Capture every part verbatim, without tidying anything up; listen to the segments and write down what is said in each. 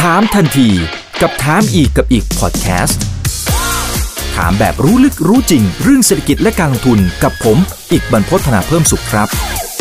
ถามทันทีกับถามอีกกับอีกพอดแคสต์ถามแบบรู้ลึกรู้จริงเรื่องเศรษฐกิจและการลงทุนกับผมอีกบรรพต ธนาเพิ่มสุขครับ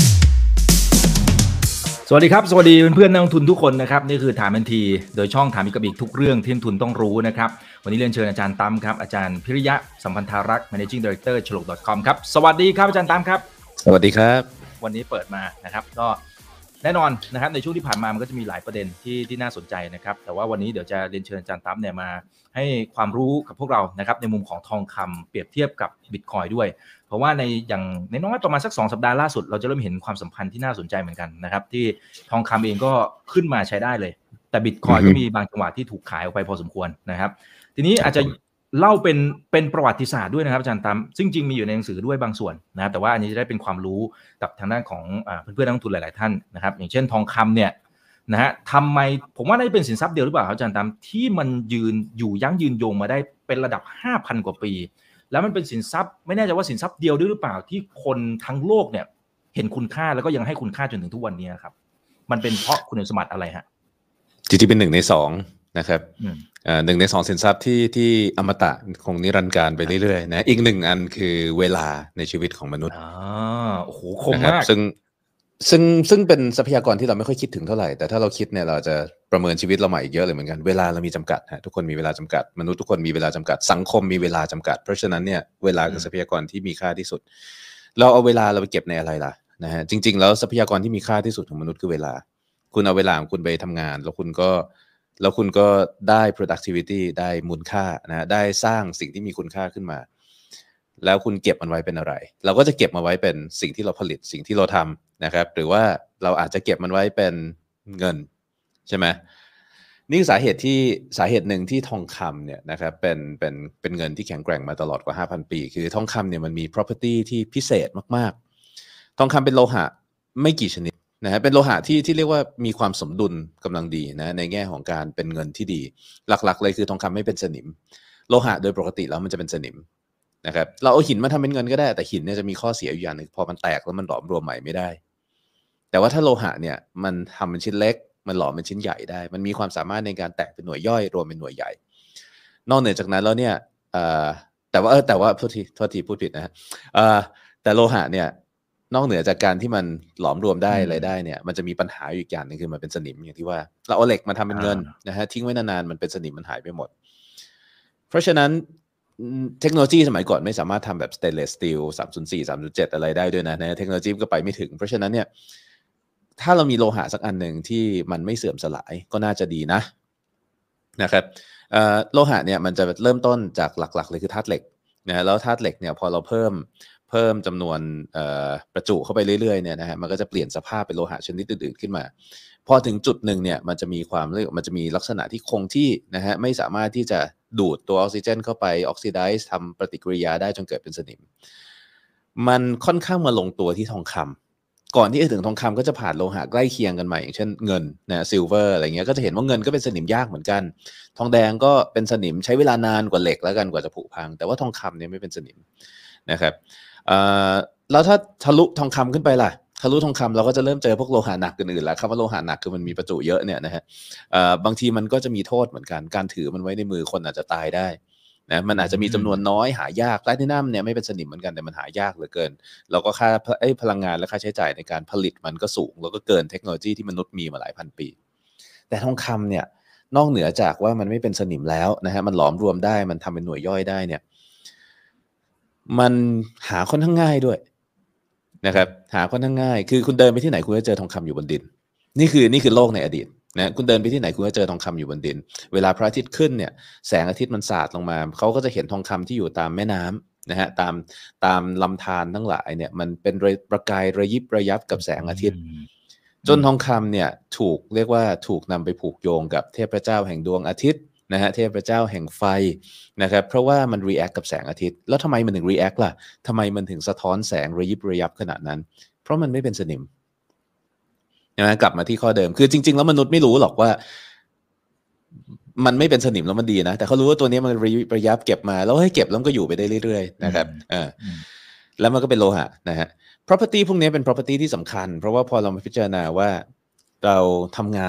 สวัสดีครับสวัสดีเพื่อนๆนักลงทุนทุกคนนะครับนี่คือถามทันทีโดยช่องถามอีกกับอีกทุกเรื่องที่นักลงทุนต้องรู้นะครับวันนี้เรียนเชิญอาจารย์ตั้มครับอาจารย์พิริยะสัมพันธารักษ์ Managing Director ฉลก .com ครับสวัสดีครับอาจารย์ตั้มครับสวัสดีครับวันนี้เปิดมานะครับก็แน่นอนนะครับในช่วงที่ผ่านมามันก็จะมีหลายประเด็นที่ที่น่าสนใจนะครับแต่ว่าวันนี้เดี๋ยวจะเรียนเชิญอาจารย์ตั้มเนี่ยมาให้ความรู้กับพวกเรานะครับในมุมของทองคำเปรียบเทียบกับ Bitcoin ด้วยเพราะว่าในอย่างในน้อยประมาณสักสองสัปดาห์ล่าสุดเราจะเริ่มเห็นความสัมพันธ์ที่น่าสนใจเหมือนกันนะครับที่ทองคำเองก็ขึ้นมาใช้ได้เลยแต่ Bitcoin ก็มีบางจังหวะที่ถูกขายออกไปพอสมควรนะครับทีนี้อาจจะเล่าเป็นเป็นประวัติศาสตร์ด้วยนะครับอาจารย์ตั้มซึ่งจริงมีอยู่ในหนังสือด้วยบางส่วนนะครับแต่ว่าอันนี้จะได้เป็นความรู้กับทางด้านของอ่าเพื่อนๆนักลงทุนหลายๆท่านนะครับอย่างเช่นทองคำเนี่ยนะฮะทำไมผมว่าน่าจะเป็นสินทรัพย์เดียวหรือเปล่าครับอาจารย์ตั้มที่มันยืนอยู่ยั้งยืนยงมาได้เป็นระดับ ห้าพัน กว่าปีแล้วมันเป็นสินทรัพย์ไม่แน่ใจว่าสินทรัพย์เดียวด้วยหรือเปล่าที่คนทั้งโลกเนี่ยเห็นคุณค่าแล้วก็ยังให้คุณค่าจนถึงทุกวันนี้ครับมันเป็นเพราะคุณสมบัติอะไรฮะจริงๆเป็นหนึ่งในสองนะครับอ่าหนึ่งในสองสินทรัพย์ที่ที่อมตะคงนิรันดร์การไปเรื่อยๆนะอีกหนึ่งอันคือเวลาในชีวิตของมนุษย์อ่าโอ้โหคมมากซึ่งซึ่งซึ่งเป็นทรัพยากรที่เราไม่ค่อยคิดถึงเท่าไหร่แต่ถ้าเราคิดเนี่ยเราจะประเมินชีวิตเราใหม่อีกเยอะเลยเหมือนกันเวลาเรามีจำกัดฮะทุกคนมีเวลาจำกัดมนุษย์ทุกคนมีเวลาจำกัดสังคมมีเวลาจำกัดเพราะฉะนั้นเนี่ยเวลาคือทรัพยากรที่มีค่าที่สุดเราเอาเวลาเราไปเก็บในอะไรล่ะนะฮะจริงๆแล้วทรัพยากรที่มีค่าที่สุดของมนุษย์คือเวลาคุณเอาเวลาของคุณไปทำงานแล้วคุณก็แล้วคุณก็ได้ productivity ได้มูลค่านะได้สร้างสิ่งที่มีคุณค่าขึ้นมาแล้วคุณเก็บมันไว้เป็นอะไรเราก็จะเก็บมาไว้เป็นสิ่งที่เราผลิตสิ่งที่เราทำนะครับหรือว่าเราอาจจะเก็บมันไว้เป็นเงินใช่ไหมนี่คือสาเหตุที่สาเหตุหนึ่งที่ทองคำเนี่ยนะครับเป็นเป็นเป็นเงินที่แข็งแกร่งมาตลอดกว่า ห้าพัน ปีคือทองคำเนี่ยมันมี property ที่พิเศษมากๆทองคำเป็นโลหะไม่กี่ชนิดนะฮะเป็นโลหะที่ที่เรียกว่ามีความสมดุลกำลังดีนะในแง่ของการเป็นเงินที่ดีหลักๆเลยคือทองคำไม่เป็นสนิมโลหะโดยปกติแล้วมันจะเป็นสนิมนะครับเราเอาหินมาทำเป็นเงินก็ได้แต่หินเนี่ยจะมีข้อเสียอยู่อย่างนึงพอมันแตกแล้วมันหลอมรวมใหม่ไม่ได้แต่ว่าถ้าโลหะเนี่ยมันทำเป็นชิ้นเล็กมันหลอมเป็นชิ้นใหญ่ได้มันมีความสามารถในการแตกเป็นหน่วยย่อยรวมเป็นหน่วยใหญ่นอกเหนือจากนั้นแล้วเนี่ยแต่ว่าเออแต่ว่าโทษทีโทษทีพูดผิดนะฮะแต่โลหะเนี่ยนอกเหนือจากการที่มันหลอมรวมได้อะไรได้เนี่ยมันจะมีปัญหาอยู่อีกอย่างนึงคือมันเป็นสนิมอย่างที่ว่าเราเอาเหล็กมาทำเป็นเงินนะฮะทิ้งไว้นานๆมันเป็นสนิมมันหายไปหมดเพราะฉะนั้นเทคโนโลยีสมัยก่อนไม่สามารถทำแบบ stainless steel สามศูนย์สี่ สามศูนย์เจ็ดอะไรได้ด้วยนะเทคโนโลยีก็ไปไม่ถึงเพราะฉะนั้นเนี่ยถ้าเรามีโลหะสักอันหนึ่งที่มันไม่เสื่อมสลายก็น่าจะดีนะนะครับโลหะเนี่ยมันจะเริ่มต้นจากหลักๆเลยคือธาตุเหล็กนะแล้วธาตุเหล็กเนี่ยพอเราเพิ่มเพิ่มจำนวนประจุเข้าไปเรื่อยๆเนี่ยนะฮะมันก็จะเปลี่ยนสภาพเป็นโลหะชนิดอื่นๆขึ้นมาพอถึงจุดหนึ่งเนี่ยมันจะมีความเรียกมันจะมีลักษณะที่คงที่นะฮะไม่สามารถที่จะดูดตัวออกซิเจนเข้าไปออกซิไดซ์ทำปฏิกิริยาได้จนเกิดเป็นสนิมมันค่อนข้างมาลงตัวที่ทองคำก่อนที่จะถึงทองคำก็จะผ่านโลหะใกล้เคียงกันใหม่อย่างเช่นเงินนะซิลเวอร์อะไรเงี้ยก็จะเห็นว่าเงินก็เป็นสนิมยากเหมือนกันทองแดงก็เป็นสนิมใช้เวลานานกว่าเหล็กแล้วกันกว่าจะผุพังแต่ว่าทองคำเนี่ยไม่เป็นสนิมนะครับแล้วถ้าทะลุทองคำขึ้นไปล่ะทะลุทองคำเราก็จะเริ่มเจอพวกโลหะหนักอื่นๆแล้วคำว่าโลหะหนักคือมันมีประจุเยอะเนี่ยนะฮะบางทีมันก็จะมีโทษเหมือนกันการถือมันไว้ในมือคนอาจจะตายได้นะมันอาจจะมีจำนวนน้อยหายากแพลทินัมเนี่ยไม่เป็นสนิมเหมือนกันแต่มันหายากเหลือเกินแล้วก็ค่าไอ้พลังงานและค่าใช้จ่ายในการผลิตมันก็สูงแล้วก็เกินเทคโนโลยีที่มนุษย์มีมาหลายพันปีแต่ทองคำเนี่ยนอกเหนือจากว่ามันไม่เป็นสนิมแล้วนะฮะมันหลอมรวมได้มันทำเป็นหน่วยย่อยได้เนี่ยมันหาค่อนข้างง่ายด้วยนะครับหาค่อนข้างง่ายคือคุณเดินไปที่ไหนคุณก็เจอทองคำอยู่บนดินนี่คือนี่คือโลกในอดีตนะคุณเดินไปที่ไหนคุณก็เจอทองคำอยู่บนดินเวลาพระอาทิตย์ขึ้นเนี่ยแสงอาทิตย์มันสาดลงมาเขาก็จะเห็นทองคำที่อยู่ตามแม่น้ำนะฮะตามตามลำธารทั้งหลายเนี่ยมันเป็นประกายระยิบระยับกับแสงอาทิตย์จนทองคำเนี่ยถูกเรียกว่าถูกนำไปผูกโยงกับเทพเจ้าแห่งดวงอาทิตย์นะฮะเทพเจ้าแห่งไฟนะครับเพราะว่ามัน react กับแสงอาทิตย์แล้วทำไมมันถึง react ล่ะทำไมมันถึงสะท้อนแสงระยิบระยับขนาดนั้นเพราะมันไม่เป็นสนิมนะกลับมาที่ข้อเดิมคือจริงๆแล้วมนุษย์ไม่รู้หรอกว่ามันไม่เป็นสนิมแล้วมันดีนะแต่เขารู้ว่าตัวนี้มันระยับเก็บมาแล้วให้เก็บแล้วมันก็อยู่ไปได้เรื่อยๆนะครับอ่าแล้วมันก็เป็นโลหะนะฮะ property พวกนี้เป็น property ที่สำคัญเพราะว่าพอเรามาพิจารณาว่าเราทำงาน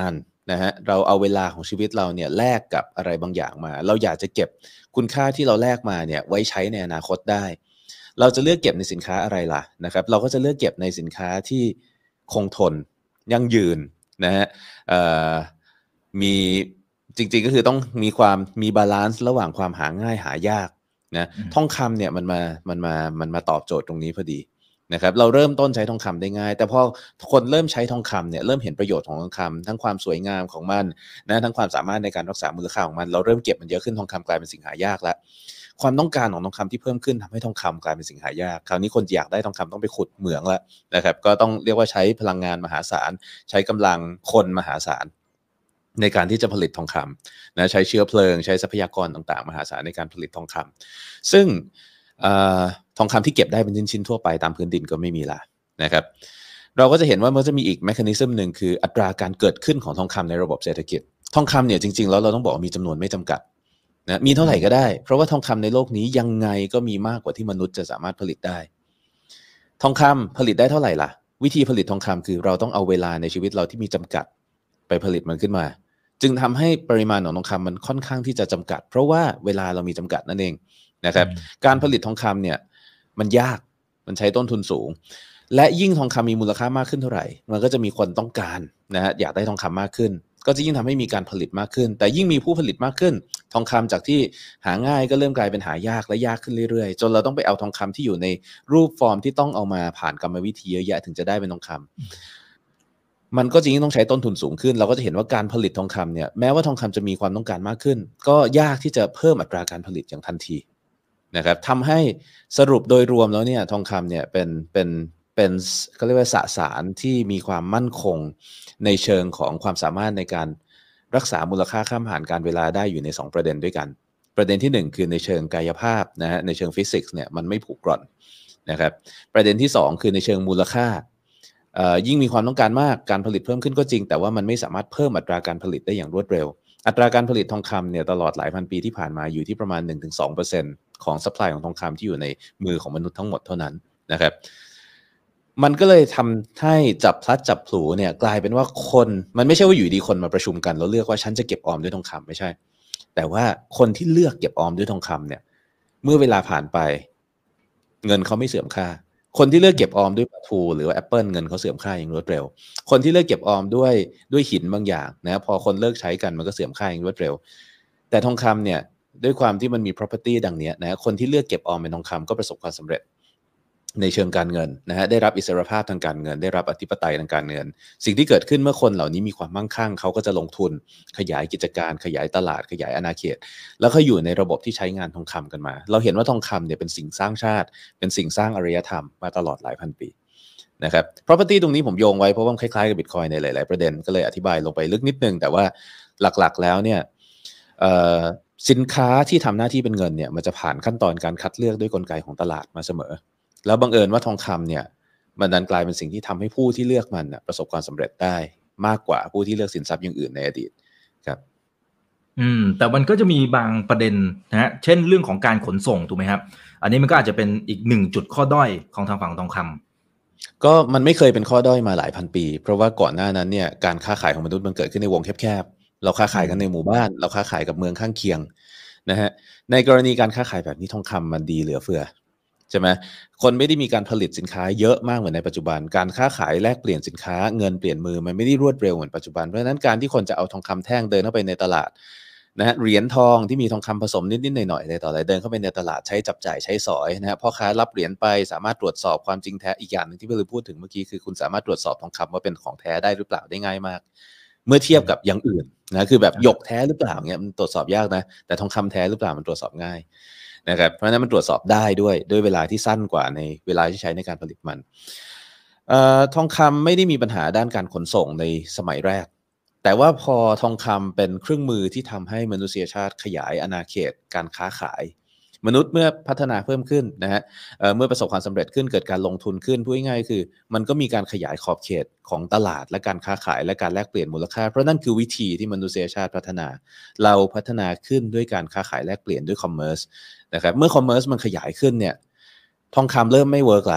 นะฮะเราเอาเวลาของชีวิตเราเนี่ยแลกกับอะไรบางอย่างมาเราอยากจะเก็บคุณค่าที่เราแลกมาเนี่ยไว้ใช้ในอนาคตได้เราจะเลือกเก็บในสินค้าอะไรล่ะนะครับเราก็จะเลือกเก็บในสินค้าที่คงทนยั่งยืนนะฮะมีจริงๆก็คือต้องมีความมีบาลานซ์ระหว่างความหาง่ายหายากนะทองคำเนี่ยมันมามันมามันมาตอบโจทย์ตรงนี้พอดีนะครับเราเริ่มต้นใช้ทองคำได้ง่ายแต่พอคนเริ่มใช้ทองคำเนี่ยเริ่มเห็นประโยชน์ของทองคำทั้งความสวยงามของมันนะทั้งความสามารถในการรักษามูลค่าของมันเราเริ่มเก็บมันเยอะขึ้นทองคำกลายเป็นสิ่งหายากแล้วความต้องการของทองคำที่เพิ่มขึ้นทำให้ทองคำกลายเป็นสิ่งหายากคราวนี้คนอยากได้ทองคำต้องไปขุดเหมืองแล้วนะครับก็ต้องเรียกว่าใช้พลังงานมหาศาลใช้กำลังคนมหาศาลในการที่จะผลิตทองคำนะใช้เชื้อเพลิงใช้ทรัพยากรต่างๆมหาศาลในการผลิตทองคำซึ่งทองคำที่เก็บได้เป็นชิ้นๆทั่วไปตามพื้นดินก็ไม่มีละนะครับเราก็จะเห็นว่ามันจะมีอีกแมคานิซึมหนึ่งคืออัตราการเกิดขึ้นของทองคำในระบบเศรษฐกิจทองคำเนี่ยจริงๆแล้วเราต้องบอกว่ามีจำนวนไม่จำกัดนะมีเท่าไหร่ก็ได้เพราะว่าทองคำในโลกนี้ยังไงก็มีมากกว่าที่มนุษย์จะสามารถผลิตได้ทองคำผลิตได้เท่าไหร่ล่ะวิธีผลิตทองคำคือเราต้องเอาเวลาในชีวิตเราที่มีจำกัดไปผลิตมันขึ้นมาจึงทำให้ปริมาณของทองคำมันค่อนข้างที่จะจำกัดเพราะว่าเวลาเรามีจำกัดนั่นเองนะครับการผลิตทองคำเนี่ยมันยากมันใช้ต้นทุนสูงและยิ่งทองคำมีมูลค่ามากขึ้นเท่าไหร่มันก็จะมีคนต้องการนะฮะอยากได้ทองคำมากขึ้นก็จะยิ่งทำให้มีการผลิตมากขึ้นแต่ยิ่งมีผู้ผลิตมากขึ้นทองคำจากที่หาง่ายก็เริ่มกลายเป็นหายากและยากขึ้นเรื่อยๆจนเราต้องไปเอาทองคำที่อยู่ในรูปฟอร์มที่ต้องเอามาผ่านกรรมวิธีเยอะแยะถึงจะได้เป็นทองคำมันก็จริงๆต้องใช้ต้นทุนสูงขึ้นเราก็จะเห็นว่าการผลิตทองคำเนี่ยแม้ว่าทองคำจะมีความต้องการมากขึ้นก็ยากที่จะเพิ่มอัตราการผลิตอย่างทันทีนะครับทำให้สรุปโดยรวมแล้วเนี่ยทองคำเนี่ยเป็นเป็นเป็นเขาเรียกว่าสสารที่มีความมั่นคงในเชิงของความสามารถในการรักษามูลค่าข้ามผ่านการเวลาได้อยู่ในสองประเด็นด้วยกันประเด็นที่หนึ่งคือในเชิงกายภาพนะฮะในเชิงฟิสิกส์เนี่ยมันไม่ผุกร่อนนะครับประเด็นที่สองคือในเชิงมูลค่ายิ่งมีความต้องการมากการผลิตเพิ่มขึ้นก็จริงแต่ว่ามันไม่สามารถเพิ่มอัตราการผลิตได้อย่างรวดเร็วอัตราการผลิตทองคำเนี่ยตลอดหลายพันปีที่ผ่านมาอยู่ที่ประมาณ หนึ่งถึงสองเปอร์เซ็นต์ ของซัพพลายของทองคำที่อยู่ในมือของมนุษย์ทั้งหมดเท่านั้นนะครับมันก็เลยทำให้จับพลัดจับผลูเนี่ยกลายเป็นว่าคนมันไม่ใช่ว่าอยู่ดีคนมาประชุมกันแล้วเลือกว่าฉันจะเก็บออมด้วยทองคำไม่ใช่แต่ว่าคนที่เลือกเก็บออมด้วยทองคำเนี่ยเมื่อเวลาผ่านไปเงินเขาไม่เสื่อมค่าคนที่เลือกเก็บออมด้วยปลาทูหรือว่าแอปเปิลเงินเขาเสื่อมค่าอย่างรวดเร็วคนที่เลือกเก็บออมด้วยด้วยหินบางอย่างนะพอคนเลิกใช้กันมันก็เสื่อมค่าอย่างรวดเร็วแต่ทองคำเนี่ยด้วยความที่มันมี property ดังนี้นะคนที่เลือกเก็บออมเป็นทองคำก็ประสบความสำเร็จในเชิงการเงินนะฮะได้รับอิสรภาพทางการเงินได้รับอธิปไตยทางการเงินสิ่งที่เกิดขึ้นเมื่อคนเหล่านี้มีความมั่งคั่งเขาก็จะลงทุนขยายกิจการขยายตลาดขยายอาณาเขตแล้วก็อยู่ในระบบที่ใช้งานทองคำกันมาเราเห็นว่าทองคำเนี่ยเป็นสิ่งสร้างชาติเป็นสิ่งสร้างอารยธรรมมาตลอดหลายพันปีนะครับ property ตรงนี้ผมโยงไว้เพราะว่าคล้ายๆกับ Bitcoin ในหลายๆประเด็นก็เลยอธิบายลงไปลึกนิดนึงแต่ว่าหลักๆแล้วเนี่ยสินค้าที่ทำหน้าที่เป็นเงินเนี่ยมันจะผ่านขั้นตอนการคัดเลือกด้วยกลไกของตลาดมาเสมอแล้วบังเอิญว่าทองคำเนี่ยมันดันกลายเป็นสิ่งที่ทำให้ผู้ที่เลือกมันประสบความสำเร็จได้มากกว่าผู้ที่เลือกสินทรัพย์อย่างอื่นในอดีตครับอืมแต่มันก็จะมีบางประเด็นนะฮะเช่นเรื่องของการขนส่งถูกไหมครับอันนี้มันก็อาจจะเป็นอีกหนึ่งจุดข้อด้อยของทางฝั่งทองคำก็มันไม่เคยเป็นข้อด้อยมาหลายพันปีเพราะว่าก่อนหน้านั้นเนี่ยการค้าขายของมนุษย์มันเกิดขึ้นในวงแคบๆเราค้าขายกันในหมู่บ้านเราค้าขายกับเมืองข้างเคียงนะฮะในกรณีการค้าขายแบบนี้ทองคำมันดีเหลือเฟือใช่ไหมคนไม่ได้มีการผลิตสินค้าเยอะมากเหมือนในปัจจุบันการค้าขายแลกเปลี่ยนสินค้าเงินเปลี่ยนมือมันไม่ได้รวดเร็วเหมือนปัจจุบันเพราะฉะนั้นการที่คนจะเอาทองคำแท่งเดินเข้าไปในตลาดนะฮะเหรียญทองที่มีทองคำผสมนิดๆหน่อยๆอะไรต่ออะไรเดินเข้าไปในตลาดใช้จับจ่ายใช้สอยนะฮะพ่อค้ารับเหรียญไปสามารถตรวจสอบความจริงแท้อีกอย่างนึงที่พี่ลือพูดถึงเมื่อกี้คือคุณสามารถตรวจสอบทองคำว่าเป็นของแท้ได้หรือเปล่าได้ง่ายมากเมื่อเทียบกับอย่างอื่นนะคือแบบหยกแท้หรือเปล่าเงี้ยมันตรวจสอบยากนะแต่ทองคำแท้หรือเปล่ามันตรวจสอบง่ายนะครับเพราะฉะนั้นมันตรวจสอบได้ด้วยด้วยเวลาที่สั้นกว่าในเวลาที่ใช้ในการผลิตมันเอ่อทองคำไม่ได้มีปัญหาด้านการขนส่งในสมัยแรกแต่ว่าพอทองคำเป็นเครื่องมือที่ทำให้มนุษยชาติขยายอาณาเขตการค้าขายมนุษย์เมื่อพัฒนาเพิ่มขึ้นนะฮะ เอ่อ เมื่อประสบความสำเร็จขึ้นเกิดการลงทุนขึ้นพูดง่ายๆคือมันก็มีการขยายขอบเขตของตลาดและการค้าขายและการแลกเปลี่ยนมูลค่าเพราะนั่นคือวิธีที่มนุษยชาติพัฒนาเราพัฒนาขึ้นด้วยการค้าขายแลกเปลี่ยนด้วยคอมเมอร์สนะครับเมื่อคอมเมอร์สมันขยายขึ้นเนี่ยทองคำเริ่มไม่เวิร์กละ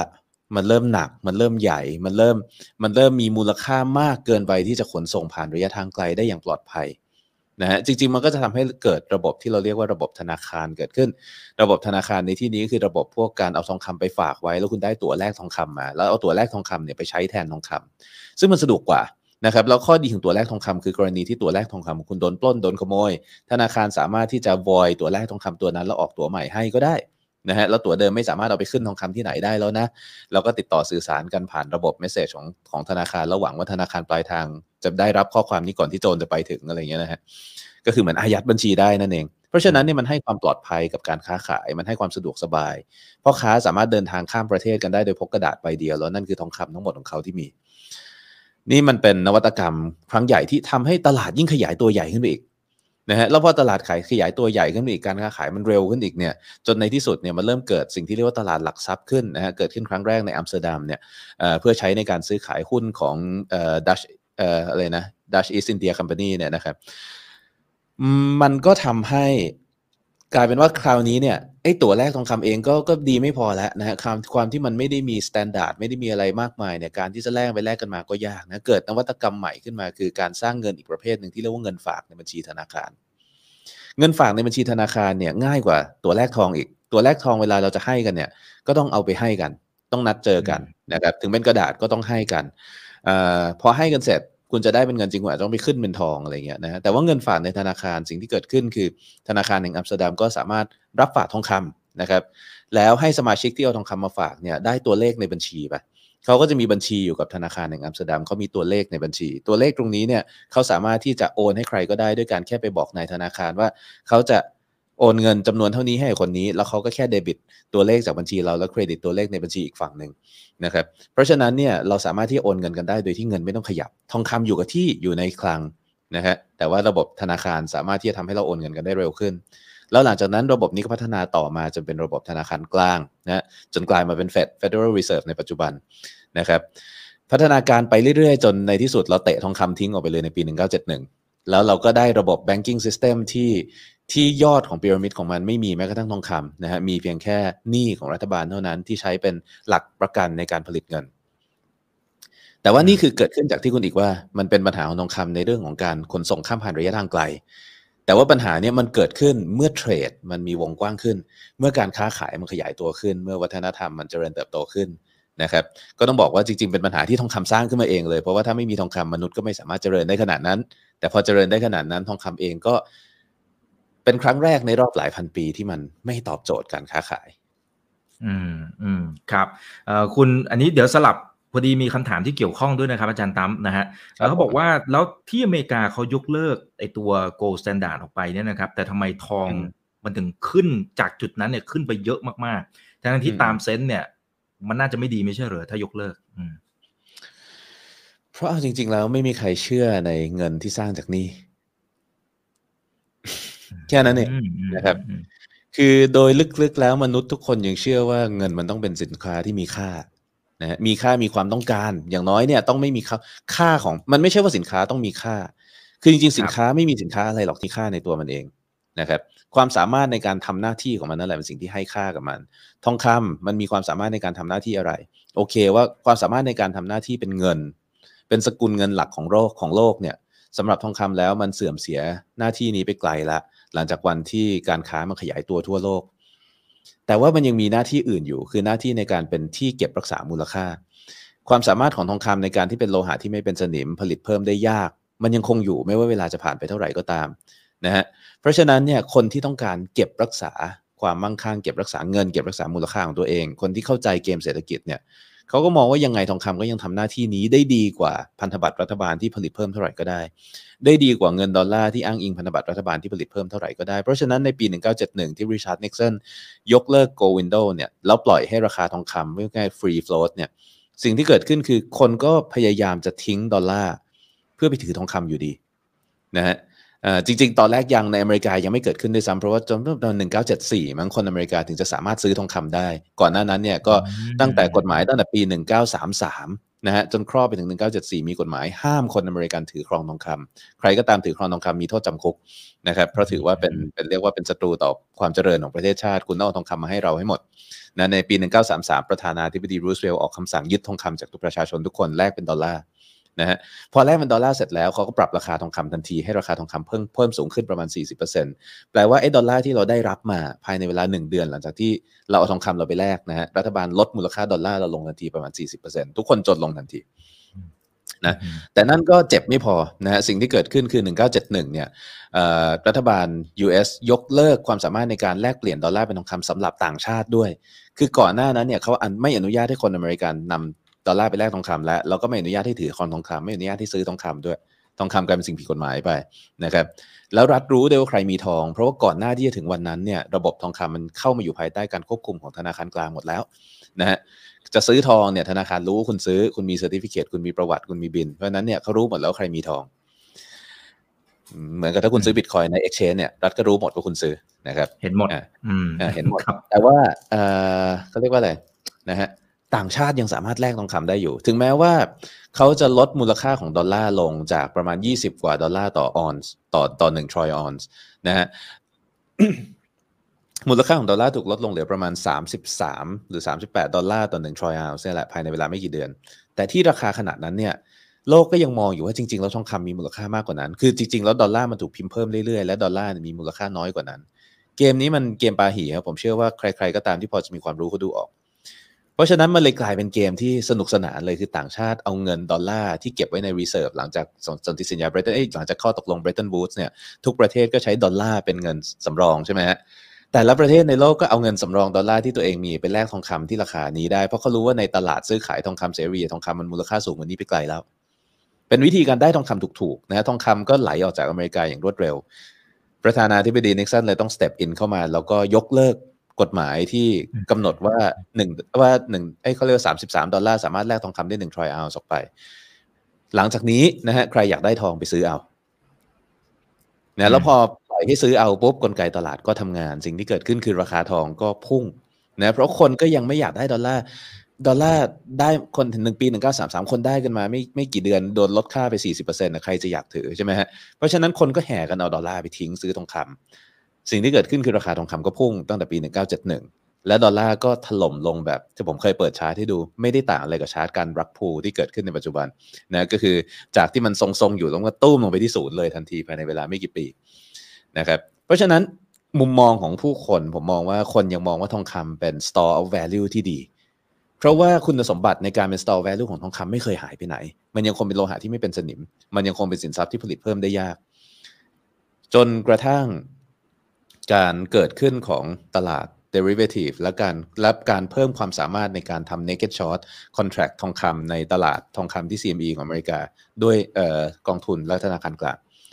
มันเริ่มหนักมันเริ่มใหญ่มันเริ่มมันเริ่มมีมูลค่ามากเกินไปที่จะขนส่งผ่านระยะทางไกลได้อย่างปลอดภัยนะฮะจริงๆมันก็จะทำให้เกิดระบบที่เราเรียกว่าระบบธนาคารเกิดขึ้นระบบธนาคารในที่นี้คือระบบพวกการเอาทองคำไปฝากไว้แล้วคุณได้ตั๋วแลกทองคำมาแล้วเอาตั๋วแลกทองคำเนี่ยไปใช้แทนทองคำซึ่งมันสะดวกกว่านะครับแล้วข้อดีของตั๋วแลกทองคำคือกรณีที่ตั๋วแลกทองคำคุณโดนปล้นโดนขโมยธนาคารสามารถที่จะ void ตั๋วแลกทองคำตัวนั้นแล้วออกตั๋วใหม่ให้ก็ได้นะฮะแล้วตั๋วเดิมไม่สามารถเอาไปขึ้นทองคำที่ไหนได้แล้วนะเราก็ติดต่อสื่อสารกันผ่านระบบเมสเสจของของธนาคารแล้วหวังว่าธนาคารปลายทางจะได้รับข้อความนี้ก่อนที่โจรจะไปถึงอะไรเงี้ยนะฮะก็คือเหมือนอายัดบัญชีได้นั่นเองเพราะฉะนั้นเนี่ยมันให้ความปลอดภัยกับการค้าขายมันให้ความสะดวกสบายพ่อค้าสามารถเดินทางข้ามประเทศกันได้โดยพกกระดาษใบเดียวแล้วนั่นคือทองคำทั้งหมดของเขาที่มีนี่มันเป็นนวัตกรรมครั้งใหญ่ที่ทำให้ตลาดยิ่งขยายตัวใหญ่ขึ้นไปอีกนะฮะแล้วพอตลาดขายขยายตัวใหญ่ขึ้นไปอีกการค้าขายมันเร็วขึ้นอีกเนี่ยจนในที่สุดเนี่ยมันเริ่มเกิดสิ่งที่เรียกว่าตลาดหลักทรัพย์ขึ้นนะฮะเกิดขึ้นครั้งแรกในอัมสเตอร์ดัมเนี่ย เอ่อ เพื่อใช้ในการซื้อขายหุ้นของเอ่อ Dutch เอ่ออะไรนะ Dutch East India Company เนี่ยนะครับมันก็ทำให้กลายเป็นว่าคราวนี้เนี่ยไอ้ตั๋วแลกทองคำเองก็ก็ดีไม่พอแล้วนะฮะความความที่มันไม่ได้มีมาตรฐานไม่ได้มีอะไรมากมายเนี่ยการที่จะแลกไปแลกกันมาก็ยากนะเกิดนวัตกรรมใหม่ขึ้นมาคือการสร้างเงินอีกประเภทหนึ่งที่เรียกว่าเงินฝากในบัญชีธนาคารเงินฝากในบัญชีธนาคารเนี่ยง่ายกว่าตั๋วแลกทองอีกตั๋วแลกทองเวลาเราจะให้กันเนี่ยก็ต้องเอาไปให้กันต้องนัดเจอกันนะครับถึงเป็นกระดาษก็ต้องให้กันเอ่อพอให้กันเสร็จคุณจะได้เป็นเงินจริงคุณอาจจะต้องไปขึ้นเป็นทองอะไรเงี้ยนะฮะแต่ว่าเงินฝากในธนาคารสิ่งที่เกิดขึ้นคือธนาคารแห่งอัมสเตอร์ดัมก็สามารถรับฝากทองคำนะครับแล้วให้สมาชิกที่เอาทองคำมาฝากเนี่ยได้ตัวเลขในบัญชีไปเขาก็จะมีบัญชีอยู่กับธนาคารแห่งอัมสเตอร์ดัมเขามีตัวเลขในบัญชีตัวเลขตรงนี้เนี่ยเขาสามารถที่จะโอนให้ใครก็ได้ด้วยการแค่ไปบอกนายธนาคารว่าเขาจะโอนเงินจำนวนเท่านี้ให้คนนี้แล้วเขาก็แค่เดบิตตัวเลขจากบัญชีเราแล้วเครดิตตัวเลขในบัญชีอีกฝั่งหนึ่งนะครับเพราะฉะนั้นเนี่ยเราสามารถที่โอนเงินกันได้โดยที่เงินไม่ต้องขยับทองคำอยู่กับที่อยู่ในคลังนะฮะแต่ว่าระบบธนาคารสามารถที่จะทำให้เราโอนเงินกันได้เร็วขึ้นแล้วหลังจากนั้นระบบนี้ก็พัฒนาต่อมาจนเป็นระบบธนาคารกลางนะจนกลายมาเป็น Fed Federal Reserve ในปัจจุบันนะครับพัฒนาการไปเรื่อยๆจนในที่สุดเราเตะทองคำทิ้งออกไปเลยในปีหนึ่งพันเก้าร้อยเจ็ดสิบเอ็ดแล้วเราก็ได้ระบบ banking system ที่ที่ยอดของพีระมิดของมันไม่มีแม้กระทั่งทองคำนะฮะมีเพียงแค่หนี้ของรัฐบาลเท่านั้นที่ใช้เป็นหลักประกันในการผลิตเงินแต่ว่านี่คือเกิดขึ้นจากที่คุณอีกว่ามันเป็นปัญหาของทองคำในเรื่องของการขนส่งข้ามผ่านระยะทางไกลแต่ว่าปัญหาเนี้ยมันเกิดขึ้นเมื่อเทรดมันมีวงกว้างขึ้นเมื่อการค้าขายมันขยายตัวขึ้นเมื่อวัฒนธรรมมันเจริญเติบโตขึ้นนะครับก็ต้องบอกว่าจริงๆเป็นปัญหาที่ทองคำสร้างขึ้นมาเองเลยเพราะว่าถ้าไม่มีทองคำมนุษย์ก็ไม่สามารถเจริญได้ขนาดนั้นแต่พอเจริญได้ขนาดนั้นทองคำเองก็เป็นครั้งแรกในรอบหลายพันปีที่มันไม่ตอบโจทย์การค้าขายอืมอืมครับเอ่อคุณอันนี้เดี๋ยวสลับพอดีมีคำถามที่เกี่ยวข้องด้วยนะครับอาจารย์ตั้มนะฮะแล้วเขาบอกว่าแล้วที่อเมริกาเขายกเลิกไอ้ตัว gold standard ออกไปเนี่ยนะครับแต่ทำไมทองมันถึงขึ้นจากจุดนั้นเนี่ยขึ้นไปเยอะมากๆทั้งที่ตามเซนส์เนี่ยมันน่าจะไม่ดีไม่ใช่เหรอถ้ายกเลิกอืมเพราะจริงๆแล้วไม่มีใครเชื่อในเงินที่สร้างจากหนี้แค่นั้นเองนะครับคือโดยลึกๆแล้วมนุษย์ทุกคนยังเชื่อว่าเงินมันต้องเป็นสินค้าที่มีค่านะฮะมีค่ามีความต้องการอย่างน้อยเนี่ยต้องไม่มีค่าค่าของมันไม่ใช่ว่าสินค้าต้องมีค่าคือจริงๆสินค้าไม่มีสินค้าอะไรหรอกที่ค่าในตัวมันเองนะครับความสามารถในการทำหน้าที่ของมันนั่นแหละเป็นสิ่งที่ให้ค่ากับมันทองคำมันมีความสามารถในการทำหน้าที่อะไรโอเคว่าความสามารถในการทำหน้าที่เป็นเงินเป็นสกุลเงินหลักของโลกของโลกเนี่ยสำหรับทองคำแล้วมันเสื่อมเสียหน้าที่นี้ไปไกลละหลังจากวันที่การค้ามันขยายตัวทั่วโลกแต่ว่ามันยังมีหน้าที่อื่นอยู่คือหน้าที่ในการเป็นที่เก็บรักษามูลค่าความสามารถของทองคำในการที่เป็นโลหะที่ไม่เป็นสนิมผลิตเพิ่มได้ยากมันยังคงอยู่ไม่ว่าเวลาจะผ่านไปเท่าไหร่ก็ตามนะฮะเพราะฉะนั้นเนี่ยคนที่ต้องการเก็บรักษาความมั่งคั่งเก็บรักษาเงินเก็บรักษามูลค่าของตัวเองคนที่เข้าใจเกมเศรษฐกิจเนี่ยเขาก็มองว่ายังไงทองคำก็ยังทำหน้าที่นี้ได้ดีกว่าพันธบัตรรัฐบาลที่ผลิตเพิ่มเท่าไหร่ก็ได้ได้ดีกว่าเงินดอลลาร์ที่อ้างอิงพันธบัตรรัฐบาลที่ผลิตเพิ่มเท่าไหร่ก็ได้เพราะฉะนั้นในปีหนึ่งพันเก้าร้อยเจ็ดสิบเอ็ดที่ริชาร์ดนิกสันยกเลิก Gold Window เนี่ยแล้วปล่อยให้ราคาทองคำไม่ใช่ Free Float เนี่ยสิ่งที่เกิดขึ้นคือคนก็พยายามจะทิ้งดอลลาร์เพื่อไปถือทองคำอยู่ดีนะฮะจริงๆตอนแรกยังในอเมริกายังไม่เกิดขึ้นด้วยซ้ำเพราะว่าจนตอนหนึ่งพันเก้าร้อยเจ็ดสิบสี่มั้งคนอเมริกาถึงจะสามารถซื้อทองคำได้ก่อนหน้านั้นเนี่ยก็ตั้งแต่กฎหมายตั้งแต่ปีหนึ่งพันเก้าร้อยสามสิบสามนะฮะจนครอบไปถึงหนึ่งพันเก้าร้อยเจ็ดสิบสี่มีกฎหมายห้ามคนอเมริกันถือครองทองคำใครก็ตามถือครองทองคำมีโทษจำคุกนะครับเพราะถือว่าเป็นเป็นเรียกว่าเป็นศัตรูต่อความเจริญของประเทศชาติคุณต้องเอาทองคำมาให้เราให้หมดนะในปีหนึ่งพันเก้าร้อยสามสิบสามประธานาธิบดีรูสเวลล์ออกคำสั่งยึดทองคำจากทุกประชาชนทุกคนแลกเป็นดอลลาร์นะฮะพอแลกเป็นดอลลาร์เสร็จแล้วเขาก็ปรับราคาทองคำทันทีให้ราคาทองคำเพิ่มเพิ่มสูงขึ้นประมาณ สี่สิบเปอร์เซ็นต์ แปลว่าไอ้ดอลลาร์ที่เราได้รับมาภายในเวลาหนึ่งเดือนหลังจากที่เราเอาทองคำเราไปแลกนะฮะรัฐบาลลดมูลค่าดอลลาร์เราลงทันทีประมาณ สี่สิบเปอร์เซ็นต์ ทุกคนจนลงทันทีนะแต่นั่นก็เจ็บไม่พอนะฮะสิ่งที่เกิดขึ้นคือหนึ่งพันเก้าร้อยเจ็ดสิบเอ็ดเนี่ยรัฐบาล ยู เอส ยกเลิกความสามารถในการแลกเปลี่ยนดอลลาร์เป็นทองคำสำหรับต่างชาติด้วยคือก่อนหน้านั้นเนี่ยเขาไม่อนุญาตให้คนอเมริกันนำดอลลาร์ไปแลกทองคำแล้วแล้วก็ไม่อนุญาตให้ถือครองทองคำไม่อนุญาตให้ซื้อทองคำด้วยทองคำกลายเป็นสิ่งผิดกฎหมายไปนะครับแล้วรัฐรู้ด้วยว่าใครมีทองเพราะว่าก่อนหน้าที่จะถึงวันนั้นเนี่ยระบบทองคำมันเข้ามาอยู่ภายใต้การควบคุมของธนาคารกลางหมดแล้วนะฮะจะซื้อทองเนี่ยธนาคารรู้คุณซื้อคุณมีเซอร์ติฟิเคตคุณมีประวัติคุณมีบิลเพราะฉะนั้นเนี่ยเขารู้หมดแล้วใครมีทองเหมือนกับถ้าคุณซื้อบิตคอยน์ใน exchange เนี่ยรัฐก็รู้หมดว่าคุณซื้อนะครับเห็นหมดอืมเห็นหมดแต่ว่าเอ่อเขาเรียกว่าอะไรนะฮะต่างชาติยังสามารถแลกทองคำได้อยู่ถึงแม้ว่าเขาจะลดมูลค่าของดอลลาร์ลงจากประมาณยี่สิบกว่าดอลลาร์ต่อออนซ์ต่อต่อหนึ่งทรอยออนซ์นะฮะ มูลค่าของดอลลาร์ถูกลดลงเหลือประมาณสามสิบสามหรือสามสิบแปดดอลลาร์ต่อหนึ่งทรอยออนซ์นี่แหละภายในเวลาไม่กี่เดือนแต่ที่ราคาขนาดนั้นเนี่ยโลกก็ยังมองอยู่ว่าจริงๆแล้วทองคำมีมูลค่ามากกว่านั้นคือจริงๆแล้วดอลลาร์มันถูกพิมพ์เพิ่มเรื่อยๆและดอลลาร์มีมูลค่าน้อยกว่านั้นเกมนี้มันเกมปาหี่ครับผมเชื่อว่าใครๆก็ตามที่พอจะมีความรู้เขาดูออกเพราะฉะนั้นมันเลยกลายเป็นเกมที่สนุกสนานเลยคือต่างชาติเอาเงินดอลลาร์ที่เก็บไว้ใน reserve หลังจากสนธิสัญญา Bretton เอ้ยหลังจากข้อตกลง Bretton Woods เนี่ยทุกประเทศก็ใช้ดอลลาร์เป็นเงินสำรองใช่ไหมฮะแต่ละประเทศในโลกก็เอาเงินสำรองดอลลาร์ที่ตัวเองมีไปแลกทองคำที่ราคานี้ได้เพราะเขารู้ว่าในตลาดซื้อขายทองคำเสรีทองคำมันมูลค่าสูงกว่านี้ไปไกลแล้วเป็นวิธีการได้ทองคำถูกๆนะฮะทองคำก็ไหลออกจากอเมริกาอย่างรวดเร็วประธานาธิบดีนิกสันเลยต้อง step in เข้ามาแล้วก็ยกเลิกกฎหมายที่กำหนดว่าหนึ่งว่าหนึ่งไอ้เขาเรียกว่าสามสิบสามดอลลาร์สามารถแลกทองคำได้หนึ่งทรอยออนซ์ออกไปหลังจากนี้นะฮะใครอยากได้ทองไปซื้อเอานะแล้วพอปล่อยให้ซื้อเอาปุ๊บกลไกตลาดก็ทำงานสิ่งที่เกิดขึ้นคือราคาทองก็พุ่งนะเพราะคนก็ยังไม่อยากได้ดอลลาร์ดอลลาร์ได้คนถึงหนึ่งปีหนึ่งพันเก้าร้อยสามสิบสามคนได้กันมาไม่ไม่กี่เดือนโดนลดค่าไป สี่สิบเปอร์เซ็นต์ นะใครจะอยากถือใช่ไหมฮะเพราะฉะนั้นคนก็แห่กันเอาดอลลาร์ไปทิ้งซื้อทองคำสิ่งที่เกิดขึ้นคือราคาทองคำก็พุ่งตั้งแต่ปีหนึ่งพันเก้าร้อยเจ็ดสิบเอ็ดและดอลลาร์ก็ถล่มลงแบบที่ผมเคยเปิดชาร์ตให้ดูไม่ได้ต่างอะไรกับชาร์ตการรักพูที่เกิดขึ้นในปัจจุบันนะก็คือจากที่มันทรงๆอยู่แล้วก็ตุ้มลงไปที่ศูนย์เลยทันทีภายในเวลาไม่กี่ปีนะครับเพราะฉะนั้นมุมมองของผู้คนผมมองว่าคนยังมองว่าทองคำเป็น store of value ที่ดีเพราะว่าคุณสมบัติในการเป็น store of value ของทองคำไม่เคยหายไปไหนมันยังคงเป็นโลหะที่ไม่เป็นสนิมมันยังคงเป็นสินทรัพย์ที่ผลิตเพิ่มได้ยากจนกระทั่งการเกิดขึ้นของตลาด derivative และการรับการเพิ่มความสามารถในการทำ naked short contract ทองคำในตลาดทองคำที่ ซี เอ็ม อี ของอเมริกาด้วยเอ่อกองทุนและธนาคารกลาง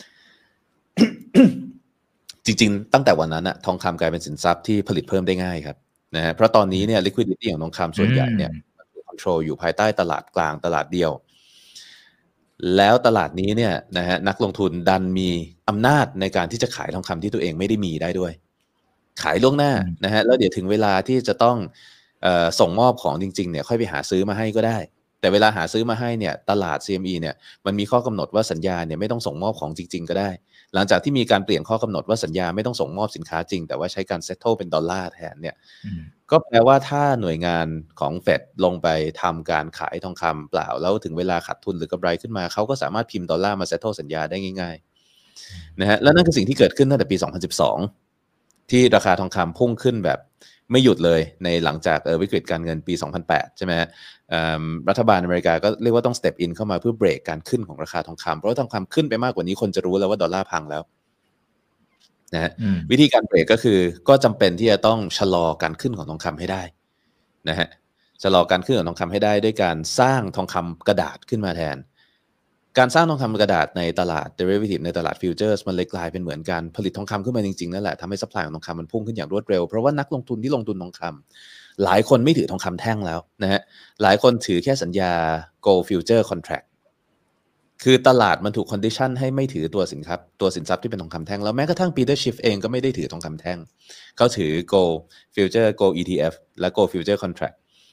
จริงๆตั้งแต่วันนั้นอะทองคำกลายเป็นสินทรัพย์ที่ผลิตเพิ่มได้ง่ายครับนะฮะเพราะตอนนี้เนี่ย liquidity ของทองคำส่วนใหญ่เนี่ยถูก control อยู่ภายใต้ตลาดกลางตลาดเดียวแล้วตลาดนี้เนี่ยนะฮะนักลงทุนดันมีอำนาจในการที่จะขายทองคำที่ตัวเองไม่ได้มีได้ด้วยขายล่วงหน้านะฮะแล้วเดี๋ยวถึงเวลาที่จะต้องเอ่อส่งมอบของจริงๆเนี่ยค่อยไปหาซื้อมาให้ก็ได้แต่เวลาหาซื้อมาให้เนี่ยตลาด ซี เอ็ม อี เนี่ยมันมีข้อกำหนดว่าสัญญาเนี่ยไม่ต้องส่งมอบของจริงๆก็ได้หลังจากที่มีการเปลี่ยนข้อกำหนดว่าสัญญาไม่ต้องส่งมอบสินค้าจริงแต่ว่าใช้การเซ็ตเทิลเป็นดอลลาร์แทนเนี่ยก็แปลว่าถ้าหน่วยงานของเฟดลงไปทำการขายทองคำเปล่าแล้วถึงเวลาขาดทุนหรือกำไรขึ้นมาเขาก็สามารถพิมพ์ดอลลาร์มาเซ็ตเทิลสัญญาได้ง่ายๆนะฮะแล้วนั่นคือสิ่งที่เกิดขึ้นตั้งแต่ปีสองพันสิบสองที่ราคาทองคำพุ่งขึ้นแบบไม่หยุดเลยในหลังจากวิกฤตการเงินปีสองพันแปดใช่ไหมรัฐบาลอเมริกาก็เรียกว่าต้อง step in เข้ามาเพื่อเบรกการขึ้นของราคาทองคำเพราะว่าทองคำขึ้นไปมากกว่านี้คนจะรู้แล้วว่าดอลลาร์พังแล้วนะฮะวิธีการเบรกก็คือก็จำเป็นที่จะต้องชะลอการขึ้นของทองคำให้ได้นะฮะชะลอการขึ้นของทองคำให้ได้ด้วยการสร้างทองคำกระดาษขึ้นมาแทนการสร้างทองคำกระดาษในตลาด derivative ในตลาด futures มันเลยกลายเป็นเหมือนการผลิตทองคำขึ้นมาจริงๆนั่นแหละทำให้ supply ของทองคำมันพุ่งขึ้นอย่างรวดเร็วเพราะว่านักลงทุนที่ลงทุนทองคำหลายคนไม่ถือทองคำแท่งแล้วนะฮะหลายคนถือแค่สัญญา gold future contract คือตลาดมันถูก condition ให้ไม่ถือตัวสินค้าตัวสินทรัพย์ที่เป็นทองคำแท่งแล้วแม้กระทั่ง Peter Schiff เองก็ไม่ได้ถือทองคำแท่งเขาถือ gold future gold อี ที เอฟ และ gold future contract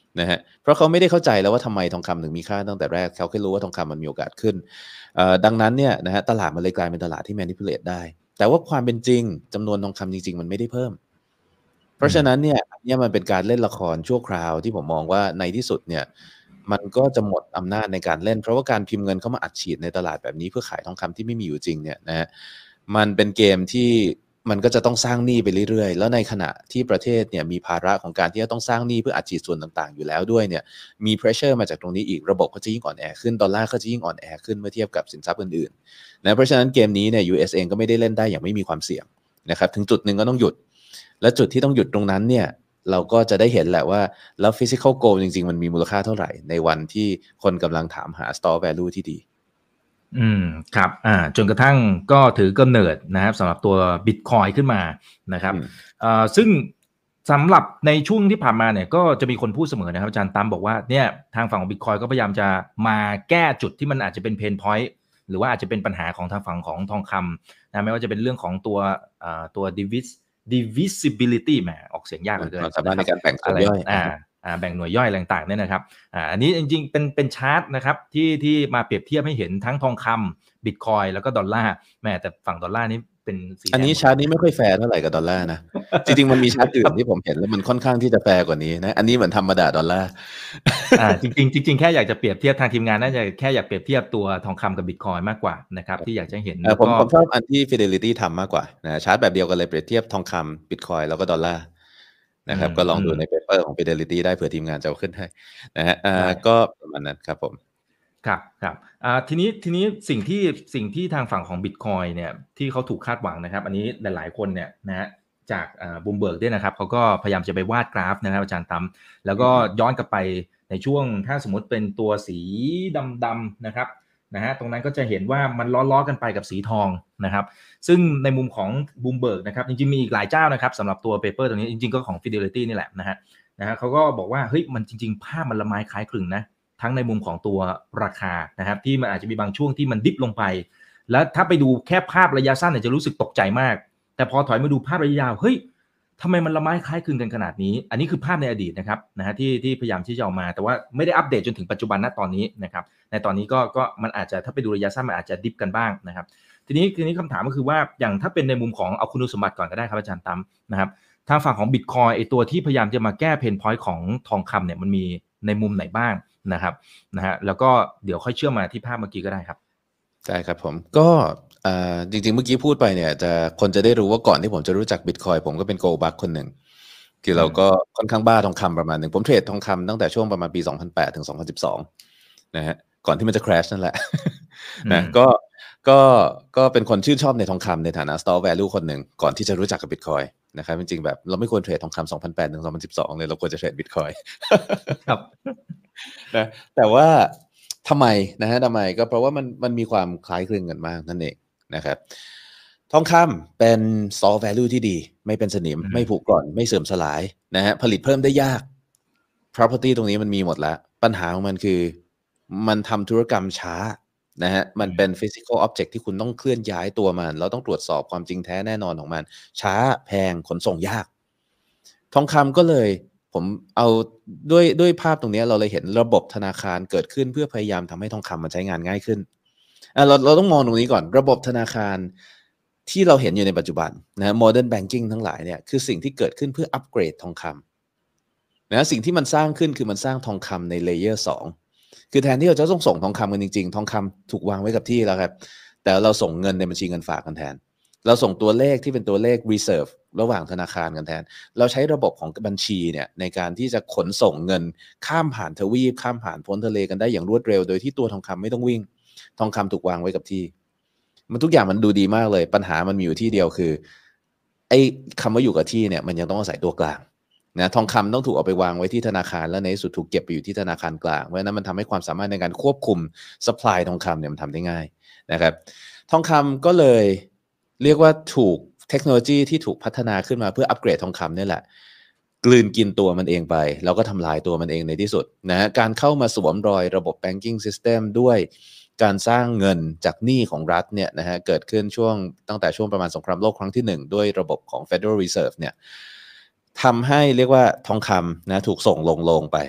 นะฮะเพราะเขาไม่ได้เข้าใจแล้วว่าทำไมทองคำถึงมีค่าตั้งแต่แรกเขาแค่รู้ว่าทองคำมันมีโอกาสขึ้นดังนั้นเนี่ยนะฮะตลาดมันเลยกลายเป็นตลาดที่ manipulate ได้แต่ว่าความเป็นจริงจำนวนทองคำจริงๆมันไม่ได้เพิ่มเพราะฉะนั้นเนี่ยเนี่ยมันเป็นการเล่นละครชั่วคราวที่ผมมองว่าในที่สุดเนี่ยมันก็จะหมดอำนาจในการเล่นเพราะว่าการพิมพ์เงินเข้ามาอัดฉีดในตลาดแบบนี้เพื่อขายทองคำที่ไม่มีอยู่จริงเนี่ยนะฮะมันเป็นเกมที่มันก็จะต้องสร้างหนี้ไปเรื่อยๆแล้วในขณะที่ประเทศเนี่ยมีภาระของการที่จะต้องสร้างหนี้เพื่ออัดฉีดส่วนต่างๆอยู่แล้วด้วยเนี่ยมี pressure มาจากตรงนี้อีกระบบก็จะยิ่งอ่อนแอขึ้นดอลลาร์ก็จะยิ่งอ่อนแอขึ้นเมื่อเทียบกับสินทรัพย์อื่นๆนะเพราะฉะนั้นเกมนี้เนี่ย ยู เอส เองก็ไม่ได้เล่นได้อย่างไม่มีความเสี่ยงนะครับถึงจุดนึงก็ต้องหยุดและจุดที่ต้องหยุดตรงนั้นเนี่ยเราก็จะได้เห็นแหละว่าแล้ว physical gold จริงๆมันมีมูลค่าเท่าไหร่ในวันที่คนกำลังถามหา store value ที่ดีอืมครับอ่าจนกระทั่งก็ถือกำเนิดนะครับสำหรับตัว Bitcoin ขึ้นมานะครับอ่าซึ่งสำหรับในช่วงที่ผ่านมาเนี่ยก็จะมีคนพูดเสมอนะครับอาจารย์ตั้มบอกว่าเนี่ยทางฝั่งของ Bitcoin ก็พยายามจะมาแก้จุดที่มันอาจจะเป็นเพนพอยต์หรือว่าอาจจะเป็นปัญหาของทางฝั่งของทองคำนะไม่ว่าจะเป็นเรื่องของตัวอ่าตัว divis divisibility แหมออกเสียงยากเหลือเกินสามารถในการแบ่งส่วนย่อยอ่าอ่าแบ่งหน่วยย่อยอะไรต่างๆเนี่ยนะครับอ่าอันนี้จริงๆเป็นเป็นชาร์ตนะครับที่ที่มาเปรียบเทียบให้เห็นทั้งทองคำบิตคอยแล้วก็ดอลลาร์แม่แต่ฝั่งดอลลาร์นี่เป็นสีอันนี้ชาร์ตนี้ไม่ค่อยแฟร์เท่าไหร่กับดอลลาร์นะจริงๆมันมีชาร์ตอื่นที่ผมเห็นแล้วมันค่อนข้างที่จะแฟร์กว่านี้นะอันนี้เหมือนธรรมดาดอลลาร์อ่าจริงๆจริงๆแค่อยากจะเปรียบเทียบทางทีมงานน่าจะแค่อยากเปรียบเทียบตัวทองคำกับบิตคอยมากกว่านะครับที่อยากจะเห็นผมผมชอบอันที่ Fidelity ทำมากกว่านะชาร์ตแบบเดียวกันเลยเปรียบเทียบทองคำบิตคอยแล้วก็ดอลลาร์นะครับก็ลองดูในเปเปอร์ของ Fidelity ได้เผื่อทีมงานจะเอาขึ้นให้นะฮะอ่าก็ประมาณนั้นครับผมครับครับอ่าทีนี้ทีนี้สิ่งที่สิ่งที่ทางฝั่งของ Bitcoin เนี่ยที่เขาถูกคาดหวังนะครับอันนี้หลายๆคนเนี่ยนะฮะจากอ่าบูมเบิร์กด้วยนะครับเขาก็พยายามจะไปวาดกราฟนะครับอาจารย์ตั้มแล้วก็ย้อนกลับไปในช่วงถ้าสมมติเป็นตัวสีดำๆนะครับนะฮะตรงนั้นก็จะเห็นว่ามันล้อๆกันไปกับสีทองนะครับซึ่งในมุมของบูมเบิร์กนะครับจริงๆมีอีกหลายเจ้านะครับสำหรับตัวเปเปอร์ตัวนี้จริงๆก็ของ Fidelity นี่แหละนะฮะนะฮะเขาก็บอกว่าเฮ้ยมันจริงๆภาพมันละไม้คล้ายคลึงนะทั้งในมุมของตัวราคานะครับที่มันอาจจะมีบางช่วงที่มันดิฟลงไปแล้วถ้าไปดูแค่ภาพระยะสั้นเนี่ยจะรู้สึกตกใจมากแต่พอถอยมาดูภาพระยะยาวเฮ้ยทำไมมันละไม้คล้ายคลึงกันขนาดนี้อันนี้คือภาพในอดีตนะครับนะฮะที่ที่พยายามที่จะเอามาแต่ว่าไม่ได้อัปเดตจนถึงปัจจุบันณตอนนี้นะครับในตอนนี้ก็ก็มันอาจจะถ้าไปดูระยะสั้นมันอาจจะดิฟกันบ้างนะครับทีนี้ทีนี้คำถามก็คือว่าอย่างถ้าเป็นในมุมของเอาคุณสมบัติก่อนก็ได้ครับอาจารย์ตั้มนะครับทางฝั่งของ Bitcoin ไอตัวที่พยายามจะมาแก้เพนพอยต์ของทองคำเนี่ยมันมีในมุมไหนบ้างนะครับนะฮะแล้วก็เดี๋ยวค่อยเชื่อมมาที่ภาพเมื่อกี้ก็ได้ครับใช่ครับผมก็จริงๆเมื่อกี้พูดไปเนี่ยจะคนจะได้รู้ว่าก่อนที่ผมจะรู้จัก Bitcoin ผมก็เป็นโกลบัคคนหนึ่งคือเราก็ค่อนข้างบ้าทองคำประมาณหนึ่งผมเทรดทองคำตั้งแต่ช่วงประมาณปีสองพันแปดถึงสองพันสิบสองนะฮะก่อนที่มันจะ crash นั่นแหละนะก็ก็ก็เป็นคนชื่นชอบในทองคำในฐานะ store value คนหนึ่งก่อนที่จะรู้จักกับ Bitcoin นะครับจริงๆแบบเราไม่ควรเทรดทองคำสองพันแปดถึงสองพันสิบสองเลยเราควรจะเทรด Bitcoin ครับนะแต่ว่าทำไมนะฮะทำไมก็เพราะว่ามันมันมีความคล้ายคลึงกันมากนั่นเองนะครับทองคำเป็น store value ที่ดีไม่เป็นสนิมไม่ผุกร่อนไม่เสื่อมสลายนะฮะผลิตเพิ่มได้ยาก property ตรงนี้มันมีหมดแล้วปัญหาของมันคือมันทำธุรกรรมช้านะฮะมันเป็น physical object ที่คุณต้องเคลื่อนย้ายตัวมันเราต้องตรวจสอบความจริงแท้แน่นอนของมันช้าแพงขนส่งยากทองคำก็เลยผมเอาด้วยด้วยภาพตรงนี้เราเลยเห็นระบบธนาคารเกิดขึ้นเพื่อพยายามทำให้ทองคำมันใช้งานง่ายขึ้นอ่ะเราเราต้องมองตรงนี้ก่อนระบบธนาคารที่เราเห็นอยู่ในปัจจุบันนะ modern banking ทั้งหลายเนี่ยคือสิ่งที่เกิดขึ้นเพื่ออัปเกรดทองคำนะสิ่งที่มันสร้างขึ้นคือมันสร้างทองคำในเลเยอร์สองคือแทนที่เราจะต้องส่งทองคำกันจริงๆทองคำถูกวางไว้กับที่แล้วครับแต่เราส่งเงินในบัญชีเงินฝากกันแทนเราส่งตัวเลขที่เป็นตัวเลข reserve ระหว่างธนาคารกันแทนเราใช้ระบบของบัญชีเนี่ยในการที่จะขนส่งเงินข้ามผ่านทวีปข้ามผ่านพ้นทะเลกันได้อย่างรวดเร็วโดยที่ตัวทองคำไม่ต้องวิ่งทองคำถูกวางไว้กับที่มันทุกอย่างมันดูดีมากเลยปัญหามันมีอยู่ที่เดียวคือไอ้คำว่าอยู่กับที่เนี่ยมันยังต้องอาศัยตัวกลางนะทองคำต้องถูกเอาไปวางไว้ที่ธนาคารแล้วในที่สุดถูกเก็บไปอยู่ที่ธนาคารกลางเพราะฉะนั้นมันทำให้ความสามารถในการควบคุม supply ทองคำเนี่ยมันทำได้ง่ายนะครับทองคำก็เลยเรียกว่าถูกเทคโนโลยีที่ถูกพัฒนาขึ้นมาเพื่ออัปเกรดทองคำนี่แหละกลืนกินตัวมันเองไปแล้วก็ทำลายตัวมันเองในที่สุดนะฮะการเข้ามาสวมรอยระบบ banking system ด้วยการสร้างเงินจากหนี้ของรัฐเนี่ยนะฮะเกิดขึ้นช่วงตั้งแต่ช่วงประมาณสงครามโลกครั้งที่หนึ่งด้วยระบบของ Federal Reserve เนี่ยทำให้เรียกว่าทองคำนะถูกส่งลงลงไป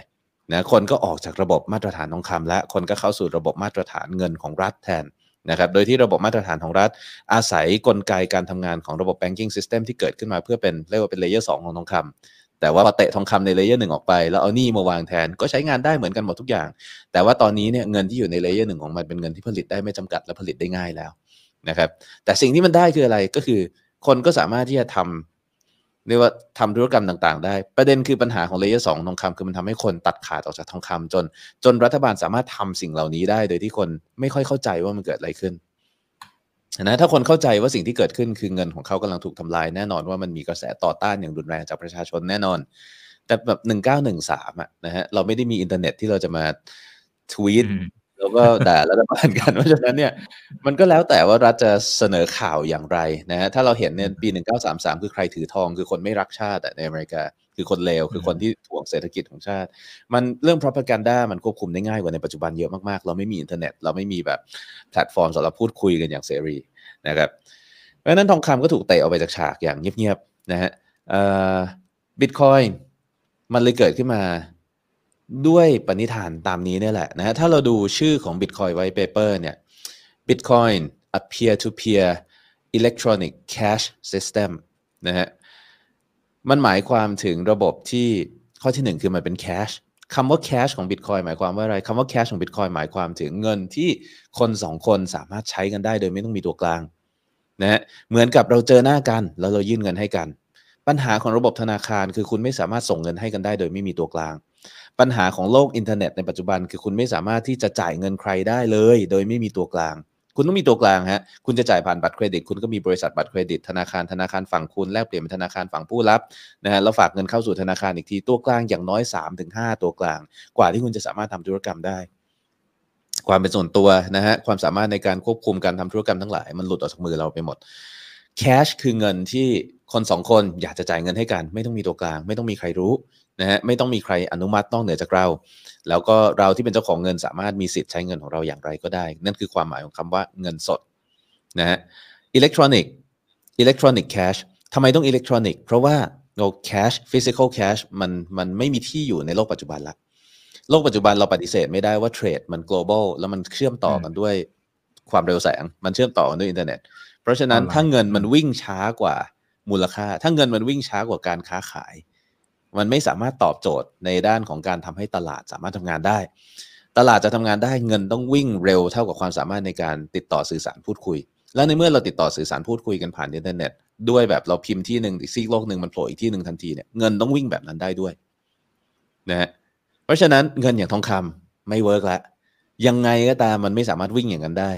นะคนก็ออกจากระบบมาตรฐานทองคำและคนก็เข้าสู่ระบบมาตรฐานเงินของรัฐแทนนะครับโดยที่ระบบมาตรฐานของรัฐอาศัยกลไกการทำงานของระบบ banking system ที่เกิดขึ้นมาเพื่อเป็นเรียกว่าเป็นเลเยอร์สองของทองคำแต่ว่าพอเตะทองคำในเลเยอร์หนึ่งออกไปแล้วเอาหนี้มาวางแทนก็ใช้งานได้เหมือนกันหมดทุกอย่างแต่ว่าตอนนี้เนี่ยเงินที่อยู่ในเลเยอร์หนึ่งของมันเป็นเงินที่ผลิตได้ไม่จำกัดและผลิตได้ง่ายแล้วนะครับแต่สิ่งที่มันได้คืออะไรก็คือคนก็สามารถที่จะทำเรียกว่าทำธุรกรรมต่างๆได้ประเด็นคือปัญหาของเลเยอร์สองทองคำคือมันทำให้คนตัดขาดออกจากทองคำจนจนรัฐบาลสามารถทำสิ่งเหล่านี้ได้โดยที่คนไม่ค่อยเข้าใจว่ามันเกิดอะไรขึ้นนะถ้าคนเข้าใจว่าสิ่งที่เกิดขึ้นคือเงินของเขากำลังถูกทำลายแน่นอนว่ามันมีกระแสต่อต้านอย่างรุนแรงจากประชาชนแน่นอนแต่แบบหนึ่งเก้าหนึ่งสามอ่ะนะฮะเราไม่ได้มีอินเทอร์เน็ตที่เราจะมาทวีตแล้วก็ด่ารัฐบาลกันเพราะฉะนั้นเนี่ยมันก็แล้วแต่ว่ารัฐจะเสนอข่าวอย่างไรนะฮะถ้าเราเห็นเนี่ยปีหนึ่งเก้าสามสามคือใครถือทองคือคนไม่รักชาติในอเมริกาคือคนเลวคือคนที่ถ่วงเศรษฐกิจของชาติมันเรื่อง propaganda มันควบคุมได้ง่ายกว่าในปัจจุบันเยอะมากๆเราไม่มีอินเทอร์เน็ตเราไม่มีแบบแพลตฟอร์มสำหรับพูดคุยกันอย่างเสรีนะครับเพราะฉะนั้นทองคำก็ถูกเตะออกไปจากฉากอย่างเงียบๆนะฮะเอ่อ Bitcoin มันเลยเกิดขึ้นมาด้วยปณิธานตามนี้นี่แหละนะฮะถ้าเราดูชื่อของ Bitcoin White Paper เนี่ย Bitcoin a peer to peer electronic cash system นะฮะมันหมายความถึงระบบที่ข้อที่หนึ่งคือมันเป็น cash คำว่า cash ของ Bitcoin หมายความว่าอะไรคำว่า cash ของ Bitcoin หมายความถึงเงินที่คนสองคนสามารถใช้กันได้โดยไม่ต้องมีตัวกลางนะฮะเหมือนกับเราเจอหน้ากันแล้วเรายื่นเงินให้กันปัญหาของระบบธนาคารคือคุณไม่สามารถส่งเงินให้กันได้โดยไม่มีตัวกลางปัญหาของโลกอินเทอร์เน็ตในปัจจุบันคือคุณไม่สามารถที่จะจ่ายเงินใครได้เลยโดยไม่มีตัวกลางคุณต้องมีตัวกลางฮะคุณจะจ่ายผ่านบัตรเครดิตคุณก็มีบริษัทบัตรเครดิตธนาคารธนาคารฝั่งคุณแลกเปลี่ยนเป็นธนาคารฝั่งผู้รับนะฮะแล้วฝากเงินเข้าสู่ธนาคารอีกทีตัวกลางอย่างน้อย สามถึงห้า ตัวกลางกว่าที่คุณจะสามารถทำธุรกรรมได้ความเป็นส่วนตัวนะฮะความสามารถในการควบคุมการทำธุรกรรมทั้งหลายมันหลุดออกจากมือเราไปหมดแคชคือเงินที่คนสองคนอยากจะจ่ายเงินให้กันไม่ต้องมีตัวกลางไม่ต้องมีใครรู้นะฮะไม่ต้องมีใครอนุมัตินอกเหนือจากเราแล้วก็เราที่เป็นเจ้าของเงินสามารถมีสิทธิ์ใช้เงินของเราอย่างไรก็ได้นั่นคือความหมายของคำว่าเงินสดนะฮะอิเล็กทรอนิกส์อิเล็กทรอนิกส์แคชทำไมต้องอิเล็กทรอนิกส์เพราะว่าเราแคชฟิสิคอลแคชมันมันไม่มีที่อยู่ในโลกปัจจุบันละโลกปัจจุบันเราปฏิเสธไม่ได้ว่าเทรดมัน global แล้วมันเชื่อมต่อกันด้วยความเร็วแสงมันเชื่อมต่อกันด้วยอินเทอร์เน็ตเพราะฉะนั้นถ้าเงินมันวิ่งช้ากว่ามูลค่าถ้าเงินมันวิ่งช้ากว่าการค้าขายมันไม่สามารถตอบโจทย์ในด้านของการทำให้ตลาดสามารถทำงานได้ตลาดจะทำงานได้เงินต้องวิ่งเร็วเท่ากับความสามารถในการติดต่อสื่อสารพูดคุยแล้วในเมื่อเราติดต่อสื่อสารพูดคุยกันผ่านอินเทอร์เน็ตด้วยแบบเราพิมพ์ที่หนึ่งอีกซีกโลกหนึ่งมันโผล่อีกที่หนึ่งทันทีเนี่ยเงินต้องวิ่งแบบนั้นได้ด้วยนะฮะเพราะฉะนั้นเงินอย่างทองคำไม่เวิร์กละยังไงก็ตามมันไม่สามารถวิ่งอย่างนั้นได้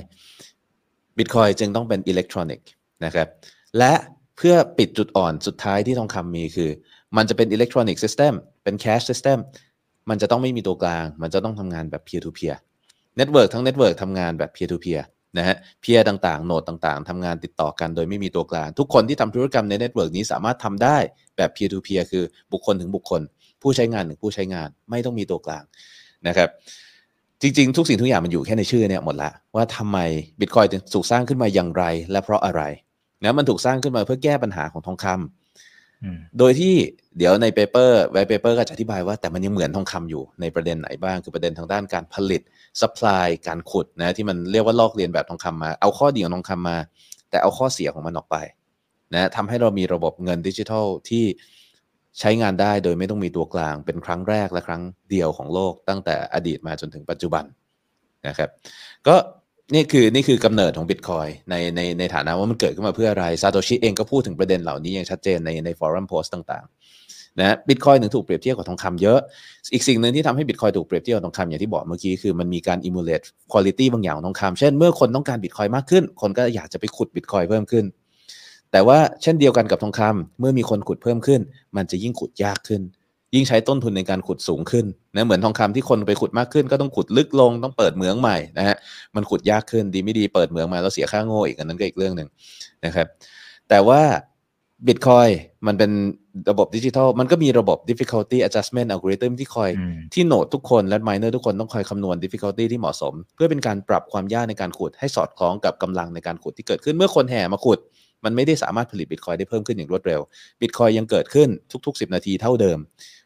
Bitcoin จึงต้องเป็นอิเล็กทรอนิกส์นะครับและเพื่อปิดจุดอ่อนสุดท้ายที่ทองคำมีคือมันจะเป็นอิเล็กทรอนิกส์ซิสเต็มเป็นแคชซิสเต็มมันจะต้องไม่มีตัวกลางมันจะต้องทำงานแบบ peer to peer เน็ตเวิร์กทั้งเน็ตเวิร์กทำงานแบบ peer to peer นะฮะ peer ต่างๆโนดต่างๆทำงานติดต่อกันโดยไม่มีตัวกลางทุกคนที่ทำธุรกรรมในเน็ตเวิร์กนี้สามารถทำได้แบบ peer to peer คือบุคคลถึงบุคคลผู้ใช้งานถึงผู้ใช้งานไม่ต้องมีตัวกลางนะครับจริงๆทุกสิ่งทุกอย่างมันอยู่แค่ในชื่อเนี่ยหมดละว่าทำไม Bitcoin ถูกสร้างขึ้นมาอย่างไรและเพราะอะไรนะมันถูกสร้างขึ้นมาเพื่อแก้ปัญหาของทองคำโดยที่เดี๋ยวในเปเปอร์ไวท์เปเปอร์ก็จะอธิบายว่าแต่มันยังเหมือนทองคำอยู่ในประเด็นไหนบ้างคือประเด็นทางด้านการผลิต supply การขุดนะที่มันเรียกว่าลอกเลียนแบบทองคำมาเอาข้อดีของทองคำมาแต่เอาข้อเสียของมันออกไปนะทำให้เรามีระบบเงินดิจิทัลที่ใช้งานได้โดยไม่ต้องมีตัวกลางเป็นครั้งแรกและครั้งเดียวของโลกตั้งแต่อดีตมาจนถึงปัจจุบันนะครับก็นี่คือนี่คือกำเนิดของ Bitcoin ในในในฐานะว่ามันเกิดขึ้นมาเพื่ออะไรซาโตชิเองก็พูดถึงประเด็นเหล่านี้อย่างชัดเจนในในฟอรัมโพสต์ต่างๆนะ Bitcoin ถึงถูกเปรียบเทียบกับทองคำเยอะอีกสิ่งหนึ่งที่ทำให้ Bitcoin ถูกเปรียบเทียบกับทองคำอย่างที่บอกเมื่อกี้คือมันมีการ emulate quality บางอย่างของทองคำเช่นเมื่อคนต้องการ Bitcoin มากขึ้นคนก็อยากจะไปขุด Bitcoin เพิ่มขึ้นแต่ว่าเช่นเดียวกันกับทองคำเมื่อมีคนขุดเพิ่มขึ้นมันจะยิ่งขุดยากขึ้นยิ่งใช้ต้นทุนในการขุดสูงขึ้นนะเหมือนทองคำที่คนไปขุดมากขึ้นก็ต้องขุดลึกลงต้องเปิดเหมืองใหม่นะฮะมันขุดยากขึ้นดีไม่ดีเปิดเหมืองมาแล้วเสียค่าโง่อีกอันนั้นก็อีกเรื่องหนึ่งนะครับแต่ว่า Bitcoin มันเป็นระบบดิจิทัลมันก็มีระบบ difficulty adjustment algorithm ที่คอยที่โนดทุกคนและ miner ทุกคนต้องคอยคำนวณ difficulty ที่เหมาะสมเพื่อเป็นการปรับความยากในการขุดให้สอดคล้องกับกำลังในการขุดที่เกิดขึ้นเมื่อคนแห่มาขุดมันไม่ได้สามารถผลิต Bitcoin ได้เพิ่มขึ้นอย่างรวดเร็ว Bitcoin ยังเกิดขึ้นทุกๆสิบนาทีเท่าเดิม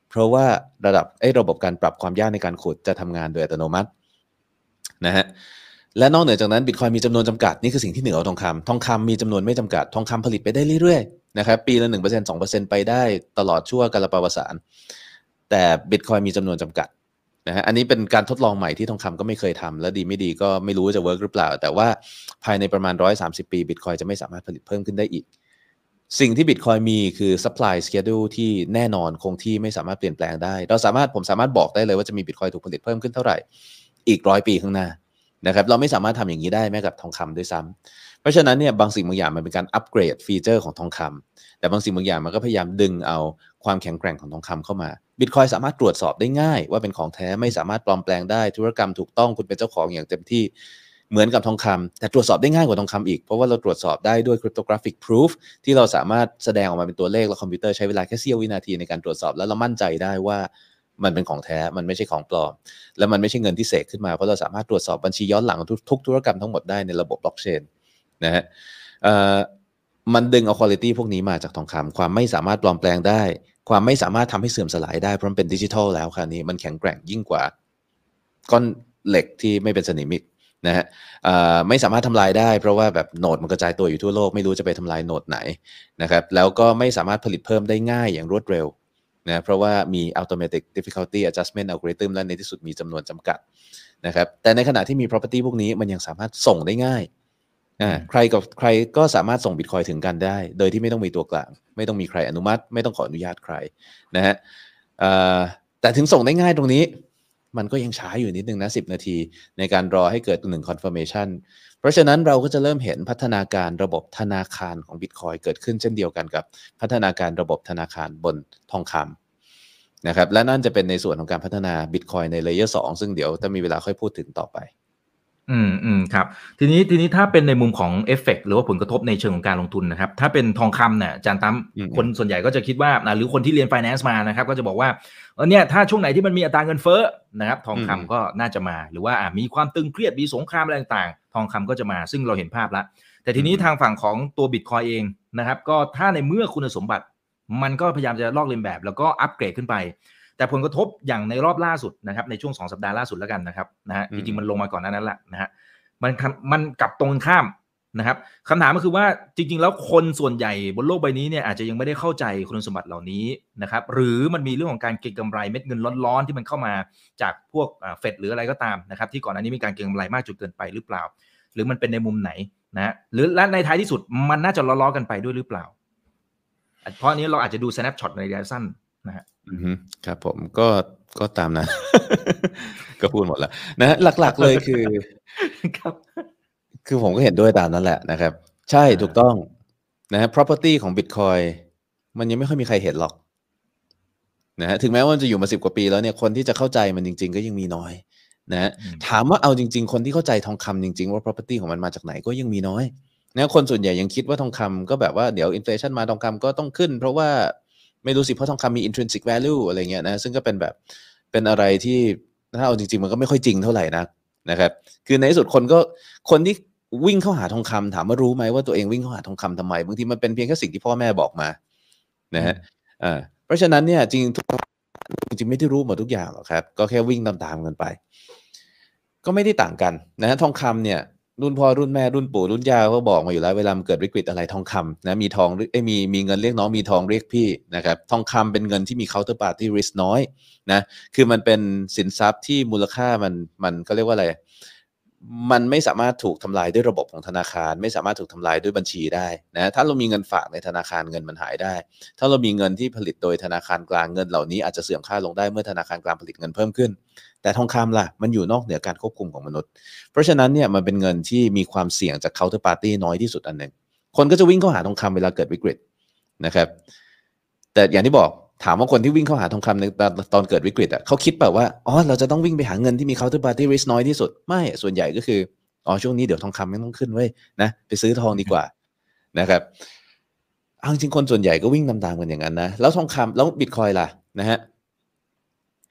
เพราะว่าระดับไอ้ระบบการปรับความยากในการขุดจะทำงานโดยอัตโนมัตินะฮะและนอกเหนือจากนั้น Bitcoin มีจำนวนจำกัดนี่คือสิ่งที่เหนือกว่าทองคำทองคำมีจำนวนไม่จำกัดทองคำผลิตไปได้เรื่อยๆนะครับปีละ หนึ่งเปอร์เซ็นต์ สองเปอร์เซ็นต์ ไปได้ตลอดชั่วกาลปวสานแต่ Bitcoin มีจำนวนจำกัดนะฮะอันนี้เป็นการทดลองใหม่ที่ทองคำก็ไม่เคยทำและดีไม่ดีก็ไม่รู้ว่าจะเวิร์กหรือเปล่าแต่ว่าภายในประมาณหนึ่งร้อยสามสิบปี Bitcoin จะไม่สามารถผลิตเพิ่มขึ้นได้อีกสิ่งที่ Bitcoin มีคือ supply schedule ที่แน่นอนคงที่ไม่สามารถเปลี่ยนแปลงได้เราสามารถผมสามารถบอกได้เลยว่าจะมี Bitcoin ถูกผลิตเพิ่มขึ้นเท่าไหร่อีกร้อยปีข้างหน้านะครับเราไม่สามารถทำอย่างนี้ได้แม้กับทองคำด้วยซ้ำเพราะฉะนั้นเนี่ยบางสิ่งบางอย่างมันเป็นการอัปเกรดฟีเจอร์ของทองคำแต่บางสิ่งบางอย่างมันก็พยายามดึงเอาความแข็งแกร่งของทองคำเข้ามา Bitcoin สามารถตรวจสอบได้ง่ายว่าเป็นของแท้ไม่สามารถปลอมแปลงได้ธุรกรรมถูกต้องคุณเป็นเจ้าของอย่างเต็มที่เหมือนกับทองคำแต่ตรวจสอบได้ง่ายกว่าทองคำอีกเพราะว่าเราตรวจสอบได้ด้วย cryptographic proof ที่เราสามารถแสดงออกมาเป็นตัวเลขแล้วคอมพิวเตอร์ใช้เวลาแค่เสี้ยววินาทีในการตรวจสอบแล้วเรามั่นใจได้ว่ามันเป็นของแท้มันไม่ใช่ของปลอมและมันไม่ใช่เงินที่เสกขึ้นมาเพราะเราสามารถตรวจสอบบัญชีย้อนหลังทุกธุรกรรมทั้งหมดได้ในระบบบล็อกเชนนะฮะมันดึงเอา quality พวกนี้มาจากทองคำความไม่สามารถปลอมแปลงได้ความไม่สามารถทำให้เสื่อมสลายได้เพราะมันเป็นดิจิทัลแล้วคราวนี้มันแข็งแกร่งยิ่งกว่าก้อนเหล็กที่ไม่เป็นสนิมอีกนะฮะไม่สามารถทำลายได้เพราะว่าแบบโนดมันกระจายตัวอยู่ทั่วโลกไม่รู้จะไปทำลายโนดไหนนะครับแล้วก็ไม่สามารถผลิตเพิ่มได้ง่ายอย่างรวดเร็วนะเพราะว่ามี automatic difficulty adjustment algorithm และในที่สุดมีจำนวนจำกัดนะครับแต่ในขณะที่มี property พวกนี้มันยังสามารถส่งได้ง่ายอ่าใครกับใครก็สามารถส่ง Bitcoin ถึงกันได้โดยที่ไม่ต้องมีตัวกลางไม่ต้องมีใครอนุมัติไม่ต้องขออนุญาตใครนะฮะแต่ถึงส่งได้ง่ายตรงนี้มันก็ยังช้าอยู่นิดนึงนะสิบนาทีในการรอให้เกิดหนึ่ง confirmation เพราะฉะนั้นเราก็จะเริ่มเห็นพัฒนาการระบบธนาคารของ Bitcoin เกิดขึ้นเช่นเดียวกันกับพัฒนาการระบบธนาคารบนทองคำนะครับและนั่นจะเป็นในส่วนของการพัฒนา Bitcoin ใน Layer สองซึ่งเดี๋ยวถ้ามีเวลาค่อยพูดถึงต่อไปอืมอืมครับทีนี้ทีนี้ถ้าเป็นในมุมของเอฟเฟกต์หรือว่าผลกระทบในเชิงของการลงทุนนะครับถ้าเป็นทองคำเนี่ยอาจารย์ตั้มคนส่วนใหญ่ก็จะคิดว่าหรือคนที่เรียน finance มานะครับก็จะบอกว่าเออเนี่ยถ้าช่วงไหนที่มันมีอัตราเงินเฟ้อนะครับทองคำก็น่าจะมาหรือว่ามีความตึงเครียดมีสงครามอะไรต่างๆทองคำก็จะมาซึ่งเราเห็นภาพแล้วแต่ทีนี้ทางฝั่งของตัว Bitcoin เองนะครับก็ถ้าในเมื่อคุณสมบัติมันก็พยายามจะลอกเลียนแบบแล้วก็อัปเกรดขึ้นไปแต่ผลกระทบอย่างในรอบล่าสุดนะครับในช่วงสองสัปดาห์ล่าสุดแล้วกันนะครับนะฮะจริงๆมันลงมาก่อนหน้านั้นแหละนะฮะมันมันกลับตรงข้ามนะครับคำถามก็คือว่าจริงๆแล้วคนส่วนใหญ่บนโลกใบนี้เนี่ยอาจจะยังไม่ได้เข้าใจคุณสมบัติเหล่านี้นะครับหรือมันมีเรื่องของการเก็งกำไรเม็ดเงินร้อนๆที่มันเข้ามาจากพวกเฟดหรืออะไรก็ตามนะครับที่ก่อนหน้านี้มีการเก็งกำไรมากจนเกินไปหรือเปล่าหรือมันเป็นในมุมไหนนะหรือและในท้ายที่สุดมันน่าจะล้อๆกันไปด้วยหรือเปล่าเพราะอันนี้เราอาจจะดู snapshot ในระยะสั้นนะฮะอือฮึครับผมก็ก็ตามนั้น ก็พูดหมดแล้วนะหลักๆเลยคือครับคือผมก็เห็นด้วยตามนั้นแหละนะครับใช่ถูกต้องนะฮะ property ของ Bitcoin มันยังไม่ค่อยมีใครเห็นหรอกนะฮะถึงแม้ว่ามันจะอยู่มาสิบกว่าปีแล้วเนี่ยคนที่จะเข้าใจมันจริงๆก็ยังมีน้อยนะฮะถามว่าเอาจริงๆคนที่เข้าใจทองคำจริงๆว่า property ของมันมาจากไหนก็ยังมีน้อยนะคนส่วนใหญ่ยังคิดว่าทองคำก็แบบว่าเดี๋ยว inflation มาทองคำก็ต้องขึ้นเพราะว่าไม่รู้สิเพราะทองคำมี intrinsic value อะไรเงี้ยนะซึ่งก็เป็นแบบเป็นอะไรที่ถ้าเอาจริงๆมันก็ไม่ค่อยจริงเท่าไหร่นะนะครับคือในที่สุดคนก็คนที่วิ่งเข้าหาทองคำถามว่ารู้ไหมว่าตัวเองวิ่งเข้าหาทองคำทำไมบางทีมันเป็นเพียงแค่สิ่งที่พ่อแม่บอกมานะฮะอ่าเพราะฉะนั้นเนี่ยจริงทุกจริงไม่ได้รู้หมดทุกอย่างหรอกครับก็แค่วิ่งตามๆกันไปก็ไม่ได้ต่างกันนะฮะทองคำเนี่ยรุ่นพ่อรุ่นแม่รุ่นปู่รุ่นย่าก็บอกมาอยู่แล้วเวลามันเกิดวิกฤตอะไรทองคำนะมีทองเอ้ยมีมีเงินเรียกน้องมีทองเรียกพี่นะครับทองคำเป็นเงินที่มี counterparty risk น้อยนะคือมันเป็นสินทรัพย์ที่มูลค่ามันมันก็เรียกว่าอะไรมันไม่สามารถถูกทำลายด้วยระบบของธนาคารไม่สามารถถูกทำลายด้วยบัญชีได้นะถ้าเรามีเงินฝากในธนาคารเงินมันหายได้ถ้าเรามีเงินที่ผลิตโดยธนาคารกลางเงินเหล่านี้อาจจะเสื่อมค่าลงได้เมื่อธนาคารกลางผลิตเงินเพิ่มขึ้นแต่ทองคำล่ะมันอยู่นอกเหนือการควบคุมของมนุษย์เพราะฉะนั้นเนี่ยมันเป็นเงินที่มีความเสี่ยงจาก counterparty น้อยที่สุดอันหนึ่งคนก็จะวิ่งเข้าหาทองคำเวลาเกิดวิกฤตนะครับแต่อย่างที่บอกถามว่าคนที่วิ่งเข้าหาทองคำในตอนเกิดวิกฤตอ่ะเขาคิดแบบว่าอ๋อเราจะต้องวิ่งไปหาเงินที่มี counterparty risk น้อยที่สุดไม่ส่วนใหญ่ก็คืออ๋อช่วงนี้เดี๋ยวทองคำไม่ต้องขึ้นเว้ยนะไปซื้อทองดีกว่านะครับเอาจริงคนส่วนใหญ่ก็วิ่งตามๆกันอย่างนั้นนะแล้วทองคำแล้วบิตคอยล่ะนะฮะ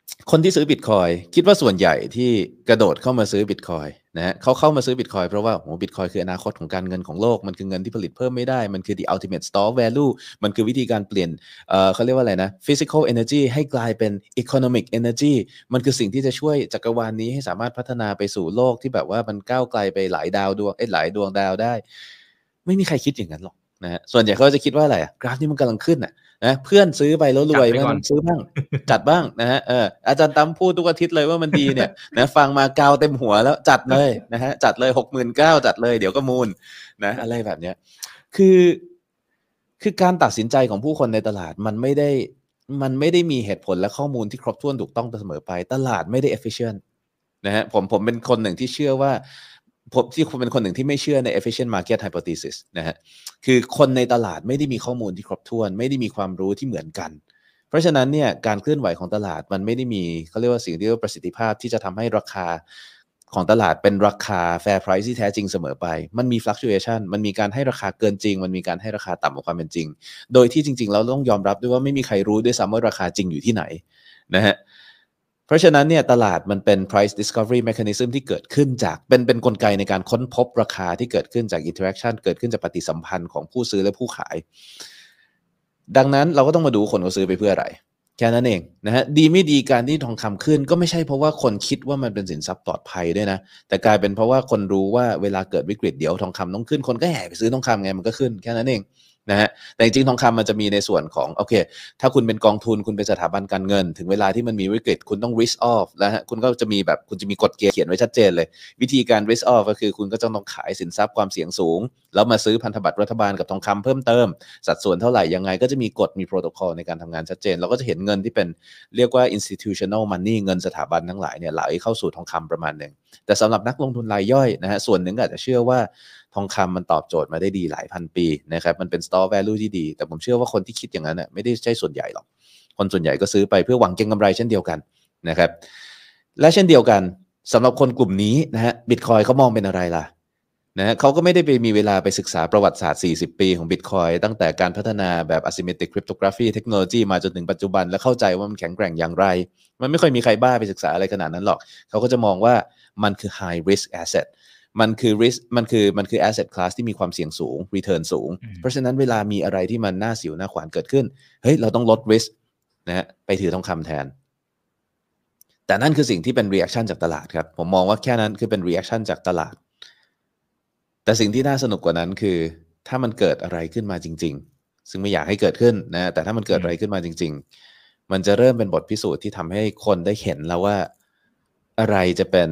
คนที่ซื้อบิตคอยคิดว่าส่วนใหญ่ที่กระโดดเข้ามาซื้อบิตคอยนะฮะเขาเข้ามาซื้อบิตคอยเพราะว่าโอ้บิตคอยคืออนาคตของการเงินของโลกมันคือเงินที่ผลิตเพิ่มไม่ได้มันคือ the ultimate store value มันคือวิธีการเปลี่ยนเอ่อเขาเรียกว่าอะไรนะ physical energy ให้กลายเป็น economic energy มันคือสิ่งที่จะช่วยจักรวาลนี้ให้สามารถพัฒนาไปสู่โลกที่แบบว่ามันก้าวไกลไปหลายดาวดวงเอ้ยหลายดวงดาวได้ไม่มีใครคิดอย่างนั้นหรอกนะฮะส่วนใหญ่เขาจะคิดว่าอะไรอะกราฟนี้มันกำลังขึ้นน่ะนะเพื่อนซื้อไปแล้วรวยไม่ต้องซื้อบ้างจัดบ้างนะฮะเอออาจารย์ตั้มพูดทุกอาทิตย์เลยว่ามันดีเนี่ยนะฟังมากาวเต็มหัวแล้วจัดเลยนะฮะจัดเลย หกหมื่นเก้าพัน จัดเลยเดี๋ยวก็มูลนะอะไรแบบเนี้ยคือคือการตัดสินใจของผู้คนในตลาดมันไม่ได้มันไม่ได้มีเหตุผลและข้อมูลที่ครบถ้วนถูกต้องเสมอไปตลาดไม่ได้ efficient นะฮะผมผมเป็นคนหนึ่งที่เชื่อว่าผมที่คุณเป็นคนหนึ่งที่ไม่เชื่อใน efficient market hypothesis นะฮะคือคนในตลาดไม่ได้มีข้อมูลที่ครบถ้วนไม่ได้มีความรู้ที่เหมือนกันเพราะฉะนั้นเนี่ยการเคลื่อนไหวของตลาดมันไม่ได้มีเขาเรียกว่าสิ่งที่เรียกว่าประสิทธิภาพที่จะทำให้ราคาของตลาดเป็นราคา fair price ที่แท้จริงเสมอไปมันมี fluctuation มันมีการให้ราคาเกินจริงมันมีการให้ราคาต่ำกว่าความเป็นจริงโดยที่จริงๆเราต้องยอมรับด้วยว่าไม่มีใครรู้ด้วยซ้ำว่าราคาจริงอยู่ที่ไหนนะฮะเพราะฉะนั้นเนี่ยตลาดมันเป็น price discovery mechanism ที่เกิดขึ้นจากเป็นเป็นกลไกในการค้นพบราคาที่เกิดขึ้นจาก interaction เกิดขึ้นจากปฏิสัมพันธ์ของผู้ซื้อและผู้ขายดังนั้นเราก็ต้องมาดูคนเขาซื้อไปเพื่ออะไรแค่นั้นเองนะฮะดีไม่ดีการที่ทองคำขึ้นก็ไม่ใช่เพราะว่าคนคิดว่ามันเป็นสินทรัพย์ปลอดภัยด้วยนะแต่กลายเป็นเพราะว่าคนรู้ว่าเวลาเกิดวิกฤตเดี๋ยวทองคำต้องขึ้นคนก็แห่ไปซื้อทองคำไงมันก็ขึ้นแค่นั้นเองนะฮะแต่จริงๆทองคำมันจะมีในส่วนของโอเคถ้าคุณเป็นกองทุนคุณเป็นสถาบันการเงินถึงเวลาที่มันมีวิกฤตคุณต้อง risk off แล้วฮะคุณก็จะมีแบบคุณจะมีกฎเกณฑ์เขียนไว้ชัดเจนเลยวิธีการ risk off ก็คือคุณก็จะต้องขายสินทรัพย์ความเสี่ยงสูงแล้วมาซื้อพันธบัตรรัฐบาลกับทองคำเพิ่มเติมสัดส่วนเท่าไหร่ยังไงก็จะมีกฎมีโปรโตคอลในการทำงานชัดเจนเราก็จะเห็นเงินที่เป็นเรียกว่า institutional money เงินสถาบันทั้งหลายเนี่ยไหลเข้าสู่ทองคำประมาณนึงแต่สำหรับนักลงทุนรายย่อยนะฮะส่วนหนึ่งอาจจะเชื่อว่าทองคำมันตอบโจทย์มาได้ดีหลายพันปีนะครับมันเป็น store value ที่ดีแต่ผมเชื่อว่าคนที่คิดอย่างนั้นน่ะไม่ได้ใช่ส่วนใหญ่หรอกคนส่วนใหญ่ก็ซื้อไปเพื่อหวังเก็งกำไรเช่นเดียวกันนะครับและเช่นเดียวกันสำหรับคนกลุ่มนี้นะฮะ Bitcoin เขามองเป็นอะไรล่ะนะฮะเขาก็ไม่ได้ไปมีเวลาไปศึกษาประวัติศาสตร์สี่สิบปีของ Bitcoin ตั้งแต่การพัฒนาแบบ asymmetric cryptography เทคโนโลยีมาจนถึงปัจจุบันและเข้าใจว่ามันแข็งแกร่งอย่างไรมันไม่ค่อยมีใครบ้าไปศึกษาอะไรขนาดนั้นหรอกเขาก็จะมองว่ามันคือ high risk assetมันคือ risk มันคือมันคือ asset class ที่มีความเสี่ยงสูง return สูงเพราะฉะนั้นเวลามีอะไรที่มันน่าสิวน่าขวานเกิดขึ้นเฮ้ยเราต้องลด risk นะฮะไปถือทองคำแทนแต่นั่นคือสิ่งที่เป็น reaction จากตลาดครับผมมองว่าแค่นั้นคือเป็น reaction จากตลาดแต่สิ่งที่น่าสนุกกว่านั้นคือถ้ามันเกิดอะไรขึ้นมาจริงๆซึ่งไม่อยากให้เกิดขึ้นนะแต่ถ้ามันเกิดอะไรขึ้นมาจริงๆมันจะเริ่มเป็นบทพิสูจน์ที่ทำให้คนได้เห็นแล้วว่าอะไรจะเป็น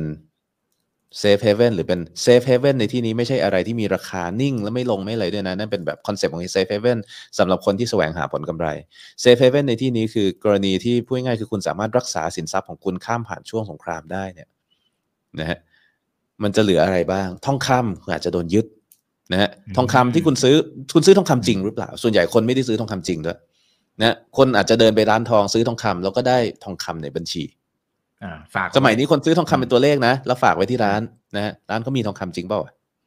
safe haven หรือเป็น safe haven ในที่นี้ไม่ใช่อะไรที่มีราคานิ่งและไม่ลงไม่อะไรด้วยนะนั่นเป็นแบบคอนเซ็ปต์ของ safe haven สำหรับคนที่แสวงหาผลกำไร safe haven ในที่นี้คือกรณีที่พูดง่ายๆคือคุณสามารถรักษาสินทรัพย์ของคุณข้ามผ่านช่วงสงครามได้เนี่ยนะฮะมันจะเหลืออะไรบ้างทองคำคุณอาจจะโดนยึดนะฮะทองคำที่คุณซื้อคุณซื้อทองคำจริงหรือเปล่าส่วนใหญ่คนไม่ได้ซื้อทองคำจริงด้วยนะคนอาจจะเดินไปร้านทองซื้อทองคำแล้วก็ได้ทองคำในบัญชีฝากสมัยนี้คนซื้อทองคำเป็นตัวเลขนะแล้วฝากไว้ที่ร้านนะร้านเขามีทองคำจริงเปล่า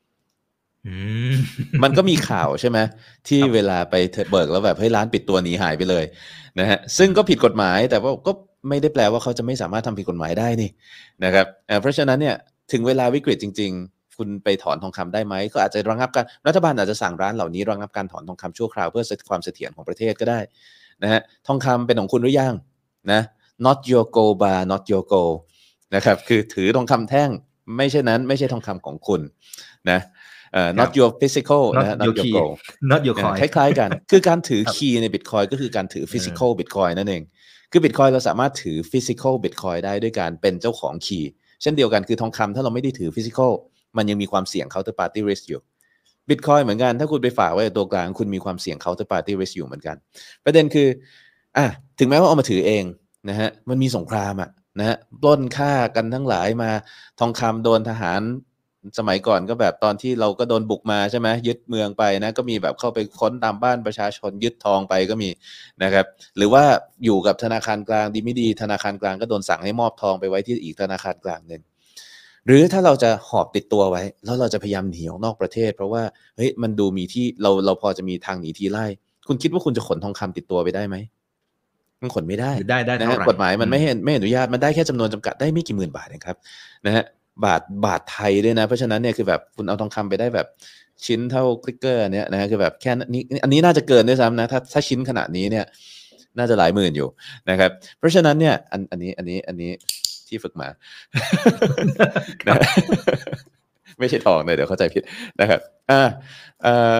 มันก็มีข่าวใช่ไหมที่เวลาไปเบิกแล้วแบบเฮ้ยร้านปิดตัวหนีหายไปเลยนะฮะซึ่งก็ผิดกฎหมายแต่ว่าก็ไม่ได้แปลว่าเขาจะไม่สามารถทำผิดกฎหมายได้นี่นะครับเพราะฉะนั้นเนี่ยถึงเวลาวิกฤตจริงๆคุณไปถอนทองคำได้ไหมก็อาจจะระงับการรัฐบาลอาจจะสั่งร้านเหล่านี้ระงับการถอนทองคำชั่วคราวเพื่อความเสถียรของประเทศก็ได้นะฮะทองคำเป็นของคุณหรือยังนะ not your gold bar not your gold นะครับคือถือทองคำแท่งไม่ใช่นั้นไม่ใช่ทองคำของคุณนะเอ่อ not your physical นะ not your gold not your coin คล้ายๆกันคือการถือคีย์ใน Bitcoin ก็คือการถือ physical Bitcoin นั่นเองคือ Bitcoin เราสามารถถือ physical Bitcoin ได้ด้วยการเป็นเจ้าของคีย์เช่นเดียวกันคือทองคำถ้าเราไม่ได้ถือ physical มันยังมีความเสี่ยง counterparty risk อยู่ Bitcoin เหมือนกันถ้าคุณไปฝากไว้ในตัวกลางคุณมีความเสี่ยง counterparty risk อยู่เหมือนกันประเด็นคืออ่ะถึงแม้ว่าเอามาถือเองนะฮะมันมีสงครามอ่ะนะฮะปล้นฆ่ากันทั้งหลายมาทองคำโดนทหารสมัยก่อนก็แบบตอนที่เราก็โดนบุกมาใช่ไหมยึดเมืองไปนะก็มีแบบเข้าไปค้นตามบ้านประชาชนยึดทองไปก็มีนะครับหรือว่าอยู่กับธนาคารกลางดีไม่ดีธนาคารกลางก็โดนสั่งให้มอบทองไปไว้ที่อีกธนาคารกลางนึงหรือถ้าเราจะหอบติดตัวไว้แล้วเราจะพยายามหนีออกนอกประเทศเพราะว่าเฮ้ยมันดูมีที่เราเราพอจะมีทางหนีทีไล่คุณคิดว่าคุณจะขนทองคำติดตัวไปได้ไหมมันขนไม่ได้หรือได้ได้นะเท่าฮะไหร่กฎหมายมันอืไม่มให้ไม่อนุญาตมันได้แค่จำนวนจำกัดได้ไม่กี่หมื่นบาทเองครับนะฮะบาทบาทไทยด้วยนะเพราะฉะนั้นเนี่ยคือแบบคุณเอาทองคำไปได้แบบชิ้นเท่าคลิกเกอร์เนี้ยนะฮะคือแบบแค่นี้อันนี้น่าจะเกินด้วยซ้ำนะถ้าถ้าชิ้นขนาดนี้เนี่ยน่าจะหลายหมื่นอยู่นะครับเพราะฉะนั้นเนี่ยอันอันนี้อันนี้อันนี้ที่ฝึกมา นะ ไม่ใช่ทองเลยเดี๋ยวเข้าใจผิดนะครับอ่าเอ่อ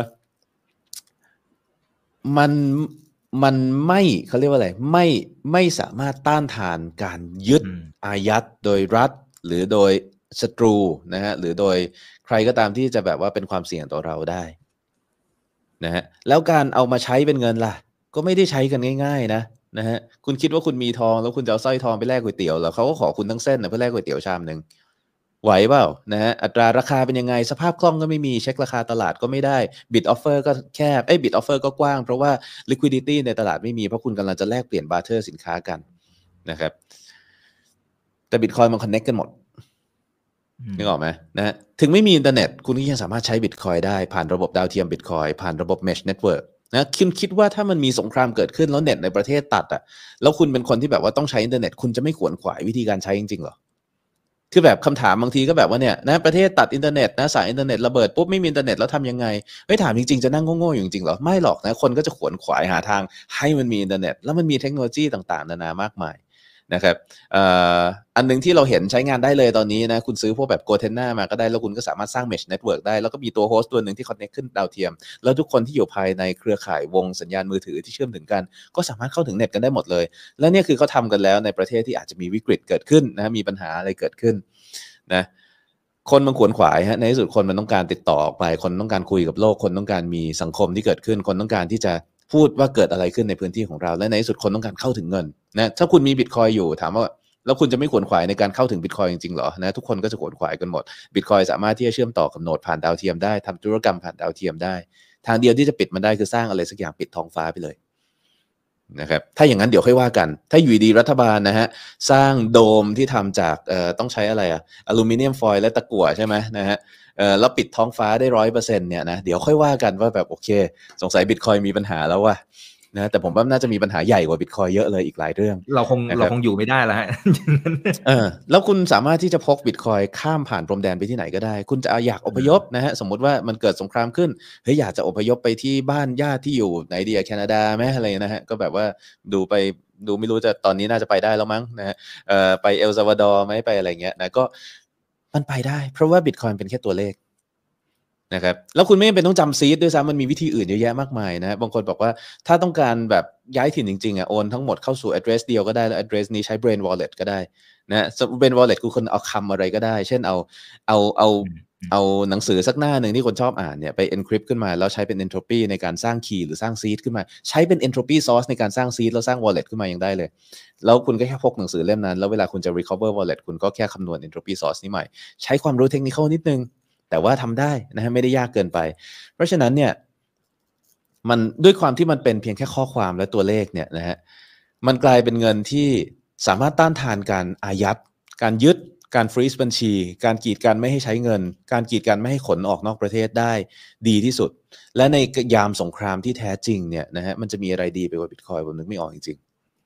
มันมันไม่เขาเรียกว่าอะไรไม่ไม่สามารถต้านทานการยึดอืมอายัดโดยรัฐหรือโดยศัตรูนะฮะหรือโดยใครก็ตามที่จะแบบว่าเป็นความเสี่ยงต่อเราได้นะฮะแล้วการเอามาใช้เป็นเงินล่ะก็ไม่ได้ใช้กันง่ายๆนะนะฮะคุณคิดว่าคุณมีทองแล้วคุณจะเอาสร้อยทองไปแลกก๋วยเตี๋ยวเหรอเขาก็ขอคุณทั้งเส้นนะเพื่อแลกก๋วยเตี๋ยวชามนึงไหวเปล่านะฮะอัตราราคาเป็นยังไงสภาพคล่องก็ไม่มีเช็คราคาตลาดก็ไม่ได้ bid offer ก็แคบเอ้ย bid offer ก็กว้างเพราะว่า liquidity ในตลาดไม่มีเพราะคุณกำลังจะแลกเปลี่ยน barter สินค้ากันนะครับแต่ Bitcoin มัน connect กันหมดนึกออกไหมนะฮะถึงไม่มีอินเทอร์เน็ตคุณก็ยังสามารถใช้ Bitcoin ได้ผ่านระบบดาวเทียม Bitcoin ผ่านระบบ Mesh Network นะคุณคิดว่าถ้ามันมีสงครามเกิดขึ้นแล้วเน็ตในประเทศตัดอ่ะแล้วคุณเป็นคนที่แบบว่าต้องใช้อินเทอร์เน็ตคุณจะไม่ขวนขวายวิธีการใช้จริงๆหรอคือแบบคำถามบางทีก็แบบว่าเนี่ยนะประเทศตัดอินเทอร์เน็ตนะสายอินเทอร์เน็ตระเบิดปุ๊บไม่มีอินเทอร์เน็ตแล้วทำยังไงเฮ้ยถามจริงๆจะนั่งโง่ๆอยู่จริงๆหรอไม่หรอกนะคนก็จะขวนขวายหาทางให้มันมีอินเทอร์เน็ตแล้วมันมีเทคโนโลยีต่างๆนานามากมายนะครับอันนึงที่เราเห็นใช้งานได้เลยตอนนี้นะคุณซื้อพวกแบบ Gotenna มาก็ได้แล้วคุณก็สามารถสร้าง Mesh Network ได้แล้วก็มีตัวโฮสต์ตัวหนึ่งที่ connect ขึ้นดาวเทียมแล้วทุกคนที่อยู่ภายในเครือข่ายวงสัญญาณมือถือที่เชื่อมถึงกันก็สามารถเข้าถึงเน็ตกันได้หมดเลยและเนี่ยคือเขาทำกันแล้วในประเทศที่อาจจะมีวิกฤตเกิดขึ้นนะมีปัญหาอะไรเกิดขึ้นนะคนมันขวนขวายฮะในที่สุดคนมันต้องการติดต่อออกไปคนต้องการคุยกับโลกคนต้องการมีสังคมที่เกิดขึ้นคนต้องการที่จะพูดว่าเกิดอะไรขึ้นในพื้นที่ของเราและในที่สุดคนต้องการเข้าถึงเงินนะถ้าคุณมี Bitcoin อยู่ถามว่าแล้วคุณจะไม่ขวนขวายในการเข้าถึง Bitcoin จริงๆเหรอนะทุกคนก็จะขวนขวายกันหมด Bitcoin สามารถที่จะเชื่อมต่อกับโนดผ่านดาวเทียมได้ทำธุรกรรมผ่านดาวเทียมได้ทางเดียวที่จะปิดมันได้คือสร้างอะไรสักอย่างปิดท้องฟ้าไปเลยนะครับถ้าอย่างนั้นเดี๋ยวค่อยว่ากันถ้าอยู่ดีรัฐบาลนะฮะสร้างโดมที่ทำจากเอ่อต้องใช้อะไรอะอลูมิเนียมฟอยล์และตะกั่วใช่ไหมนะฮะเอ่อแล้วปิดท้องฟ้าได้ร้อยเปอร์เซ็นต์เนี่ยนะเดี๋ยวค่อยว่ากันว่าแบบโอเคสงสัย Bitcoin มีปัญหาแล้วว่ะนะแต่ผมว่าน่าจะมีปัญหาใหญ่กว่า Bitcoin เยอะเลยอีกหลายเรื่องเราคงเราคงอยู่ไม่ได้แล้วฮะเออแล้วคุณสามารถที่จะพก Bitcoin ข้ามผ่านพรมแดนไปที่ไหนก็ได้คุณจะอยากอพยพนะฮะสมมติว่ามันเกิดสงครามขึ้นเฮ้ยอยากจะอพยพไปที่บ้านญาติที่อยู่ไหนดีอะแคนาดาไหมอะไรนะฮะก็แบบว่าดูไปดูไม่รู้จะตอนนี้น่าจะไปได้แล้วมั้งนะฮะเอ่อไปเอลซัลวาดอร์ไหมไปอะไรเงี้ยนะก็มันไปได้เพราะว่า Bitcoin เป็นแค่ตัวเลขนะครับแล้วคุณไม่จำเป็นต้องจำซีดด้วยซ้ำมันมีวิธีอื่นเยอะแยะมากมายนะบางคนบอกว่าถ้าต้องการแบบย้ายถิ่นจริงๆอ่ะโอนทั้งหมดเข้าสู่ address เดียวก็ได้แล้ว address นี้ใช้ Brain Wallet ก็ได้นะ Brain Wallet คือคนเอาคำอะไรก็ได้เช่นเอาเอาเอาเอาหนังสือสักหน้าหนึ่งที่คนชอบอ่านเนี่ยไป encrypt ขึ้นมาแล้วใช้เป็น entropy ในการสร้างคีย์หรือสร้างซีดขึ้นมาใช้เป็น entropy source ในการสร้างซีดแล้วสร้าง wallet ขึ้นมายังได้เลยแล้วคุณก็แค่พกหนังสือเล่มนั้นแล้วเวลาคุณจะ recover wallet คุณก็แค่คำนวณ entropy source นี้ใหม่ใช้ความรู้เทคนิคนิดนึงแต่ว่าทำได้นะฮะไม่ได้ยากเกินไปเพราะฉะนั้นเนี่ยมันด้วยความที่มันเป็นเพียงแค่ข้อความและตัวเลขเนี่ยนะฮะมันกลายเป็นเงินที่สามารถต้านทานการอายัดการยึดการฟรีซบัญชีการกีดกันไม่ให้ใช้เงินการกีดกันไม่ให้ขนออกนอกประเทศได้ดีที่สุดและในยามสงครามที่แท้จริงเนี่ยนะฮะมันจะมีอะไรดีไปกว่า Bitcoin ผมนึกไม่ออกจริง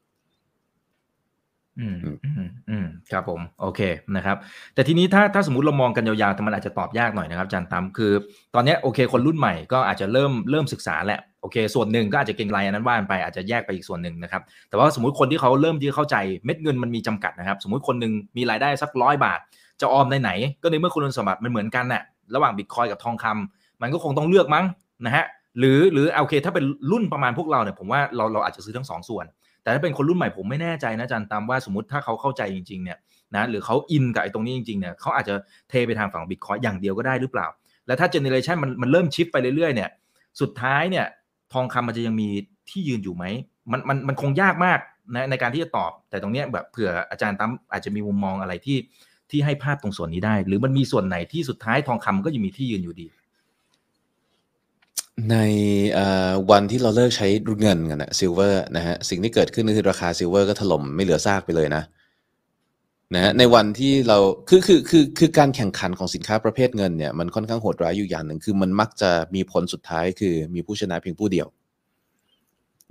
อืมอืมอืมครับผมโอเคนะครับแต่ทีนี้ถ้าถ้าสมมุติเรามองกันยาวๆแต่มันอาจจะตอบยากหน่อยนะครับอาจารย์ตั้มคือตอนนี้โอเคคนรุ่นใหม่ก็อาจจะเริ่มเริ่มศึกษาแหละโอเคส่วนหนึ่งก็อาจจะเก็งกำไรอันนั้นว่านไปอาจจะแยกไปอีกส่วนหนึ่งนะครับแต่ว่าสมมุติคนที่เขาเริ่มที่เข้าใจเม็ดเงินมันมีจำกัดนะครับสมมุติคนนึงมีรายได้สักร้อยบาทจะออมในไหนก็ในเมื่อคุณสมบัติมันเหมือนกันน่ะระหว่าง Bitcoin กับทองคำมันก็คงต้องเลือกมั้งนะฮะหรือหรือโอเคถ้าเป็นรุ่นประมาณพวกเราเนี่ยผมว่าเราเราอาจจะซื้อทั้งสองส่วนแต่ถ้าเป็นคนรุ่นใหม่ผมไม่แน่ใจนะอาจารย์ตามว่าสมมติถ้าเขาเข้าใจจริงๆเนี่ยนะหรือเขาอินกับไอ้ตรงนี้จริงๆเนี่ยเขาอาจจะเทไปทางฝั่ง Bitcoin อย่างเดียวก็ได้หรือเปล่าและถ้าเจเนอเรชันมันมันเริ่มชิฟไปเรื่อยๆเนี่ยสุดท้ายเนี่ยทองคำมันจะยังมีที่ยืนอยู่ไหมมันมันมันคงยากมากนะในการที่จะตอบแต่ตรงเนี้ยแบบเผื่ออาจารย์ตั้มอาจจะมีมุมมองอะไรที่ที่ให้ภาพตรงส่วนนี้ได้หรือมันมีส่วนไหนที่สุดท้ายทองคำก็ยังมีที่ยืนอยู่ดีในวันที่เราเลิกใช้เงินกันนะซิลเวอร์นะฮะสิ่งที่เกิดขึ้นก็คือราคาซิลเวอร์ก็ถล่มไม่เหลือซากไปเลยนะนะฮะในวันที่เราคือคือคือคือการแข่งขันของสินค้าประเภทเงินเนี่ยมันค่อนข้างโหดร้ายอยู่อย่างหนึ่งคือมันมักจะมีผลสุดท้ายคือมีผู้ชนะเพียงผู้เดียวนะครับ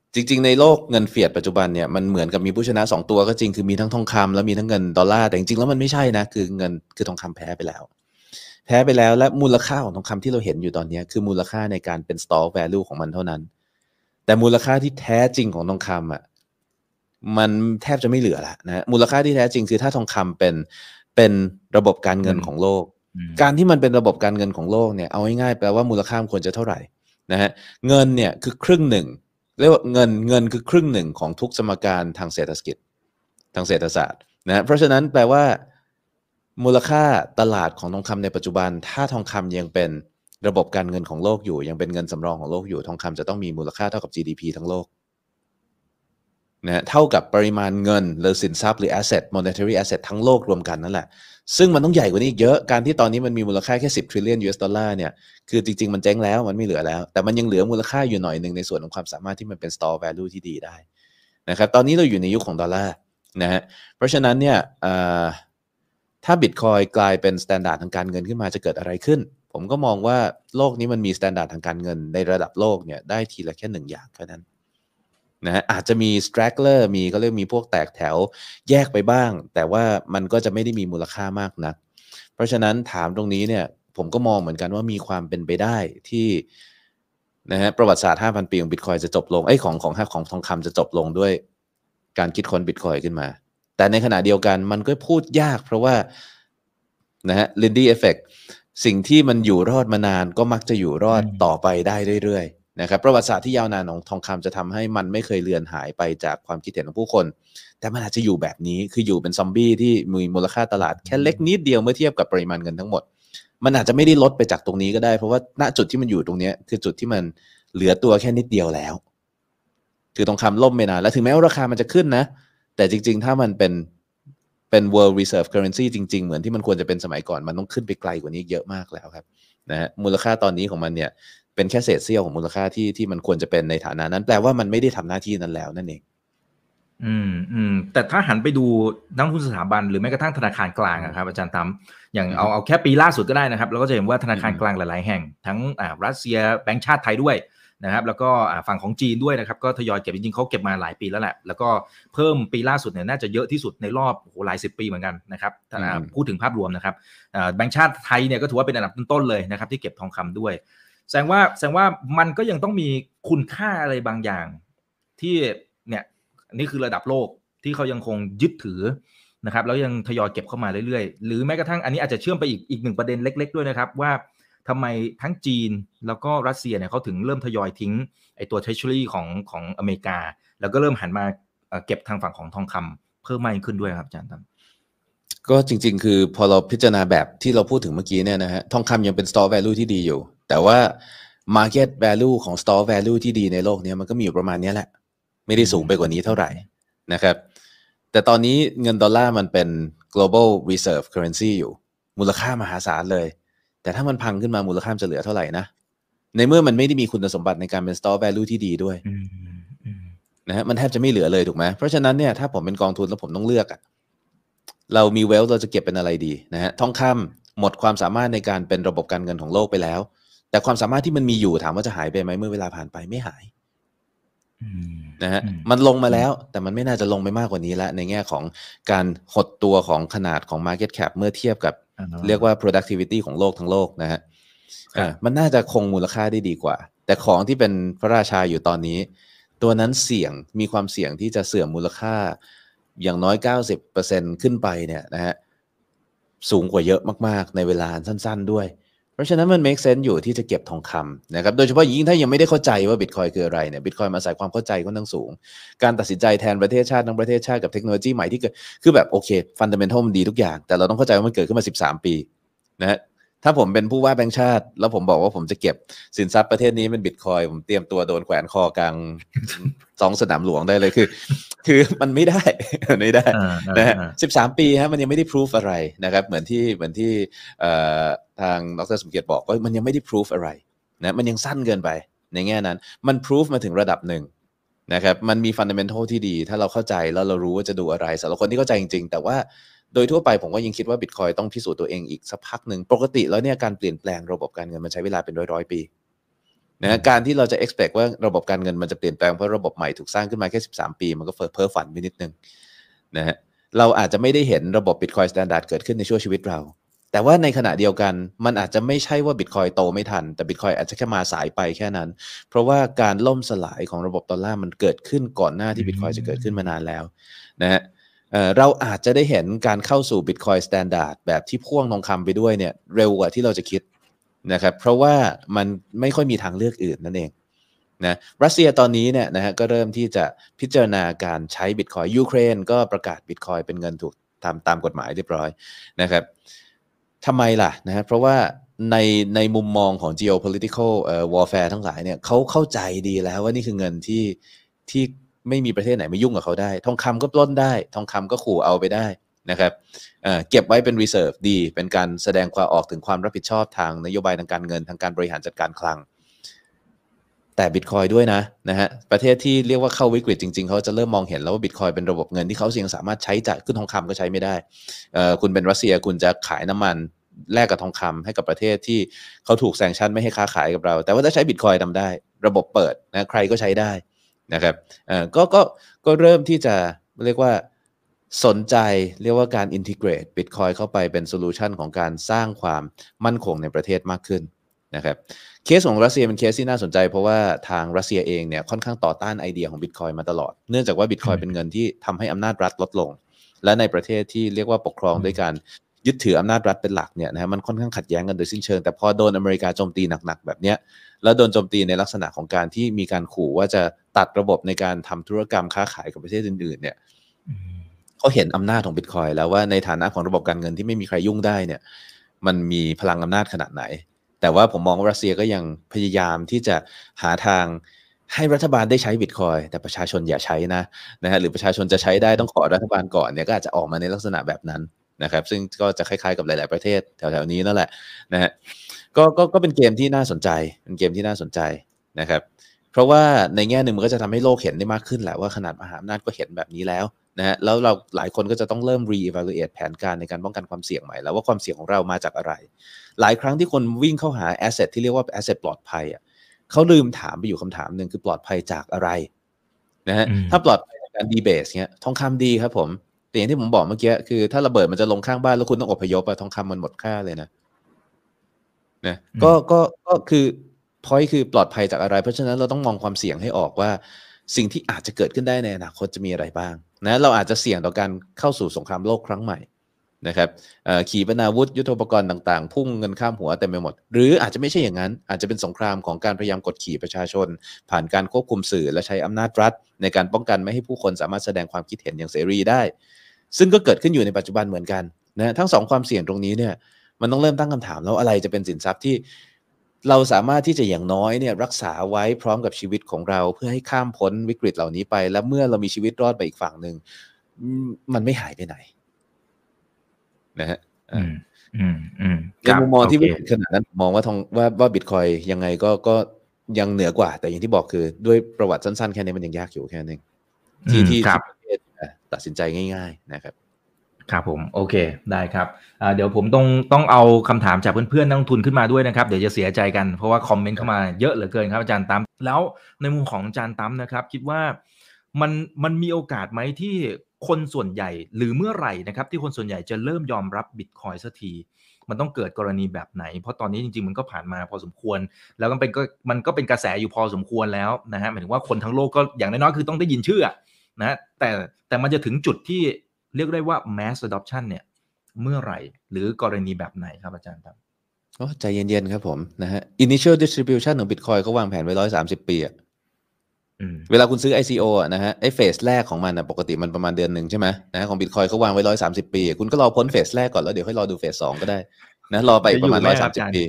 จริงๆในโลกเงินเฟียดปัจจุบันเนี่ยมันเหมือนกับมีผู้ชนะสองตัวก็จริงคือมีทั้งทองคำแล้วมีทั้งเงินดอลลาร์แต่จริงๆแล้วมันไม่ใช่นะคือเงินคือทองคำแพ้ไปแล้วแพ้ไปแล้วและมูลค่าของทองคำที่เราเห็นอยู่ตอนนี้คือมูลค่าในการเป็น store value ของมันเท่านั้นแต่มูลค่าที่แท้จริงของทองคำอ่ะมันแทบจะไม่เหลือละนะมูลค่าที่แท้จริงคือถ้าทองคำเป็นเป็นระบบการเงินของโลกการที่มันเป็นระบบการเงินของโลกเนี่ยเอาง่ายๆแปลว่ามูลค่ามันควรจะเท่าไหร่นะฮะเงินเนี่ยคือครึ่งหนึ่งเรียกว่าเงินเงินคือครึ่งหนึ่งของทุกสมการทางเศรษฐกิจทางเศรษฐศาสตร์นะเพราะฉะนั้นแปลว่ามูลค่าตลาดของทองคำในปัจจุบันถ้าทองคำยังเป็นระบบการเงินของโลกอยู่ยังเป็นเงินสำรองของโลกอยู่ทองคำจะต้องมีมูลค่าเท่ากับ จี ดี พี ทั้งโลกนะเท่ากับปริมาณเงินหรือสินทรัพย์หรือ asset monetary asset ทั้งโลกรวมกันนั่นแหละซึ่งมันต้องใหญ่กว่านี้อีกเยอะการที่ตอนนี้มันมีมูลค่าแค่สิบ trillion ยู เอส ดอลลาร์เนี่ยคือจริงๆมันเจ๊งแล้วมันไม่เหลือแล้วแต่มันยังเหลือมูลค่าอยู่หน่อยนึงในส่วนของความสามารถที่มันเป็น store value ที่ดีได้นะครับตอนนี้เราอยู่ในยุคของดอลลาร์นะฮะเพราะฉะนั้นเนี่ยถ้า Bitcoin กลายเป็น standard ทางการเงินขึ้นมาจะเกิดอะไรขึ้นผมก็มองว่าโลกนี้มันมี standard ทางการเงินในระดับโลกเนี่ยได้ทีละแค่หนึ่งอย่างเท่านั้นนะฮะอาจจะมี straggler มีก็เรียกมีพวกแตกแถวแยกไปบ้างแต่ว่ามันก็จะไม่ได้มีมูลค่ามากนักเพราะฉะนั้นถามตรงนี้เนี่ยผมก็มองเหมือนกันว่ามีความเป็นไปได้ที่นะฮะประวัติศาสตร์ ห้าพัน ปีของ Bitcoin จะจบลงไอ้ของของของทองคำจะจบลงด้วยการคิดค้น Bitcoin ขึ้นมาแต่ในขณะเดียวกันมันก็พูดยากเพราะว่านะฮะ Lindy effect สิ่งที่มันอยู่รอดมานานก็มักจะอยู่รอดต่อไปได้เรื่อยๆนะครับประวัติศาสตร์ที่ยาวนานของทองคำจะทำให้มันไม่เคยเลือนหายไปจากความคิดเห็นของผู้คนแต่มันอาจจะอยู่แบบนี้คืออยู่เป็นซอมบี้ที่มีมูลค่าตลาดแค่เล็กนิดเดียวเมื่อเทียบกับปริมาณเงินทั้งหมดมันอาจจะไม่ได้ลดไปจากตรงนี้ก็ได้เพราะว่าณจุดที่มันอยู่ตรงนี้คือจุดที่มันเหลือตัวแค่นิดเดียวแล้วคือทองคำล่มไปนานแล้วถึงแม้ว่าราคามันจะขึ้นนะแต่จริงๆถ้ามันเป็นเป็น world reserve currency จริงๆเหมือนที่มันควรจะเป็นสมัยก่อนมันต้องขึ้นไปไกลกว่านี้เยอะมากแล้วครับนะฮะมูลค่าตอนนี้ของมันเนี่ยเป็นแค่เศษเสี้ยวของมูลค่าที่ที่มันควรจะเป็นในฐานะนั้นแปลว่ามันไม่ได้ทำหน้าที่นั้นแล้วนั่นเองอืมอืมแต่ถ้าหันไปดูนักลงทุนสถาบันหรือแม้กระทั่งธนาคารกลางครับอาจารย์ตั้มอย่างเอาเอาแค่ปีล่าสุดก็ได้นะครับเราก็จะเห็นว่าธนาคารกลางหลายๆแห่งทั้งอ่ารัสเซียแบงก์ชาติไทยด้วยนะครับแล้วก็อ่าฝั่งของจีนด้วยนะครับก็ทยอยเก็บจริงๆเขาเก็บมาหลายปีแล้วแหละแล้วก็เพิ่มปีล่าสุดเนี่ยน่าจะเยอะที่สุดในรอบโอ้โหหลายสิบปีเหมือนกันนะครับถ้าพูดถึงภาพรวมนะครับอ่าแบงก์ชาติไทยเนี่ยก็ถือว่าเป็นอันดับต้นๆเลยนะครับที่เก็บทองคำด้วยแสดงว่าแสดงว่ามันก็ยังต้องมีคุณค่าอะไรบางอย่างที่เนี่ยนี่คือระดับโลกที่เขายังคงยึดถือนะครับแล้วยังทยอยเก็บเข้ามาเรื่อยๆหรือแม้กระทั่งอันนี้อาจจะเชื่อมไปอีกอีกหนึ่งประเด็นเล็กๆด้วยนะครับว่าทำไมทั้งจีนแล้วก็รัสเซียเนี่ยเขาถึงเริ่มทยอยทิ้งไอตัว treasury ของของอเมริกาแล้วก็เริ่มหันมาเก็บทางฝั่งของทองคำเพิ่มมากขึ้นด้วยครับอาจารย์ตั้มก็จริงๆคือพอเราพิจารณาแบบที่เราพูดถึงเมื่อกี้เนี่ยนะฮะทองคำยังเป็น store value ที่ดีอยู่แต่ว่า market value ของ store value ที่ดีในโลกนี้มันก็มีอยู่ประมาณนี้แหละไม่ได้สูงไปกว่านี้เท่าไหร่นะครับแต่ตอนนี้เงินดอลลาร์มันเป็น global reserve currency อยู่มูลค่ามหาศาลเลยแต่ถ้ามันพังขึ้นมามูลค่าจะเหลือเท่าไหร่นะในเมื่อมันไม่ได้มีคุณสมบัติในการเป็น store value ที่ดีด้วยนะฮะมันแทบจะไม่เหลือเลยถูกไหมเพราะฉะนั้นเนี่ยถ้าผมเป็นกองทุนแล้วผมต้องเลือกอะเรามีเวลเราจะเก็บเป็นอะไรดีนะฮะทองคำหมดความสามารถในการเป็นระบบการเงินของโลกไปแล้วแต่ความสามารถที่มันมีอยู่ถามว่าจะหายไปไหมเมื่อเวลาผ่านไปไม่หายนะฮะมันลงมาแล้วแต่มันไม่น่าจะลงไปมากกว่านี้แล้วในแง่ของการหดตัวของขนาดของ market cap เมื่อเทียบกับเรียกว่า productivity ของโลกทั้งโลกนะฮะมันน่าจะคงมูลค่าได้ดีกว่าแต่ของที่เป็นพระราชาอยู่ตอนนี้ตัวนั้นเสี่ยงมีความเสี่ยงที่จะเสื่อมมูลค่าอย่างน้อย เก้าสิบเปอร์เซ็นต์ ขึ้นไปเนี่ยนะฮะสูงกว่าเยอะมากๆในเวลาสั้นๆด้วยเพราะฉะนั้นมัน make sense อยู่ที่จะเก็บทองคำนะครับโดยเฉพาะยิ่งถ้ายังไม่ได้เข้าใจว่า Bitcoin คืออะไรเนี่ย Bitcoin มาใส่ความเข้าใจค่อนข้างสูงการตัดสินใจแทนประเทศชาติทั้งประเทศชาติกับเทคโนโลยีใหม่ที่เกิดคือแบบโอเค fundamental มันดีทุกอย่างแต่เราต้องเข้าใจว่ามันเกิดขึ้นมาสิบสามปีนะฮะถ้าผมเป็นผู้ว่าแบงก์ชาติแล้วผมบอกว่าผมจะเก็บสินทรัพย์ประเทศนี้เป็น Bitcoin ผมเตรียมตัวโดนแขวนคอกลางสองสนามหลวงได้เลยคือคือมันไม่ได้ไม่ได้นะฮะสิบสามปีฮะมันยังไม่ได้ proof อะไรนะครับเหมือนที่เหมือนที่ทางดร.สมเกียรติบอกว่ามันยังไม่ได้ proof อะไรนะมันยังสั้นเกินไปในแง่นั้นมัน proof มาถึงระดับหนึ่งนะครับมันมี fundamental ที่ดีถ้าเราเข้าใจแล้วเรารู้ว่าจะดูอะไรสำหรับคนที่เข้าใจจริงๆแต่ว่าโดยทั่วไปผมก็ยังคิดว่า Bitcoin ต้องพิสูจน์ตัวเองอีกสักพักหนึ่งปกติแล้วเนี่ยการเปลี่ยนแปลงระบบการเงินมันใช้เวลาเป็นร้อยๆปีนะฮะการที่เราจะ expect ว่าระบบการเงินมันจะเปลี่ยนแปลงเพราะระบบใหม่ถูกสร้างขึ้นมาแค่สิบสามปีมันก็เพ้อฝันไปนิดนึงนะฮะเราอาจจะไม่ได้เห็นระบบ Bitcoin Standard เกิดขึ้นในช่วงชีวิตเราแต่ว่าในขณะเดียวกันมันอาจจะไม่ใช่ว่า Bitcoin โตไม่ทันแต่ Bitcoin อาจจะแค่มาสายไปแค่นั้นเพราะว่าการล่มสลายของระบบดอลลาร์มันเกิดขึ้นก่อนหน้าที่ Bitcoin จะเกิดขึ้นมานานแล้วนะฮะเอ่อเราอาจจะได้เห็นการเข้าสู่ Bitcoin Standard แบบที่พ่วงทองคำไปด้วยเนี่ยเร็วกว่าที่เราจะคิดนะครับเพราะว่ามันไม่ค่อยมีทางเลือกอื่นนั่นเองนะรัสเซียตอนนี้เนี่ยนะฮะก็เริ่มที่จะพิจารณาการใช้ Bitcoin ยูเครนก็ประกาศ Bitcoin เป็นเงินถูกทำตามกฎหมายเรียบร้อยนะครับทำไมล่ะนะฮะเพราะว่าในในมุมมองของ geopolitical เอ่อ warfare ทั้งหลายเนี่ยเขาเข้าใจดีแล้วว่านี่คือเงินที่ที่ไม่มีประเทศไหนไม่ยุ่งกับเขาได้ทองคำก็ปล้นได้ทองคำก็ขู่เอาไปได้นะครับ เอ่อเก็บไว้เป็น reserve ดีเป็นการแสดงความออกถึงความรับผิดชอบทางนโยบายทางการเงินทางการบริหารจัดการคลังแต่ Bitcoin ด้วยนะนะฮะประเทศที่เรียกว่าเข้าวิกฤตจริงๆเขาจะเริ่มมองเห็นแล้วว่า Bitcoin เป็นระบบเงินที่เขายังสามารถใช้จ่ายขึ้นทองคำก็ใช้ไม่ได้เอ่อคุณเป็นรัสเซียคุณจะขายน้ำมันแลกกับทองคำให้กับประเทศที่เขาถูกแซงชั่นไม่ให้ค้าขายกับเราแต่ว่าถ้าใช้ Bitcoin ทำได้ระบบเปิดนะใครก็ใช้ได้นะครับเอ่อก็ก็ก็เริ่มที่จะเรียกว่าสนใจเรียกว่าการ integrate Bitcoin เข้าไปเป็นโซลูชันของการสร้างความมั่นคงในประเทศมากขึ้นนะครับเคสของรัสเซียเป็นเคสที่น่าสนใจเพราะว่าทางรัสเซียเองเนี่ยค่อนข้างต่อต้านไอเดียของ Bitcoin มาตลอดเนื่องจากว่า Bitcoin เป็นเงินที่ทำให้อำนาจรัฐลดลงและในประเทศที่เรียกว่าปกครองด้วยการยึดถืออำนาจรัฐเป็นหลักเนี่ยนะฮะมันค่อนข้างขัดแย้งกันโดยสิ้นเชิงแต่พอโดนอเมริกาโจมตีหนักๆแบบเนี้ยแล้วโดนโจมตีในลักษณะของการที่มีการขู่ว่าจะตัดระบบในการทำธุรกรรมค้าขายกับประเทศอื่นๆเนี่ยเขาเห็นอำนาจของ Bitcoin แล้วว่าในฐานะของระบบการเงินที่ไม่มีใครยุ่งได้เนี่ยมันมีพลังอำนาจขนาดไหนแต่ว่าผมมองว่ารัสเซียก็ยังพยายามที่จะหาทางให้รัฐบาลได้ใช้ Bitcoin แต่ประชาชนอย่าใช้นะนะฮะหรือประชาชนจะใช้ได้ต้องขอรัฐบาลก่อนเนี่ยก็อาจจะออกมาในลักษณะแบบนั้นนะครับซึ่งก็จะคล้ายๆกับหลายๆประเทศแถวๆนี้นั่นแหละนะฮะก็ก็ก็เป็นเกมที่น่าสนใจเป็นเกมที่น่าสนใจนะครับเพราะว่าในแง่หนึ่งมันก็จะทำให้โลกเห็นได้มากขึ้นแหละว่าขนาดมหาอำนาจก็เห็นแบบนี้แล้วนะฮะแล้วเราหลายคนก็จะต้องเริ่ม re-evaluate แผนการในการป้องกันความเสี่ยงใหม่แล้วว่าความเสี่ยงของเรามาจากอะไรหลายครั้งที่คนวิ่งเข้าหา asset ที่เรียกว่า asset ปลอดภัยอ่ะเขาลืมถามไปอยู่คำถามหนึ่งคือปลอดภัยจากอะไรนะฮะถ้าปลอดภัยจากการ debase เงี้ยทองคำดีครับผมแต่อย่างที่ผมบอกเมื่อกี้คือถ้าระเบิดมันจะลงข้างบ้านแล้วคุณต้องอพยพอะทองคำมันหมดค่าเลยนะนะก็ก็ก็คือ point คือปลอดภัยจากอะไรเพราะฉะนั้นเราต้องมองความเสี่ยงให้ออกว่าสิ่งที่อาจจะเกิดขึ้นได้ในอนาคตจะมีอะไรบ้างนะเราอาจจะเสี่ยงต่อการเข้าสู่สงครามโลกครั้งใหม่นะครับขีปนาวุธยุทโธปกรณ์ต่างๆพุ่งเงินข้ามหัวเต็มไปหมดหรืออาจจะไม่ใช่อย่างนั้นอาจจะเป็นสงครามของการพยายามกดขี่ประชาชนผ่านการควบคุมสื่อและใช้อำนาจรัฐในการป้องกันไม่ให้ผู้คนสามารถแสดงความคิดเห็นอย่างเสรีได้ซึ่งก็เกิดขึ้นอยู่ในปัจจุบันเหมือนกันนะทั้งสองความเสี่ยงตรงนี้เนี่ยมันต้องเริ่มตั้งคำถามแล้วอะไรจะเป็นสินทรัพย์ที่เราสามารถที่จะอย่างน้อยเนี่ยรักษาไว้พร้อมกับชีวิตของเราเพื่อให้ข้ามพ้นวิกฤตเหล่านี้ไปและเมื่อเรามีชีวิตรอดไปอีกฝั่งหนึ่งมันไม่หายไปไหนนะฮะอืมอืมอืมในมุมมองที่ไม่ถึงขนาดนั้นมองว่าทองว่าว่าบิตคอยยังไงก็ก็ยังเหนือกว่าแต่อย่างที่บอกคือด้วยประวัติสั้นๆแค่นี้มันยังยากอยู่แค่นึงที่ที่ประเทศตัดสินใจง่ายๆนะครับครับผมโอเคได้ครับเดี๋ยวผมต้องต้องเอาคำถามจากเพื่อนๆนักลงทุนขึ้นมาด้วยนะครับเดี๋ยวจะเสียใจกันเพราะว่าคอมเมนต์เข้ามาเยอะเหลือเกินครับอาจารย์ตั้มแล้วในมุมของอาจารย์ตั้มนะครับคิดว่ามันมันมีโอกาสไหมที่คนส่วนใหญ่หรือเมื่อไหร่นะครับที่คนส่วนใหญ่จะเริ่มยอมรับบิตคอยน์สักทีมันต้องเกิดกรณีแบบไหนเพราะตอนนี้จริงๆมันก็ผ่านมาพอสมควรแล้วมันเป็นก็มันก็เป็นกระแสอยู่พอสมควรแล้วนะฮะหมายถึงว่าคนทั้งโลกก็อย่างน้อยๆคือต้องได้ยินชื่อนะแต่แต่มันจะถึงจุดที่เรียกได้ว่า mass adoption เนี่ยเมื่อไหร่หรือกรณีแบบไหนครับอาจารย์ครับอ๋อใจเย็นๆครับผมนะฮะ initial distribution ของ Bitcoin เขาวางแผนไว้หนึ่งร้อยสามสิบปีอ่ะเวลาคุณซื้อ ไอ ซี โอ อ่ะนะฮะไอ้เฟสแรกของมันนะปกติมันประมาณเดือนหนึ่งใช่ไหมนะของ Bitcoin เขาวางไว้หนึ่งร้อยสามสิบปีคุณก็รอพ้นเฟสแรกก่อนแล้วเดี๋ยวค่อยรอดูเฟสสองก็ได้นะรอไปประมาณหนึ่งร้อยสามสิบปี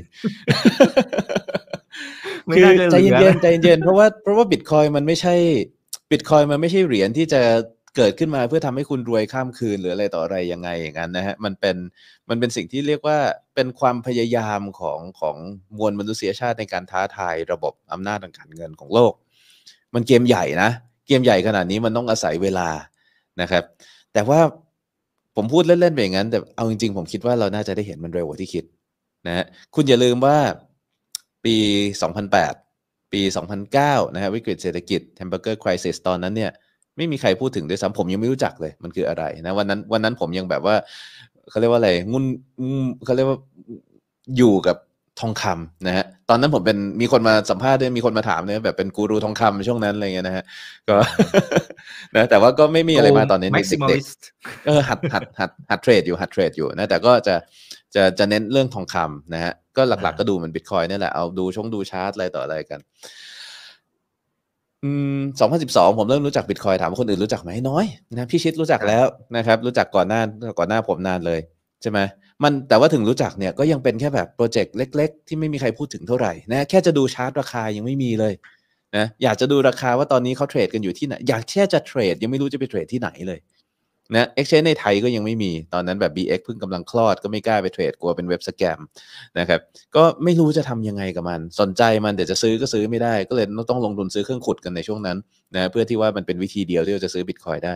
คือใจเย็นๆใจเย็นๆเพราะว่าเพราะว่า Bitcoin มันไม่ใช่ Bitcoin มันไม่ใช่เหรียญที่จะเกิดขึ้นมาเพื่อทำให้คุณรวยข้ามคืนหรืออะไรต่ออะไรยังไงอย่างนั้นนะฮะมันเป็นมันเป็นสิ่งที่เรียกว่าเป็นความพยายามของของมวลมนุษยชาติในการท้าทายระบบอำนาจทางการเงินของโลกมันเกมใหญ่นะเกมใหญ่ขนาดนี้มันต้องอาศัยเวลานะครับแต่ว่าผมพูดเล่นๆไปอย่างนั้นแต่เอาจริงๆผมคิดว่าเราน่าจะได้เห็นมันเร็วกว่าที่คิดนะฮะคุณอย่าลืมว่าปีสองพันแปดปีสองพันเก้านะฮะวิกฤตเศรษฐกิจ Hamburger Crisis ตอนนั้นเนี่ยไม่มีใครพูดถึงด้วยซ้ำผมยังไม่รู้จักเลยมันคืออะไรนะวันนั้นวันนั้นผมยังแบบว่าเขาเรียกว่าอะไรงุ่นเขาเรียกว่าอยู่กับทองคำนะฮะตอนนั้นผมเป็นมีคนมาสัมภาษณ์ด้วยมีคนมาถามเนี่ยแบบเป็นกูรูทองคำช่วงนั้นอะไรเงี้ยนะฮะก็ นะแต่ว่าก็ไม่มีอะไรมาตอนนี้เด็กๆเออหัดหัดหัดหัดเทรดอยู่หัดเทรดอยู่นะแต่ก็จะจะจะเน้นเรื่องทองคำนะฮะก็หลักๆก็ดูเหมือนบิตคอยน์นี่แหละเอาดูช่องดูชาร์ตอะไรต่ออะไรกันอืมสองพันสิบสองผมเริ่มรู้จักบิตคอยน์ถามว่าคนอื่นรู้จักไหมน้อยนะพี่ชิดรู้จักแล้วนะครับรู้จักก่อนหน้าก่อนหน้าผมนานเลยใช่ไหมมันแต่ว่าถึงรู้จักเนี่ยก็ยังเป็นแค่แบบโปรเจกต์เล็กๆที่ไม่มีใครพูดถึงเท่าไหร่นะแค่จะดูชาร์ตราคายังไม่มีเลยนะอยากจะดูราคาว่าตอนนี้เขาเทรดกันอยู่ที่ไหนอยากแค่จะเทรดยังไม่รู้จะไปเทรดที่ไหนเลยนะ exchange ในไทยก็ยังไม่มีตอนนั้นแบบ บี เอ็กซ์ เพิ่งกำลังคลอดก็ไม่กล้าไปเทรดกลัวเป็นเว็บสแกมนะครับก็ไม่รู้จะทำยังไงกับมันสนใจมันเดี๋ยวจะซื้อก็ซื้อไม่ได้ก็เลยต้องลงทุนซื้อเครื่องขุดกันในช่วงนั้นนะเพื่อที่ว่ามันเป็นวิธีเดียวที่เราจะซื้อบิตคอยน์ได้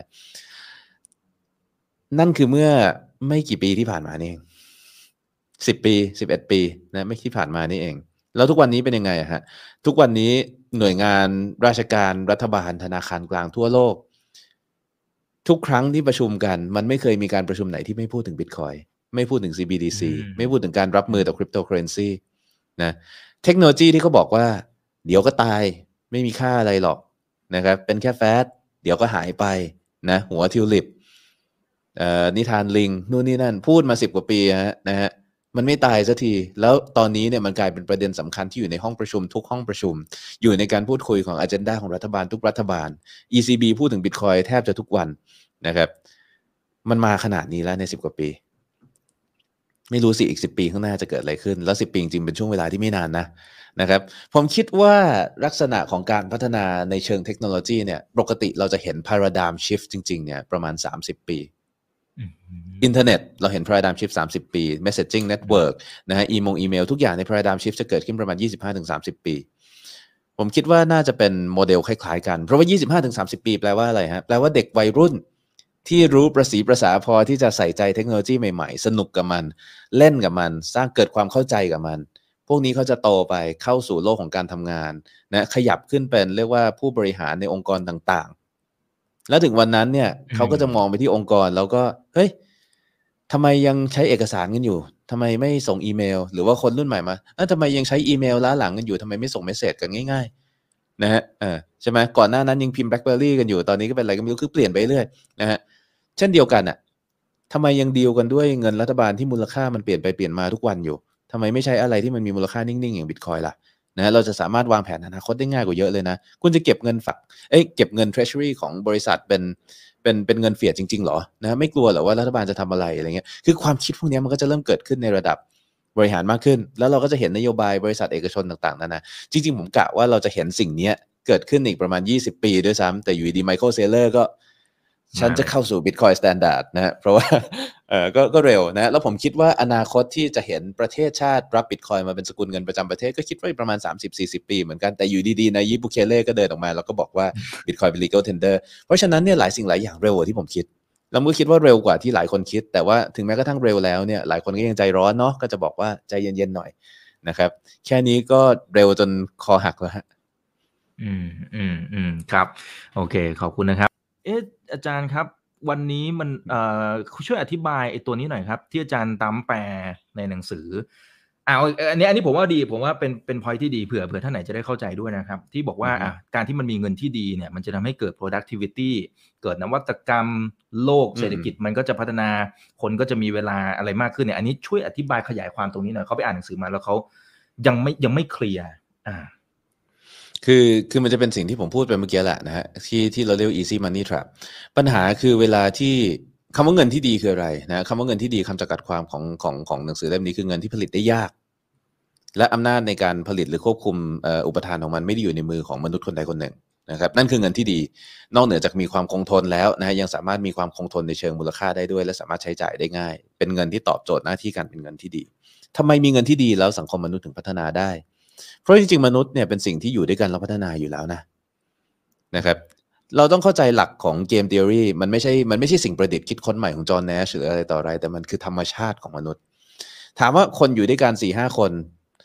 นั่นคือเมื่อไม่กี่ปีที่ผ่านมานี่เองสิบปีสิบเอ็ดปีนะไม่ที่ผ่านมานี่เองแล้วทุกวันนี้เป็นยังไงฮะทุกวันนี้หน่วยงานราชการรัฐบาลธนาคารกลางทั่วโลกทุกครั้งที่ประชุมกันมันไม่เคยมีการประชุมไหนที่ไม่พูดถึง Bitcoin ไม่พูดถึง ซี บี ดี ซี ไม่พูดถึงการรับมือต่อ Cryptocurrency นะเทคโนโลยีที่เขาบอกว่าเดี๋ยวก็ตายไม่มีค่าอะไรหรอกนะครับเป็นแค่แฟดเดี๋ยวก็หายไปนะหัวทิวลิปเอ่อนิทานลิงนู่นนี่นั่นพูดมาสิบกว่าปีฮะนะฮะมันไม่ตายสักทีแล้วตอนนี้เนี่ยมันกลายเป็นประเด็นสำคัญที่อยู่ในห้องประชุมทุกห้องประชุมอยู่ในการพูดคุยของ agenda ของรัฐบาลทุกรัฐบาล อี ซี บี พูดถึง Bitcoin แทบจะทุกวันนะครับมันมาขนาดนี้แล้วในสิบกว่าปีไม่รู้สิอีกสิบปีข้างหน้าจะเกิดอะไรขึ้นแล้วสิบปีจริงๆเป็นช่วงเวลาที่ไม่นานนะนะครับผมคิดว่าลักษณะของการพัฒนาในเชิงเทคโนโลยีเนี่ยปกติเราจะเห็น paradigm shift จริงๆเนี่ยประมาณสามสิบปีอินเทอร์เน็ตเราเห็น paradigm shift สามสิบปี messaging network นะฮะอีมงอีเมลทุกอย่างใน paradigm shift จะเกิดขึ้นประมาณ ยี่สิบห้าถึงสามสิบ ปีผมคิดว่าน่าจะเป็นโมเดลคล้ายๆกันเพราะว่า ยี่สิบห้าถึงสามสิบ ปีแปลว่าอะไรฮะแปลว่าเด็กวัยรุ่นที่รู้ประสีประสาพอที่จะใส่ใจเทคโนโลยีใหม่ๆสนุกกับมันเล่นกับมันสร้างเกิดความเข้าใจกับมันพวกนี้เขาจะโตไปเข้าสู่โลกของการทำงานนะขยับขึ้นเป็นเรียกว่าผู้บริหารในองค์กรต่างๆแล้วถึงวันนั้นเนี่ยเขาก็จะมองไปที่องค์กรแล้วก็เฮ้ยทำไมยังใช้เอกสารกันอยู่ทำไมไม่ส่งอีเมลหรือว่าคนรุ่นใหม่มาเอ้าทำไมยังใช้อีเมลล้าหลังกันอยู่ทำไมไม่ส่งเมสเสจกันง่ายๆนะฮะเออใช่ไหมก่อนหน้านั้นยังพิมพ์ BlackBerry กันอยู่ตอนนี้ก็เป็นอะไรก็ไม่รู้คือเปลี่ยนไปเรื่อยนะฮะเช่นเดียวกันอ่ะทำไมยังดีลกันด้วยเงินรัฐบาลที่มูลค่ามันเปลี่ยนไปเปลี่ยนมาทุกวันอยู่ทำไมไม่ใช้อะไรที่มันมีมูลค่านิ่งๆอย่าง Bitcoin ล่ะนะเราจะสามารถวางแผนอนาคตได้ง่ายกว่าเยอะเลยนะคุณจะเก็บเงินฝากเอ้ยเก็บเงิน Treasury ของบริษัทเป็นเป็นเป็นเงินเฟียดจริงๆหรอนะไม่กลัวหรอว่ารัฐบาลจะทำอะไรอะไรเงี้ยคือความคิดพวกนี้มันก็จะเริ่มเกิดขึ้นในระดับบริหารมากขึ้นแล้วเราก็จะเห็นนโยบายบริษัทเอกชนต่างๆนั่นนะจริงๆผมกะว่าเราจะเห็นสิ่งนี้เกิดขึ้นอีกประมาณยี่สิบปีด้วยซ้ำแต่อยู่ดีไมเคิลเซเลอร์ก็ฉันจะเข้าสู่ Bitcoin Standard นะฮะเพราะว่าเออก็ก็เร็วนะแล้วผมคิดว่าอนาคตที่จะเห็นประเทศชาติรับ Bitcoin มาเป็นสกุลเงินประจำประเทศก็คิดว่าประมาณ สามสิบถึงสี่สิบ ปีเหมือนกันแต่อยู่ดีๆนายยิปบุเคเล่ก็เดินออกมาแล้วก็บอกว่า Bitcoin เป็น legal tender เพราะฉะนั้นเนี่ยหลายสิ่งหลายอย่างเร็วกว่าที่ผมคิดเราเมื่อคิดว่าเร็วกว่าที่หลายคนคิดแต่ว่าถึงแม้กระทั่งเร็วแล้วเนี่ยหลายคนก็ยังใจร้อนเนาะก็จะบอกว่าใจเย็นๆหน่อยนะครับแค่นี้ก็เร็วจนคอหักแล้วฮะอืมอืมอืมครับโอเคขอบคุณนะครับเอ๊ะอาจารย์ครับวันนี้มันเอ่อช่วยอธิบายไอ้ตัวนี้หน่อยครับที่อาจารย์ตั้มแปลในหนังสืออ่าอันนี้อันนี้ผมว่าดีผมว่าเป็นเป็น point ที่ดีเผื่อเผื่อท่านไหนจะได้เข้าใจด้วยนะครับที่บอกว่าอ่ะการที่มันมีเงินที่ดีเนี่ยมันจะทำให้เกิด productivity เกิดนวัตกรรมโลกเศรษฐกิจมันก็จะพัฒนาคนก็จะมีเวลาอะไรมากขึ้นเนี่ยอันนี้ช่วยอธิบายขยายความตรงนี้หน่อยเขาไปอ่านหนังสือมาแล้วเขายังไม่ยังไม่เคลียร์อ่าคือคือมันจะเป็นสิ่งที่ผมพูดไปเมื่อกี้แหละนะฮะที่ที่เราเรียก easy money trap ปัญหาคือเวลาที่คำว่าเงินที่ดีคืออะไรนะคำว่าเงินที่ดีคำจำกัดความของของของหนังสือเล่มนี้คือเงินที่ผลิตได้ยากและอำนาจในการผลิตหรือควบคุมอุปทานของมันไม่ได้อยู่ในมือของมนุษย์คนใดคนหนึ่งนะครับนั่นคือเงินที่ดีนอกเหนือจากมีความคงทนแล้วนะฮะยังสามารถมีความคงทนในเชิงมูลค่าได้ด้วยและสามารถใช้จ่ายได้ง่ายเป็นเงินที่ตอบโจทย์หน้าที่การเป็นเงินที่ดีทำไมมีเงินที่ดีแล้วสังคมมนุษย์ถึงพัฒนาได้เพราะจริงๆมนุษย์เนี่ยเป็นสิ่งที่อยู่ด้วยกันแล้วพัฒนาอยู่แล้วนะนะครับเราต้องเข้าใจหลักของเกม theory มันไม่ใช่มันไม่ใช่สิ่งประดิษฐ์คิดค้นใหม่ของจอห์นแนชหรืออะไรต่ออะไรแต่มันคือธรรมชาติของมนุษย์ถามว่าคนอยู่ด้วยกัน สี่ห้า คน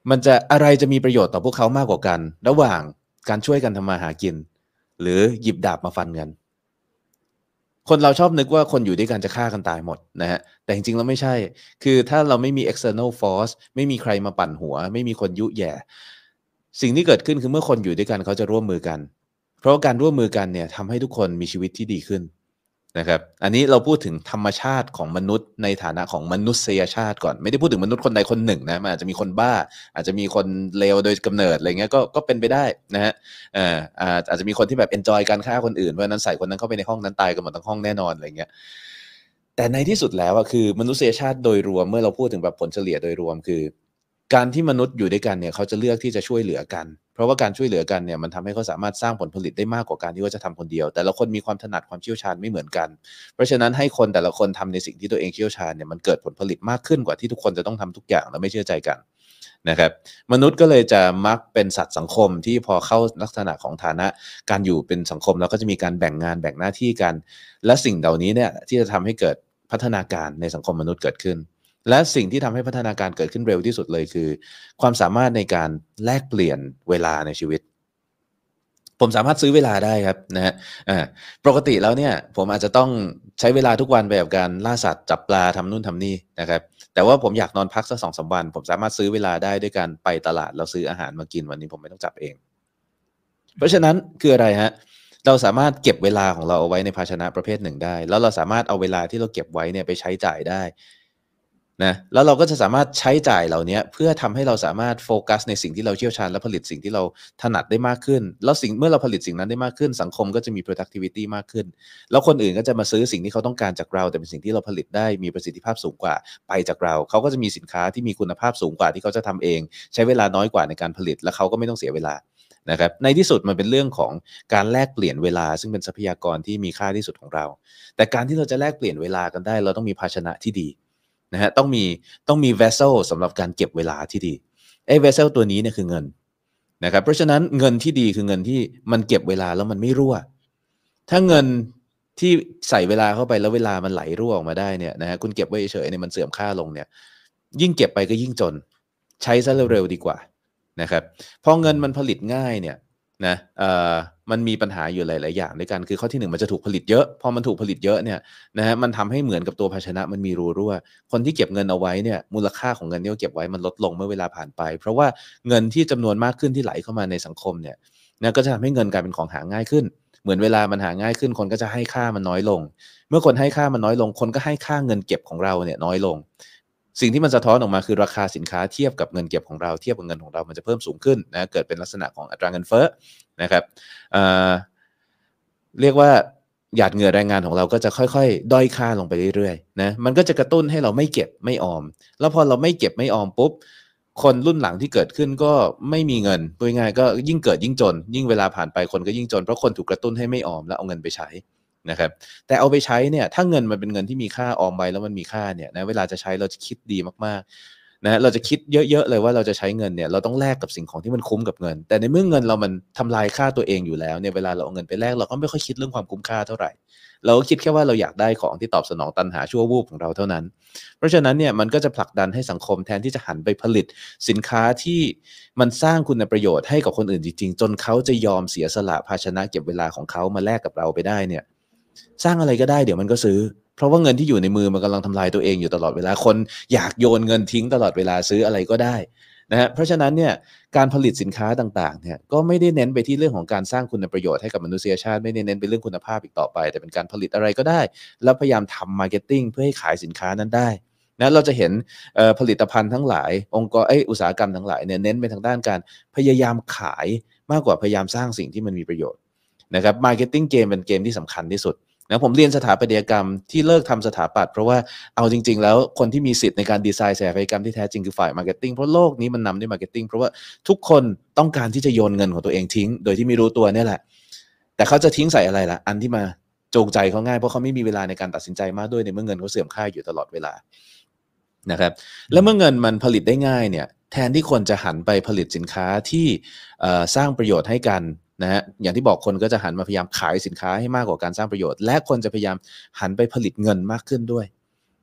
มันจะอะไรจะมีประโยชน์ต่อพวกเขามากกว่ากันระหว่างการช่วยกันทำมาหากินหรือหยิบดาบมาฟันกันคนเราชอบนึกว่าคนอยู่ด้วยกันจะฆ่ากันตายหมดนะฮะแต่จริงๆแล้วไม่ใช่คือถ้าเราไม่มี external force ไม่มีใครมาปั่นหัวไม่มีคนยุแย่สิ่งที่เกิดขึ้นคือเมื่อคนอยู่ด้วยกันเขาจะร่วมมือกันเพราะการร่วมมือกันเนี่ยทำให้ทุกคนมีชีวิตที่ดีขึ้นนะครับอันนี้เราพูดถึงธรรมชาติของมนุษย์ในฐานะของมนุษยชาติก่อนไม่ได้พูดถึงมนุษย์คนใดคนหนึ่งนะมันอาจจะมีคนบ้าอาจจะมีคนเลวโดยกำเนิดอะไรเงี้ยก็ก็เป็นไปได้นะฮะเอ่ออาจจะมีคนที่แบบ enjoy การฆ่าคนอื่นเพราะนั้นใส่คนนั้นเข้าไปในห้องนั้นตายกันหมดทั้งห้องแน่นอนอะไรเงี้ยแต่ในที่สุดแล้วอะคือมนุษยชาติโดยรวมเมื่อเราพูดถึงแบบผลเฉลี่ยโดยรวมคือการที่มนุษย์อยู่ด้วยกันเนี่ยเขาจะเลือกที่จะช่วยเหลือกันเพราะว่าการช่วยเหลือกันเนี่ยมันทำให้เขาสามารถสร้างผลผลิตได้มากกว่าการที่เขาจะทำคนเดียวแต่ละคนมีความถนัดความเชี่ยวชาญไม่เหมือนกันเพราะฉะนั้นให้คนแต่ละคนทำในสิ่งที่ตัวเองเชี่ยวชาญเนี่ยมันเกิดผลผลิตมากขึ้นกว่าที่ทุกคนจะต้องทำทุกอย่างแล้วไม่เชื่อใจกันนะครับมนุษย์ก็เลยจะมักเป็นสัตว์สังคมที่พอเข้าลักษณะของฐานะการอยู่เป็นสังคมแล้วก็จะมีการแบ่งงานแบ่งหน้าที่กันและสิ่งเหล่านี้เนี่ยที่จะทำให้เกิดพัฒนาการในสังคมมนุษย์เกิดขึ้นและสิ่งที่ทำให้พัฒนาการเกิดขึ้นเร็วที่สุดเลยคือความสามารถในการแลกเปลี่ยนเวลาในชีวิตผมสามารถซื้อเวลาได้ครับนะฮะอ่าปกติแล้วเนี่ยผมอาจจะต้องใช้เวลาทุกวันไปกับการล่าสัตว์จับปลาทำนู่นทำนี่นะครับแต่ว่าผมอยากนอนพักสักสองสามวันผมสามารถซื้อเวลาได้ด้วยการไปตลาดแล้วซื้ออาหารมากินวันนี้ผมไม่ต้องจับเองเพราะฉะนั้นคืออะไรฮะเราสามารถเก็บเวลาของเราเอาไว้ในภาชนะประเภทหนึ่งได้แล้วเราสามารถเอาเวลาที่เราเก็บไว้เนี่ยไปใช้จ่ายได้นะแล้วเราก็จะสามารถใช้จ่ายเหล่านี้เพื่อทำให้เราสามารถโฟกัสในสิ่งที่เราเชี่ยวชาญและผลิตสิ่งที่เราถนัดได้มากขึ้นแล้วสิ่งเมื่อเราผลิตสิ่งนั้นได้มากขึ้นสังคมก็จะมี productivity มากขึ้นแล้วคนอื่นก็จะมาซื้อสิ่งที่เขาต้องการจากเราแต่เป็นสิ่งที่เราผลิตได้มีประสิทธิภาพสูงกว่าไปจากเราเขาก็จะมีสินค้าที่มีคุณภาพสูงกว่าที่เขาจะทำเองใช้เวลาน้อยกว่าในการผลิตและเขาก็ไม่ต้องเสียเวลานะครับในที่สุดมันเป็นเรื่องของการแลกเปลี่ยนเวลาซึ่งเป็นทรัพยากรที่มีค่าที่สุดของเราแต่การที่เราจะแลกเปลี่ยนเวลากันได้เราต้องมีภาชนะที่ดีนะฮะต้องมีต้องมี vessel สำหรับการเก็บเวลาที่ดีไอ้ vessel ตัวนี้เนี่ยคือเงินนะครับเพราะฉะนั้นเงินที่ดีคือเงินที่มันเก็บเวลาแล้วมันไม่รั่วถ้าเงินที่ใส่เวลาเข้าไปแล้วเวลามันไหลรั่วออกมาได้เนี่ยนะฮะคุณเก็บไว้เฉยๆเนี่ยมันเสื่อมค่าลงเนี่ยยิ่งเก็บไปก็ยิ่งจนใช้ซะเร็วๆดีกว่านะครับพอเงินมันผลิตง่ายเนี่ยนะเอ่อมันมีปัญหาอยู่หลายๆอย่างด้วยกันคือข้อที่หนึ่งมันจะถูกผลิตเยอะพอมันถูกผลิตเยอะเนี่ยนะฮะมันทำให้เหมือนกับตัวภาชนะมันมีรูรั่วคนที่เก็บเงินเอาไว้เนี่ยมูลค่าของเงินที่เขาเก็บไว้มันลดลงเมื่อเวลาผ่านไปเพราะว่าเงินที่จำนวนมากขึ้นที่ไหลเข้ามาในสังคมเนี่ยนะก็จะทำให้เงินกลายเป็นของหาง่ายขึ้นเหมือนเวลามันหาง่ายขึ้นคนก็จะให้ค่ามันน้อยลงเมื่อคนให้ค่ามันน้อยลงคนก็ให้ค่าเงินเก็บของเราเนี่ยน้อยลงสิ่งที่มันสะท้อนออกมาคือราคาสินค้าเทียบกับเงินเก็บของเราเทียบกับเงินของเรามันจะเพิ่มสูงขึ้นนะเกิดเป็นลักษณะของอัตราเงินเฟ้อนะครับเอ่อเรียกว่าหยาดเหงื่อแรงงานของเราก็จะค่อยๆด้อยค่าลงไปเรื่อยๆนะมันก็จะกระตุ้นให้เราไม่เก็บไม่ออมแล้วพอเราไม่เก็บไม่ออมปุ๊บคนรุ่นหลังที่เกิดขึ้นก็ไม่มีเงินพูดง่ายๆก็ยิ่งเกิดยิ่งจนยิ่งเวลาผ่านไปคนก็ยิ่งจนเพราะคนถูกกระตุ้นให้ไม่ออมแล้วเอาเงินไปใช้นะครับแต่เอาไปใช้เนี่ยถ้าเงินมันเป็นเงินที่มีค่าออมไว้แล้วมันมีค่าเนี่ยนะเวลาจะใช้เราจะคิดดีมากๆนะเราจะคิดเยอะๆเลยว่าเราจะใช้เงินเนี่ยเราต้องแลกกับสิ่งของที่มันคุ้มกับเงินแต่ในเมื่อเงินเรามันทำลายค่าตัวเองอยู่แล้วเนี่ยเวลาเราเอาเงินไปแลกเราก็ไม่ค่อยคิดเรื่องความคุ้มค่าเท่าไหร่เราก็คิดแค่ว่าเราอยากได้ของที่ตอบสนองตัณหาชั่ววูบของเราเท่านั้นเพราะฉะนั้นเนี่ยมันก็จะผลักดันให้สังคมแทนที่จะหันไปผลิตสินค้าที่มันสร้างคุณประโยชน์ให้กับคนอื่นจริงๆจนเขาจะยอมเสียสละภาชนะเก็บเวลาของเขามาแลกกับเราไปได้เนี่ยสร้างอะไรก็ได้เดี๋ยวมันก็ซื้อเพราะว่าเงินที่อยู่ในมือมันกำลังทำลายตัวเองอยู่ตลอดเวลาคนอยากโยนเงินทิ้งตลอดเวลาซื้ออะไรก็ได้นะฮะเพราะฉะนั้นเนี่ยการผลิตสินค้าต่างๆเนี่ยก็ไม่ได้เน้นไปที่เรื่องของการสร้างคุณประโยชน์ให้กับมนุษยชาติไม่ได้เน้นไปเรื่องคุณภาพอีกต่อไปแต่เป็นการผลิตอะไรก็ได้แล้วพยายามทำมาร์เก็ตติ้งเพื่อให้ขายสินค้านั้นได้นะเราจะเห็นผลิตภัณฑ์ทั้งหลายองค์กรอุตสาหกรรมทั้งหลายเนี่ยเน้นไปทางด้านการพยายามขายมากกว่าพยายามสร้างสิ่งที่มันมีประโยชน์นะครับมาร์เก็ตติ้งเกมเป็นเกมที่สำคัญที่สุดนะผมเรียนสถาปัตยกรรมที่เลิกทำสถาปัตย์เพราะว่าเอาจริงๆแล้วคนที่มีสิทธิ์ในการดีไซน์สถาปัตยกรรมที่แท้จริงคือฝ่ายมาร์เก็ตติ้งเพราะโลกนี้มันนำด้วยมาร์เก็ตติ้งเพราะว่าทุกคนต้องการที่จะโยนเงินของตัวเองทิ้งโดยที่ไม่รู้ตัวนี่แหละแต่เขาจะทิ้งใส่อะไรล่ะอันที่มาจูงใจเขาง่ายเพราะเขาไม่มีเวลาในการตัดสินใจมากด้วยในเมื่อเงินเขาเสื่อมค่าอยู่ตลอดเวลานะครับแล้วเมื่อเงินมันผลิตได้ง่ายเนี่ยแทนที่คนจะหันไปผลิตสินค้าที่สร้างประโยชน์ให้กันนะฮะอย่างที่บอกคนก็จะหันมาพยายามขายสินค้าให้มากกว่าการสร้างประโยชน์และคนจะพยายามหันไปผลิตเงินมากขึ้นด้วย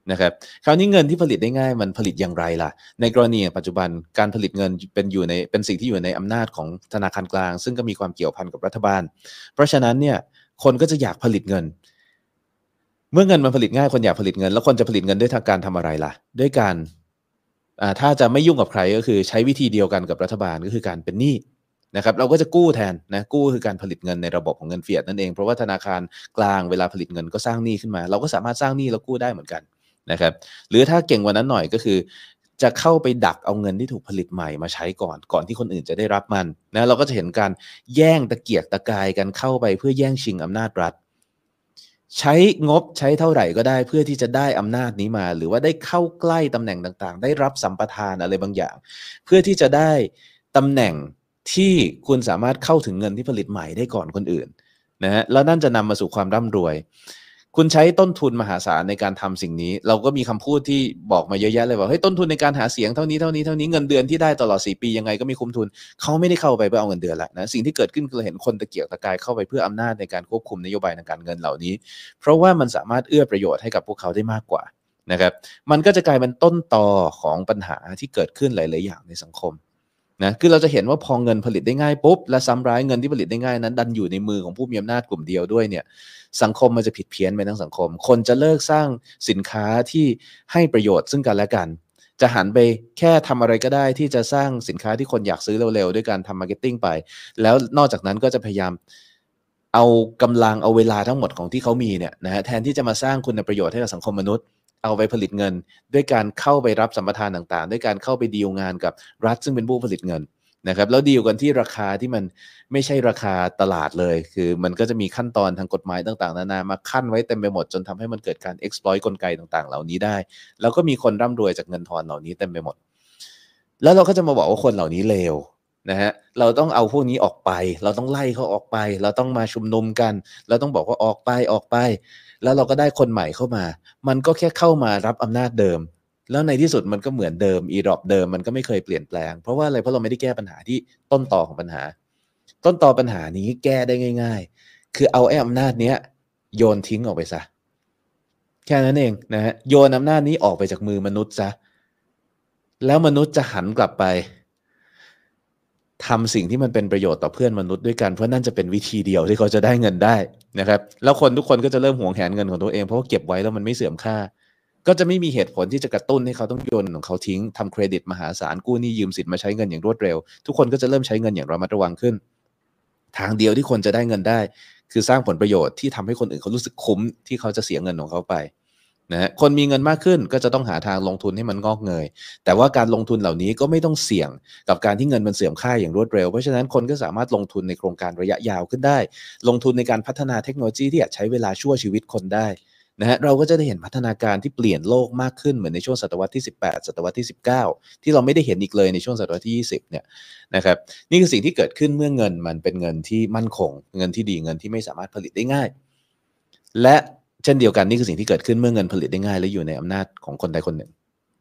นะครับคราวนี้เงินที่ผลิตได้ง่ายมันผลิตอย่างไรล่ะในกรณีปัจจุบันการผลิตเงินเป็นอยู่ในเป็นสิ่งที่อยู่ในอำนาจของธนาคารกลางซึ่งก็มีความเกี่ยวพันกับรัฐบาลเพราะฉะนั้นเนี่ยคนก็จะอยากผลิตเงินเมื่อเงินมันผลิตง่ายคนอยากผลิตเงินแล้วคนจะผลิตเงินด้วยทางการทำอะไรล่ะด้วยการอ่าถ้าจะไม่ยุ่งกับใครก็คือใช้วิธีเดียวกันกับรัฐบาลก็คือการเป็นหนี้นะครับเราก็จะกู้แทนนะกู้คือการผลิตเงินในระบบของเงินเฟียตนั่นเองเพราะว่าธนาคารกลางเวลาผลิตเงินก็สร้างหนี้ขึ้นมาเราก็สามารถสร้างหนี้แล้วกู้ได้เหมือนกันนะครับหรือถ้าเก่งกว่านั้นหน่อยก็คือจะเข้าไปดักเอาเงินที่ถูกผลิตใหม่มาใช้ก่อนก่อนที่คนอื่นจะได้รับมันนะเราก็จะเห็นการแย่งตะเกียกตะกายกันเข้าไปเพื่อแย่งชิงอำนาจรัฐใช้งบใช้เท่าไหร่ก็ได้เพื่อที่จะได้อำนาจนี้มาหรือว่าได้เข้าใกล้ตำแหน่งต่างๆได้รับสัมปทานอะไรบางอย่างเพื่อที่จะได้ตำแหน่งที่คุณสามารถเข้าถึงเงินที่ผลิตใหม่ได้ก่อนคนอื่นนะฮะแล้วนั่นจะนำมาสู่ความร่ำรวยคุณใช้ต้นทุนมหาศาลในการทำสิ่งนี้เราก็มีคำพูดที่บอกมาเยอะแยะเลยว่าเฮ้ยต้นทุนในการหาเสียงเท่านี้เท่านี้เท่านี้เงินเดือนที่ได้ตลอดสี่ปียังไงก็ไม่คุ้มทุนเขาไม่ได้เข้าไปเพื่อเอาเงินเดือนละนะสิ่งที่เกิดขึ้นคือเราเห็นคนตะเกียกตะกายเข้าไปเพื่ออำนาจในการควบคุมนโยบายทางการเงินเหล่านี้เพราะว่ามันสามารถเอื้อประโยชน์ให้กับพวกเขาได้มากกว่านะครับมันก็จะกลายเป็นต้นตอของปัญหาที่เกิดขึ้นหลายๆอย่างในสังคมนะคือเราจะเห็นว่าพอเงินผลิตได้ง่ายปุ๊บและซ้ำร้ายเงินที่ผลิตได้ง่ายนั้นดันอยู่ในมือของผู้มีอำนาจกลุ่มเดียวด้วยเนี่ยสังคมมันจะผิดเพี้ยนไปทั้งสังคมคนจะเลิกสร้างสินค้าที่ให้ประโยชน์ซึ่งกันและกันจะหันไปแค่ทำอะไรก็ได้ที่จะสร้างสินค้าที่คนอยากซื้อเร็วๆด้วยการทำมาร์เก็ตติ้งไปแล้วนอกจากนั้นก็จะพยายามเอากำลังเอาเวลาทั้งหมดของที่เขามีเนี่ยนะฮะแทนที่จะมาสร้างคุณประโยชน์ให้กับสังคมมนุษย์เอาไปผลิตเงินด้วยการเข้าไปรับสัมปทานต่างๆด้วยการเข้าไปดีลงานกับรัฐซึ่งเป็นผู้ผลิตเงินนะครับแล้วดีลกันที่ราคาที่มันไม่ใช่ราคาตลาดเลยคือมันก็จะมีขั้นตอนทางกฎหมายต่างๆนานามาขั้นไว้เต็มไปหมดจนทำให้มันเกิดการ exploit กลไกต่างๆเหล่านี้ได้แล้วก็มีคนร่ำรวยจากเงินทอนเหล่านี้เต็มไปหมดแล้วเราก็จะมาบอกว่าคนเหล่านี้เลวนะฮะเราต้องเอาพวกนี้ออกไปเราต้องไล่เขาออกไปเราต้องมาชุมนุมกันเราต้องบอกว่าออกไปออกไปแล้วเราก็ได้คนใหม่เข้ามามันก็แค่เข้ามารับอำนาจเดิมแล้วในที่สุดมันก็เหมือนเดิมอีรอบเดิมมันก็ไม่เคยเปลี่ยนแปลงเพราะว่าอะไรเพราะเราไม่ได้แก้ปัญหาที่ต้นตอของปัญหาต้นตอปัญหานี้แก้ได้ง่ายๆคือเอาไอ้อำนาจเนี้ยโยนทิ้งออกไปซะแค่นั้นเองนะฮะโยนอำนาจนี้ออกไปจากมือมนุษย์ซะแล้วมนุษย์จะหันกลับไปทำสิ่งที่มันเป็นประโยชน์ต่อเพื่อนมนุษย์ด้วยกันเพราะนั่นจะเป็นวิธีเดียวที่เขาจะได้เงินได้นะครับแล้วคนทุกคนก็จะเริ่มหวงแหนเงินของตัวเองเพราะว่าเก็บไว้แล้วมันไม่เสื่อมค่าก็จะไม่มีเหตุผลที่จะกระตุ้นให้เขาต้องโยนของเขาทิ้งทำเครดิตมหาศาลกู้หนี้ยืมสินมาใช้เงินอย่างรวดเร็วทุกคนก็จะเริ่มใช้เงินอย่างระมัดระวังขึ้นทางเดียวที่คนจะได้เงินได้คือสร้างผลประโยชน์ที่ทำให้คนอื่นเขารู้สึกคุ้มที่เขาจะเสียเงินของเขาไปนะฮะคนมีเงินมากขึ้นก็จะต้องหาทางลงทุนให้มันงอกเงยแต่ว่าการลงทุนเหล่านี้ก็ไม่ต้องเสี่ยงกับการที่เงินมันเสื่อมค่าอย่างรวดเร็วเพราะฉะนั้นคนก็สามารถลงทุนในโครงการระยะยาวขึ้นได้ลงทุนในการพัฒนาเทคโนโลยีที่อาจใช้เวลาชั่วชีวิตคนได้นะฮะเราก็จะได้เห็นพัฒนาการที่เปลี่ยนโลกมากขึ้นเหมือนในช่วงศตวรรษที่สิบแปดศตวรรษที่สิบเก้าที่เราไม่ได้เห็นอีกเลยในช่วงศตวรรษที่ยี่สิบเนี่ยนะครับนี่คือสิ่งที่เกิดขึ้นเมื่อเงินมันเป็นเงินที่มั่นคงเงินที่ดีเงินที่ไม่สามารถผลิตได้ง่ายและเช่นเดียวกันนี่คือสิ่งที่เกิดขึ้นเมื่อเงินผลิตได้ง่ายและอยู่ในอำนาจของคนใดคนหนึ่ง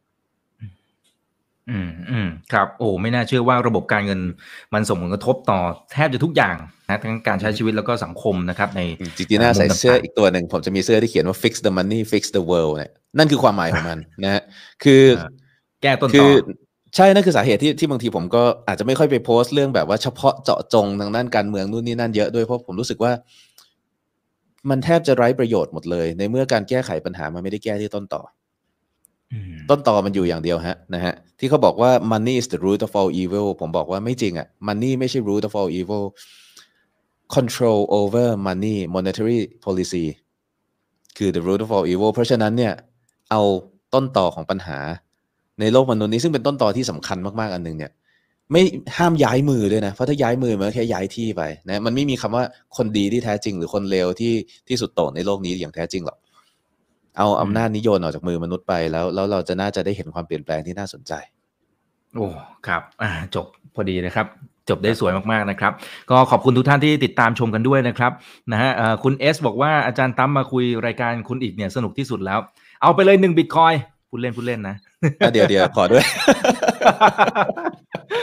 อืมอืมครับโอ้ไม่น่าเชื่อว่าระบบการเงินมันส่งผลกระทบต่อแทบจะทุกอย่างนะทั้งการใช้ชีวิตแล้วก็สังคมนะครับในจริงๆน่าใส่เสื้ออีกตัวหนึ่งผมจะมีเสื้อที่เขียนว่า fix the money fix the world เนี่ยนั่นคือความหมายของมันนะฮะคือแก้ต้นตอคือใช่นั่นคือสาเหตุที่ที่บางทีผมก็อาจจะไม่ค่อยไปโพสต์เรื่องแบบว่าเฉพาะเจาะจงทางด้านการเมืองนู่นนี่นั่นเยอะด้วยเพราะผมรู้สึกว่ามันแทบจะไร้ประโยชน์หมดเลยในเมื่อการแก้ไขปัญหามันไม่ได้แก้ที่ต้นต่อต้นตอมันอยู่อย่างเดียวฮะนะฮะที่เขาบอกว่า money is the root of all evil ผมบอกว่าไม่จริงอ่ะ money ไม่ใช่ root of all evil control over money monetary policy คือ the root of all evil เพราะฉะนั้นเนี่ยเอาต้นตอของปัญหาในโลกมนุษย์นี้ซึ่งเป็นต้นตอที่สำคัญมากๆอันนึงเนี่ยไม่ห้ามย้ายมือด้วยนะเพราะถ้าย้ายมือมันแค่ย้ายที่ไปนะมันไม่มีคำว่าคนดีที่แท้จริงหรือคนเลวที่ที่สุดโต่งในโลกนี้อย่างแท้จริงหรอกเอาอำนาจนิยมออกจากมือมนุษย์ไปแล้วแล้วเราจะน่าจะได้เห็นความเปลี่ยนแปลงที่น่าสนใจโอ้ครับอ่าจบพอดีนะครับจบได้สวยมากๆนะครับก็ขอบคุณทุกท่านที่ติดตามชมกันด้วยนะครับนะฮะคุณเอสบอกว่าอาจารย์ตั้มมาคุยรายการคุณอีกเนี่ยสนุกที่สุดแล้วเอาไปเลยหนึ่งบิตคอยน์พูดเล่นพูดเล่นนะเดี๋ยวเดี๋ยวขอด้วย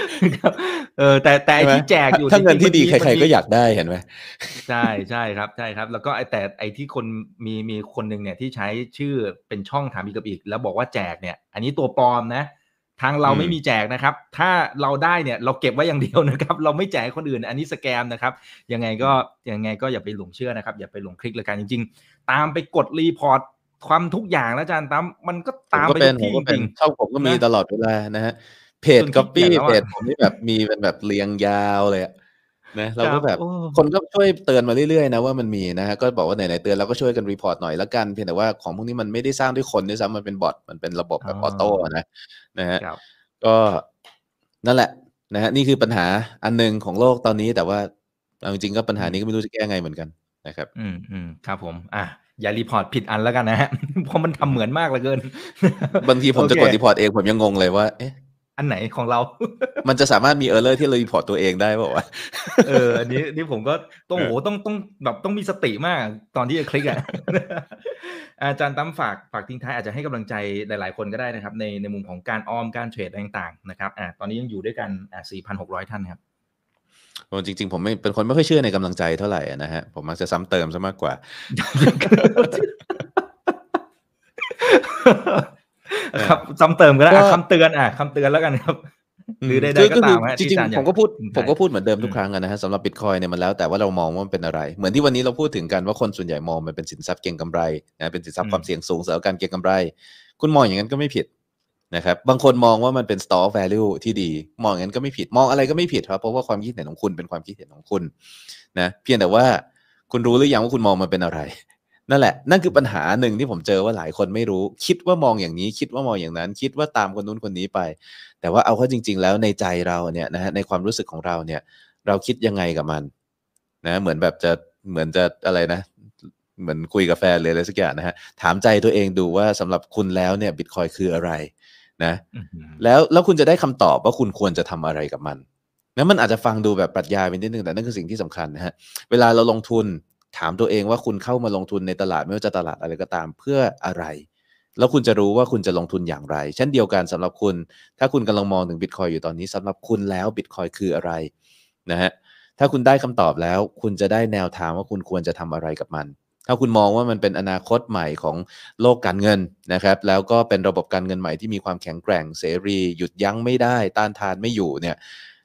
เออแต่แต่ไอ้ที่แจกอยู่ถ้าเงินที่ดีใครๆก็อยากได้เห็นไหมใช่ใช่ครับใช่ครับแล้วก็ไอ้แต่ไอ้ที่คนมีมีคนหนึ่งเนี่ยที่ใช้ชื่อเป็นช่องถามอีกกับอีกแล้วบอกว่าแจกเนี่ยอันนี้ตัวปลอมนะทางเราไม่มีแจกนะครับถ้าเราได้เนี่ยเราเก็บไว้อย่างเดียวนะครับเราไม่แจกคนอื่นอันนี้สแกมนะครับยังไงก็ยังไงก็อย่าไปหลงเชื่อนะครับอย่าไปหลงคลิกเลยกันจริงๆตามไปกดรีพอร์ตความทุกอย่างแล้วอาจารย์ตั้มมันก็ตามไปทุกที่จริงๆช่องผมก็มีตลอดเวลานะฮะเพจ copy เพจผมนี่แบบมีเป็นแบบเรียงยาวเลยนะเราก็แบบคนก็ช่วยเตือนมาเรื่อยๆนะว่ามันมีนะฮะก็บอกว่าไหนๆเตือนเราก็ช่วยกันรีพอร์ตหน่อยละกันเพียงแต่ว่าของพวกนี้มันไม่ได้สร้างด้วยคนด้วยซ้ำมันเป็นบอทมันเป็นระบบแบบออโต้นะนะฮะก็นั่นแหละนะฮะนี่คือปัญหาอันนึงของโลกตอนนี้แต่ว่าเอาจริงๆก็ปัญหานี้ก็ไม่รู้จะแก้ไงเหมือนกันนะครับอืมอืมครับผมอ่ะอย่ารีพอร์ตผิดอันแล้วกันนะฮะเพราะมันทำเหมือนมากเหลือเกินบางทีผมจะกดรีพอร์ตเองผมยังงงเลยว่าเอ๊ะอันไหนของเรามันจะสามารถมีเออร์เลอร์ที่เรารีพอร์ตตัวเองได้ป่าววะเอออันนี้นี่ผมก็ต้องโอ้โหต้องต้องแบบต้องมีสติมากตอนที่จะคลิกอ่ะอาจารย์ตั้มฝากฝากทิ้งท้ายอาจจะให้กำลังใจหลายๆคนก็ได้นะครับในในมุมของการออมการเทรดต่างๆนะครับอ่าตอนนี้ยังอยู่ด้วยกันอ่า สี่พันหกร้อย ท่านครับจริงๆผมไม่เป็นคนไม่ค่อยเชื่อในกำลังใจเท่าไหร่นะฮะผมมักจะซ้ำเติมซะมากกว่าครับซ้ำเติมก็ได้คำเตือนอ่ะคำเตือนแล้วกันครับหรือใดๆก็ตามฮะจริงๆผมก็พูดผมก็พูดเหมือนเดิมทุกครั้งนะฮะสำหรับ Bitcoin เนี่ยมันแล้วแต่ว่าเรามองว่ามันเป็นอะไรเหมือนที่วันนี้เราพูดถึงกันว่าคนส่วนใหญ่มองมันเป็นสินทรัพย์เก็งกำไรนะเป็นสินทรัพย์ความเสี่ยงสูงสำหรับการเก็งกำไรคุณมองอย่างนั้นก็ไม่ผิดนะครับบางคนมองว่ามันเป็น store of value ที่ดีมองอย่างนั้นก็ไม่ผิดมองอะไรก็ไม่ผิดครับเพราะว่าความคิดเห็นของคุณเป็นความคิดเห็นของคุณนะเพียงแต่ว่าคุณรู้หรือยังว่าคุณมองมันเป็นอะไรนั่นแหละนั่นคือปัญหาหนึ่งที่ผมเจอว่าหลายคนไม่รู้คิดว่ามองอย่างนี้คิดว่ามองอย่างนั้นคิดว่าตามคนนู้นคนนี้ไปแต่ว่าเอาเข้าจริงๆแล้วในใจเราเนี่ยนะฮะในความรู้สึกของเราเนี่ยเราคิดยังไงกับมันนะเหมือนแบบจะเหมือนจะอะไรนะเหมือนคุยกับแฟนเลยอะไรสักอย่างนะฮะถามใจตัวเองดูว่าสำหรับคุณแล้วเนี่ย Bitcoin คืออะไรนะแล้วแล้วคุณจะได้คำตอบว่าคุณควรจะทำอะไรกับมันนะมันอาจจะฟังดูแบบปรัชญาไปนิดนึงแต่นั่นคือสิ่งที่สำคัญนะฮะเวลาเราลงทุนถามตัวเองว่าคุณเข้ามาลงทุนในตลาดไม่ว่าจะตลาดอะไรก็ตามเพื่ออะไรแล้วคุณจะรู้ว่าคุณจะลงทุนอย่างไรเช่นเดียวกันสำหรับคุณถ้าคุณกำลังมองถึง Bitcoin อยู่ตอนนี้สำหรับคุณแล้ว Bitcoin คืออะไรนะฮะถ้าคุณได้คำตอบแล้วคุณจะได้แนวทางว่าคุณควรจะทำอะไรกับมันถ้าคุณมองว่ามันเป็นอนาคตใหม่ของโลกการเงินนะครับแล้วก็เป็นระบบการเงินใหม่ที่มีความแข็งแกร่งเสรีหยุดยั้งไม่ได้ต้านทานไม่อยู่เนี่ย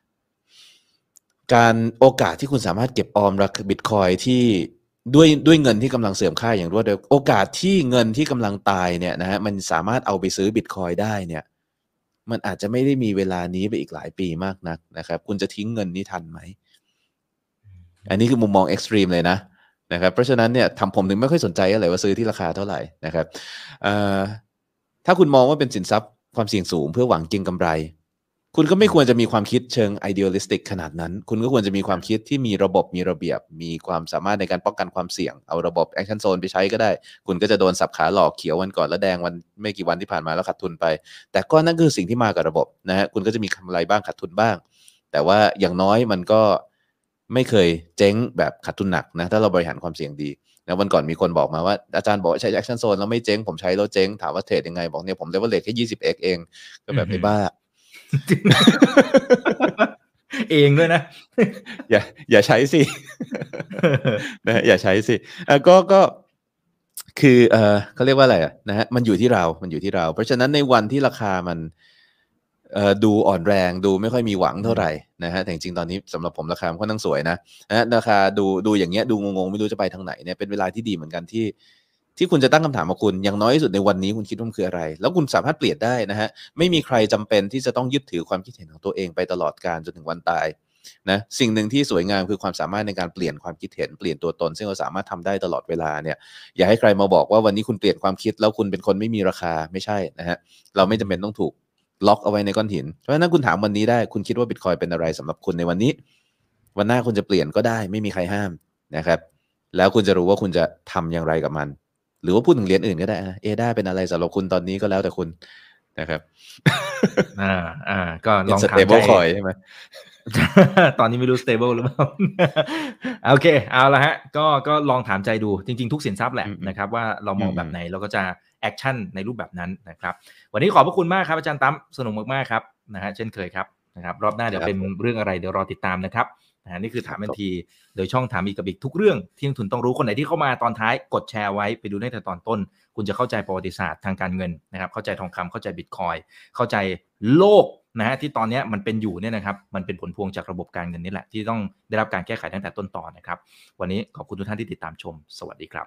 การโอกาสที่คุณสามารถเก็บออมราคา Bitcoin ที่ด้วยด้วยเงินที่กำลังเสื่อมค่าอย่างรวดเร็วโอกาสที่เงินที่กำลังตายเนี่ยนะฮะมันสามารถเอาไปซื้อ Bitcoin ได้เนี่ยมันอาจจะไม่ได้มีเวลานี้ไปอีกหลายปีมากนักนะครับคุณจะทิ้งเงินนี้ทันไหมอันนี้คือมุมมองเอ็กซ์ตรีมเลยนะนะครับเพราะฉะนั้นเนี่ยทำผมถึงไม่ค่อยสนใจอะไรว่าซื้อที่ราคาเท่าไหร่นะครับถ้าคุณมองว่าเป็นสินทรัพย์ความเสี่ยงสูงเพื่อหวังเก็งกำไรคุณก็ไม่ควรจะมีความคิดเชิง idealistic ขนาดนั้นคุณก็ควรจะมีความคิดที่มีระบบมีระเบียบมีความสามารถในการป้องกันความเสี่ยงเอาระบบ action zone ไปใช้ก็ได้คุณก็จะโดนสับขาหลอกเขียววันก่อนแล้วแดงวันไม่กี่วันที่ผ่านมาแล้วขาดทุนไปแต่ก็นั่นคือสิ่งที่มากับระบบนะฮะคุณก็จะมีกำไรบ้างขาดทุนบ้างแต่ว่าอย่างน้อยมันก็ไม่เคยเจ๊งแบบขาดทุนหนักนะถ้าเราบริหารความเสี่ยงดีนะวันก่อนมีคนบอกมาว่าอาจารย์บอกใช้ action zone แล้วไม่เจ๊งผมใช้แล้วเจ๊งถามว่าเทรดยังไงบอกเนี่ยผม leverage แค่ ยี่สิบเอ็กซ์ เองก็แบบไม่บ้าเองด้วยนะอย่าอย่าใช้สินะอย่าใช้สิอ่ะก็ก็คือเออเขาเรียกว่าอะไรอ่ะนะฮะมันอยู่ที่เรามันอยู่ที่เราเพราะฉะนั้นในวันที่ราคามันเอ่อดูอ่อนแรงดูไม่ค่อยมีหวังเท่าไหร่นะฮะแต่จริงๆตอนนี้สำหรับผมราคาค่อนข้างสวยนะนะฮะราคาดูดูอย่างเงี้ยดูงงๆไม่รู้จะไปทางไหนเนี่ยเป็นเวลาที่ดีเหมือนกันที่ที่คุณจะตั้งคำถามกับคุณอย่างน้อยที่สุดในวันนี้คุณคิดว่ามันคืออะไรแล้วคุณสามารถเปลี่ยนได้นะฮะไม่มีใครจำเป็นที่จะต้องยึดถือความคิดเห็นของตัวเองไปตลอดกาลจนถึงวันตายนะสิ่งหนึ่งที่สวยงามคือความสามารถในการเปลี่ยนความคิดเห็นเปลี่ยนตัวตนซึ่งเราสามารถทำได้ตลอดเวลาเนี่ยอย่าให้ใครมาบอกว่าวันนี้คุณเปลี่ยนความคิดแล้วคุณเป็นคนไม่มีราคาไม่ใช่นะฮะเราไม่จำเป็นต้องถูกล็อกเอาไว้ในก้อนหินเพราะฉะนั้นคุณถามวันนี้ได้คุณคิดว่า Bitcoin เป็นอะไรสำหรับคุณในวันนี้วันหน้าคุณจะเปลี่ยนก็ได้ไม่มีใครห้ามนะครับแล้วคุณจะรู้ว่าคุณจะทำอย่างไรกับมันหรือว่าพูดถึงเหรียญอื่นก็ได้เอด้าเป็นอะไรสำหรับคุณตอนนี้ก็แล้วแต่คุณนะครับอ่าอ่าก็ลองถามใจ stable coin ใช่ไหมตอนนี้ไม่รู้ stable หรือเปล่าโอเคเอาละฮะก็ก็ลองถามใจดูจริงๆทุกสินทรัพย์แหละนะครับว่าเรามองแบบไหนเราก็จะแอคชั่นในรูปแบบนั้นนะครับวันนี้ขอบพระคุณมากครับอาจารย์ตั้มสนุกมากๆครับนะฮะเช่นเคยครับนะครับรอบหน้าเดี๋ยวเป็นเรื่องอะไรเดี๋ยวรอติดตามนะครับนะนี่คือถามทันทีโดยช่องถามอีกกับอีกทุกเรื่องที่นักทุนต้องรู้คนไหนที่เข้ามาตอนท้ายกดแชร์ไว้ไปดูได้แต่ตอนต้นคุณจะเข้าใจประวัติศาสตร์ทางการเงินนะครับเข้าใจทองคำเข้าใจบิตคอยน์เข้าใจโลกนะฮะที่ตอนนี้มันเป็นอยู่เนี่ยนะครับมันเป็นผลพวงจากระบบการเงินนี่แหละที่ต้องได้รับการแก้ไขตั้งแต่ต้นตอนนะครับวันนี้ขอบคุณทุกท่านที่ติดตามชมสวัสดีครับ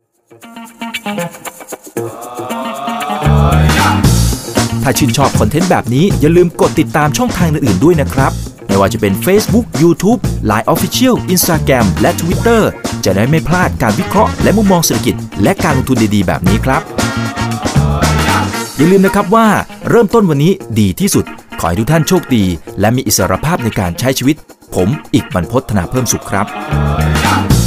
ถ้าชื่นชอบคอนเทนต์แบบนี้อย่าลืมกดติดตามช่องทางอื่นๆด้วยนะครับไม่ว่าจะเป็น Facebook, YouTube, ไลน์ Official, Instagram และ Twitter จะได้ไม่พลาดการวิเคราะห์และมุมมองเศรษฐกิจและการลงทุนดีๆแบบนี้ครับอย่าลืมนะครับว่าเริ่มต้นวันนี้ดีที่สุดขอให้ทุกท่านโชคดีและมีอิสรภาพในการใช้ชีวิตผมอีกบรรพต ธนาเพิ่มสุขครับ